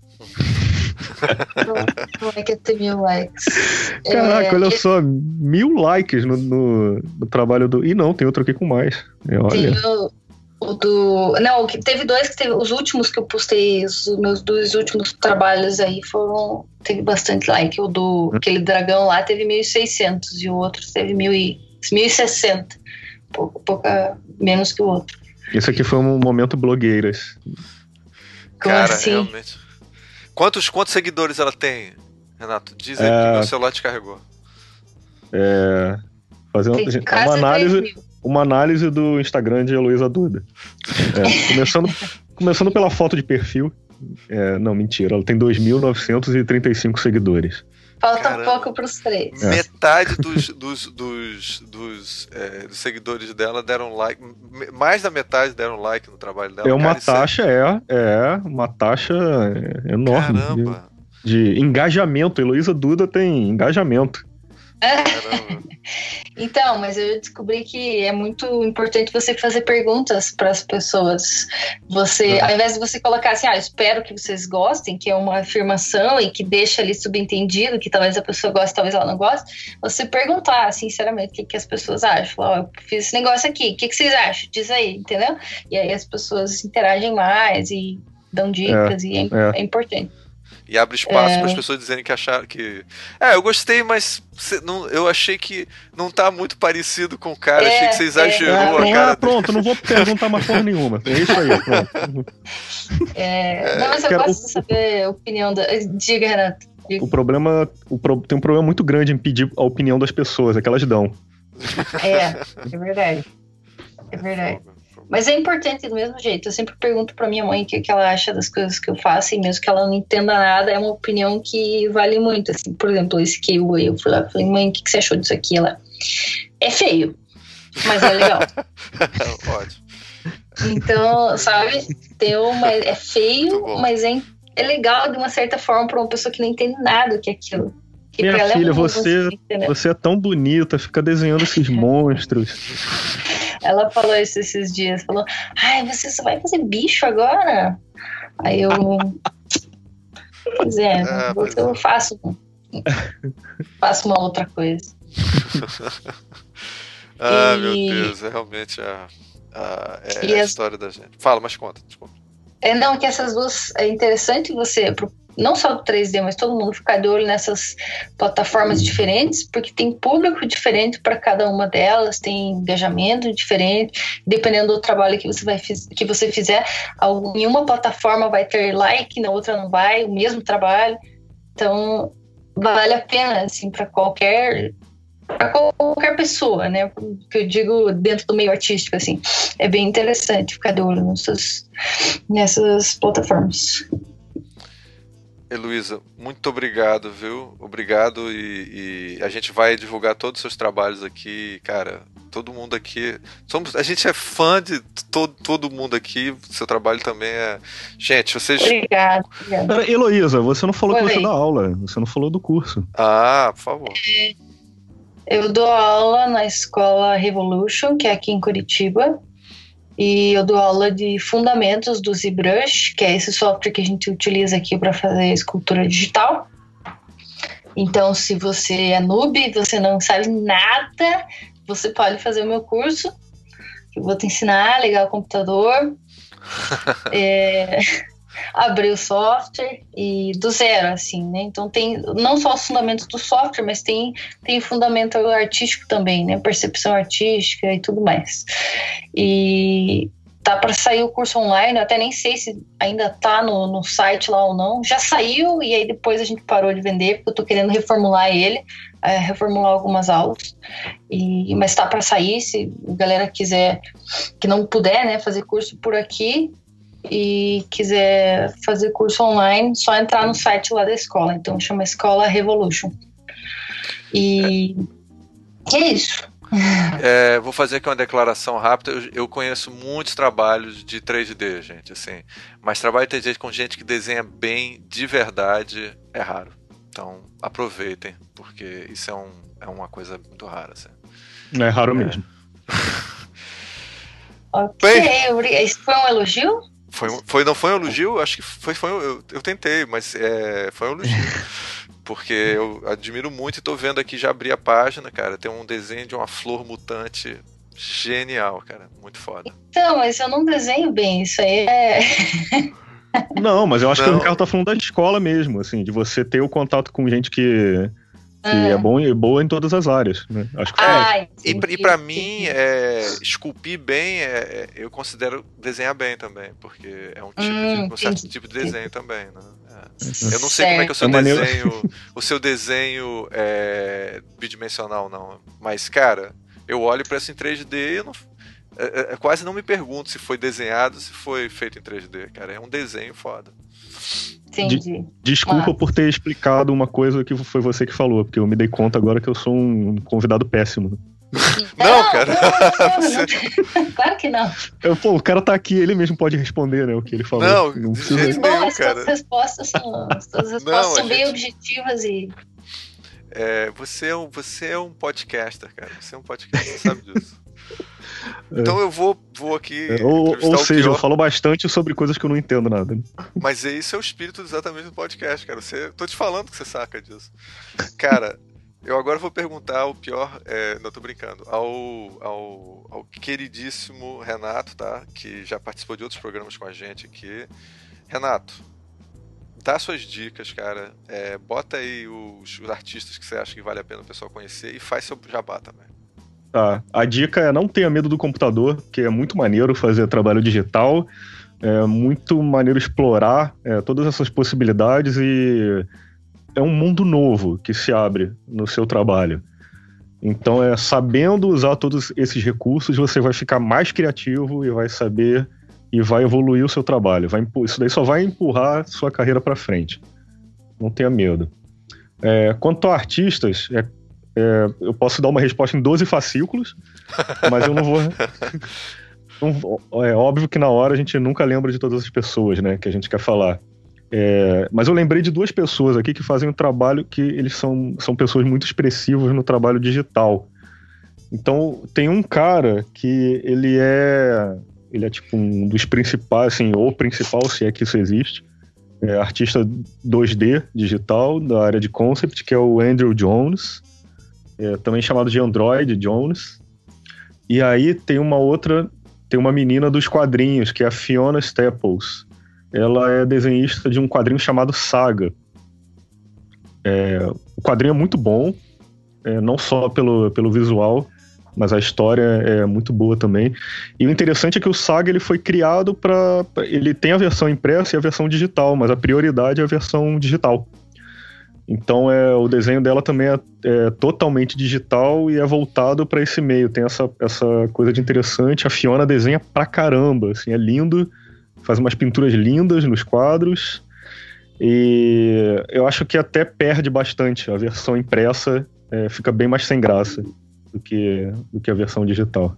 Como é que é ter mil likes? Caraca, É, olha só, mil likes no, no, no trabalho do... Ih, não, tem outro aqui com mais. É, olha. Tem o, o do... Não, que teve dois que teve... Os últimos que eu postei, os meus dois últimos trabalhos aí foram... Teve bastante like. O do... Aquele dragão lá teve mil e seiscentos e o outro teve mil e sessenta. Pouco, pouca menos que o outro. Esse aqui foi um momento blogueiras. Como Cara, assim? realmente. Quantos, quantos seguidores ela tem, Renato? Diz aí É. que meu celular descarregou. É, fazendo Tem gente, quase uma três análise, mil. uma análise do Instagram de Heloísa Duda. É, começando, começando pela foto de perfil. É, não, mentira, ela tem dois mil novecentos e trinta e cinco seguidores. Falta Caramba. pouco pros três. É. Metade dos, dos, dos, dos, é, dos seguidores dela deram like. me- Mais da metade deram like no trabalho dela. É uma Cara, isso é- taxa, é, é uma taxa enorme Caramba. de, de engajamento. Heloísa Duda tem engajamento. Caramba. Então, mas eu descobri que é muito importante você fazer perguntas para as pessoas. Você, ao invés de você colocar assim, ah, eu espero que vocês gostem, que é uma afirmação e que deixa ali subentendido que talvez a pessoa goste, talvez ela não goste, você perguntar sinceramente o que, que as pessoas acham. Ó, eu fiz esse negócio aqui, o que, que vocês acham? Diz aí, entendeu? E aí as pessoas interagem mais e dão dicas e é, é. é importante. E abre espaço É. para as pessoas dizerem que acharam que. É, eu gostei, mas cê não, eu achei que não tá muito parecido com o cara. É, achei que você exagerou É, a cara. ah, pronto, não vou perguntar mais porra nenhuma. É isso aí, pronto. É, não, mas eu Quero- gosto de saber a opinião da. Diga, Renato. Diga. O problema, o pro- tem um problema muito grande em pedir a opinião das pessoas, é que elas dão. É, é verdade. É verdade. Mas é importante do mesmo jeito. Eu sempre pergunto pra minha mãe o que, que ela acha das coisas que eu faço, e mesmo que ela não entenda nada, é uma opinião que vale muito. Assim, por exemplo, esse que eu, eu fui lá e falei, mãe, o que, que você achou disso aqui? Ela, é feio, mas é legal. Ótimo. Então, sabe, tem uma, é Muito feio, bom. mas é, é legal de uma certa forma pra uma pessoa que não entende nada do que é aquilo. Que Minha pra ela é filha, um você, mundo, entendeu? você é tão bonita, fica desenhando esses monstros. Ela falou isso esses dias, falou, ai, você só vai fazer bicho agora? Aí eu, pois é, É, depois pois eu é. faço, faço uma outra coisa. Ah, E- meu Deus, é realmente a, a, é E a as- história da gente. Fala, mas conta, desculpa. É, não, que essas duas, é interessante você, pro- não só do três D, mas todo mundo ficar de olho nessas plataformas diferentes, porque tem público diferente para cada uma delas, tem engajamento diferente, dependendo do trabalho que você, vai, fiz- que você fizer, algum- em uma plataforma vai ter like, na outra não vai, o mesmo trabalho, então vale a pena, assim, para qualquer para qualquer pessoa, né? Que eu digo dentro do meio artístico, assim, é bem interessante ficar de olho nessas, nessas plataformas. Heloísa, muito obrigado, viu? Obrigado e, e a gente vai divulgar todos os seus trabalhos aqui, cara. Todo mundo aqui, somos, a gente é fã de todo, todo mundo aqui. Seu trabalho também é. Gente, vocês. Obrigada. obrigada. Pera, Heloísa, você não falou que Oi. você dá aula, você não falou do curso. Ah, por favor. Eu dou aula na escola Revolution, que é aqui em Curitiba, e eu dou aula de fundamentos do ZBrush, que é esse software que a gente utiliza aqui para fazer escultura digital. Então, se você é noob, você não sabe nada, você pode fazer o meu curso, que eu vou te ensinar a ligar o computador, é, abrir o software e do zero, assim, né? Então tem não só os fundamentos do software, mas tem, tem fundamento artístico também, né? Percepção artística e tudo mais. E tá para sair o curso online, eu até nem sei se ainda tá no, no site lá ou não. Já saiu e aí depois a gente parou de vender, porque eu tô querendo reformular ele, é, reformular algumas aulas. E, mas tá para sair, se a galera quiser, que não puder, né, fazer curso por aqui e quiser fazer curso online, só entrar no site lá da escola. Então chama Escola Revolution. E é, é isso. É, vou fazer aqui uma declaração rápida. Eu, eu conheço muitos trabalhos de três D, gente, assim, mas trabalho de três D com gente que desenha bem de verdade é raro. Então aproveitem, porque isso é, um, é uma coisa muito rara, assim. É raro mesmo. Ok, Bem- obrigada. Isso foi um elogio? Foi, um- foi, não foi um elogio? Acho que foi, foi um- eu, eu tentei, mas é, foi um elogio. Porque eu admiro muito e tô vendo aqui, já abri a página, cara. Tem um desenho de uma flor mutante genial, cara. Muito foda. Então, mas eu não desenho bem, isso aí é... Não, mas eu acho que Não. o Ricardo tá falando da escola mesmo, assim, de você ter o contato com gente que, que Ah. é bom e boa em todas as áreas, né? Acho que Ah, E, entendi, pra- e pra entendi. mim, é, esculpir bem, é, é- eu considero desenhar bem também, porque é um tipo, Hum, de, um certo entendi, tipo de desenho também, né? É. Certo. Eu não sei como é que é o seu É maneiro. desenho, o seu desenho é bidimensional, não. Mas, cara, eu olho pra isso em três D e eu não, é, é, quase não me pergunto se foi desenhado, se foi feito em três D, cara. É um desenho foda. Entendi. desculpa Ah. por ter explicado uma coisa que foi você que falou, porque eu me dei conta agora que eu sou um convidado péssimo. Não, cara. Não, Você- não. Claro que não. Eu, pô, o cara tá aqui, ele mesmo pode responder, né, o que ele falou. Não, não de precisa... jeito Bom, nenhum, as suas cara. respostas são, as suas respostas Não, a são bem gente- objetivas e... É, você, é um, você é um podcaster, cara. Você é um podcaster, você sabe disso. Então eu vou, vou aqui. É, ou entrevistar ou o seja, pior, eu falo bastante sobre coisas que eu não entendo nada. né? Mas esse é o espírito exatamente do podcast, cara. Você, tô te falando que você saca disso. Cara, eu agora vou perguntar o pior. É, não, tô brincando. Ao, ao, ao queridíssimo Renato, tá? Que já participou de outros programas com a gente aqui. Renato, dá suas dicas, cara. É, bota aí os, os artistas que você acha que vale a pena o pessoal conhecer e faz seu jabá também. Tá. A dica é não tenha medo do computador, porque é muito maneiro fazer trabalho digital, é muito maneiro explorar é, todas essas possibilidades e é um mundo novo que se abre no seu trabalho. Então, é sabendo usar todos esses recursos, você vai ficar mais criativo e vai saber e vai evoluir o seu trabalho. Vai, isso daí só vai empurrar sua carreira para frente. Não tenha medo. É, quanto a artistas, é, é, eu posso dar uma resposta em doze fascículos, mas eu não vou... não, é óbvio que na hora a gente nunca lembra de todas as pessoas, né, que a gente quer falar. É, mas eu lembrei de duas pessoas aqui que fazem um trabalho que eles são, são pessoas muito expressivas no trabalho digital. Então, tem um cara que ele é, ele é tipo um dos principais, assim, ou principal, se é que isso existe, é artista dois D digital da área de concept, que é o Andrew Jones, é, também chamado de Android Jones. E aí tem uma outra, tem uma menina dos quadrinhos, que é a Fiona Staples. Ela é desenhista de um quadrinho chamado Saga. É, o quadrinho é muito bom, é, não só pelo, pelo visual, mas a história é muito boa também. E o interessante é que o Saga ele foi criado para... Ele tem a versão impressa e a versão digital, mas a prioridade é a versão digital. Então é, o desenho dela também é, é totalmente digital e é voltado para esse meio. Tem essa, essa coisa de interessante. A Fiona desenha pra caramba, assim, é lindo. Faz umas pinturas lindas nos quadros. E eu acho que até perde bastante. A versão impressa é, fica bem mais sem graça do que, do que a versão digital.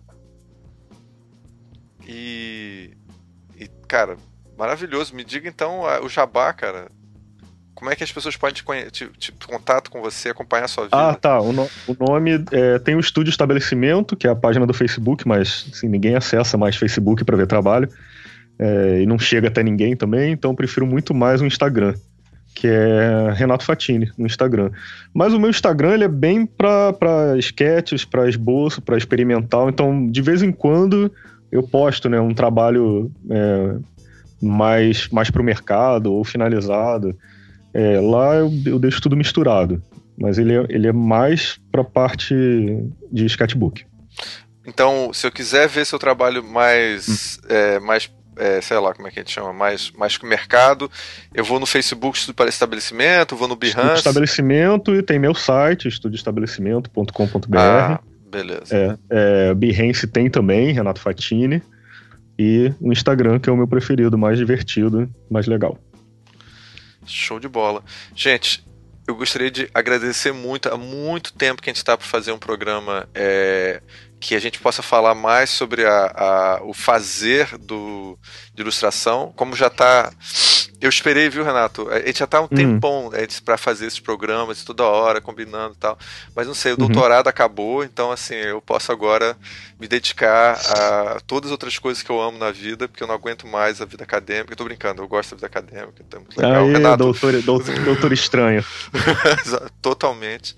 E, e, cara, maravilhoso. Me diga então o jabá, cara. Como é que as pessoas podem te, conhe- te, te contato com você, acompanhar a sua vida? Ah, tá. O, no, o nome é, tem o Estúdio Estabelecimento, que é a página do Facebook, mas assim, ninguém acessa mais Facebook para ver trabalho. É, e não chega até ninguém também, então eu prefiro muito mais o Instagram, que é Renato Fatini, no Instagram. Mas o meu Instagram ele é bem para sketches, para esboço, para experimental, então de vez em quando eu posto, né, um trabalho é, mais, mais para o mercado ou finalizado. É, lá eu, eu deixo tudo misturado, mas ele é, ele é mais para a parte de sketchbook. Então, se eu quiser ver seu trabalho mais, hum. é, mais É, sei lá como é que a gente chama, mais, mais que o mercado, eu vou no Facebook Estúdio para Estabelecimento, vou no Behance. Estúdio Estabelecimento e tem meu site, estúdio estabelecimento ponto com ponto b r. Ah, beleza. É, é, Behance tem também, Renato Fatini. E o Instagram, que é o meu preferido, mais divertido, mais legal. Show de bola. Gente, eu gostaria de agradecer muito, há muito tempo que a gente está para fazer um programa é, que a gente possa falar mais sobre a, a, o fazer do, de ilustração, como já está... Eu esperei, viu, Renato? A gente já está há um uhum. tempão para fazer esses programas, toda hora, combinando e tal, mas não sei, o doutorado uhum. acabou, então assim, eu posso agora me dedicar a todas as outras coisas que eu amo na vida, porque eu não aguento mais a vida acadêmica. Eu tô brincando, eu gosto da vida acadêmica, é muito legal. Aê, Renato... doutor, doutor, doutor estranho. Totalmente.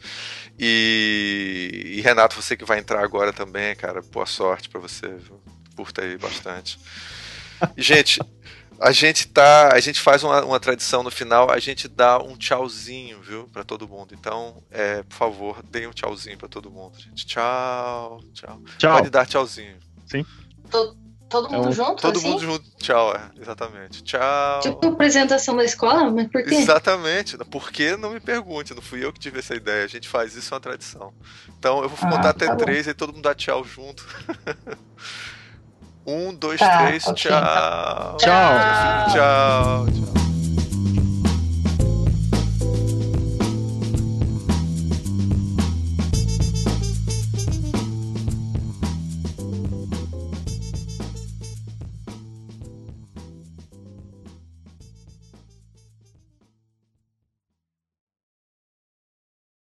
E, e Renato, você que vai entrar agora também, cara, boa sorte pra você, viu? Curta aí bastante. E, gente, a gente tá, a gente faz uma, uma tradição no final, a gente dá um tchauzinho, viu, pra todo mundo. Então, é, por favor, deem um tchauzinho pra todo mundo, gente. Tchau, tchau. Tchau. Pode dar tchauzinho. Sim. Tô... Todo mundo é um... junto? Todo assim? mundo junto, tchau, é, exatamente. Tchau. Tipo apresentação da escola? Mas por quê? Exatamente. Por que não me pergunte? Não fui eu que tive essa ideia. A gente faz isso, é uma tradição. Então eu vou contar ah, até tá três e todo mundo dá tchau junto. Um, dois, tá, três, okay. Tchau. Tchau. Tchau.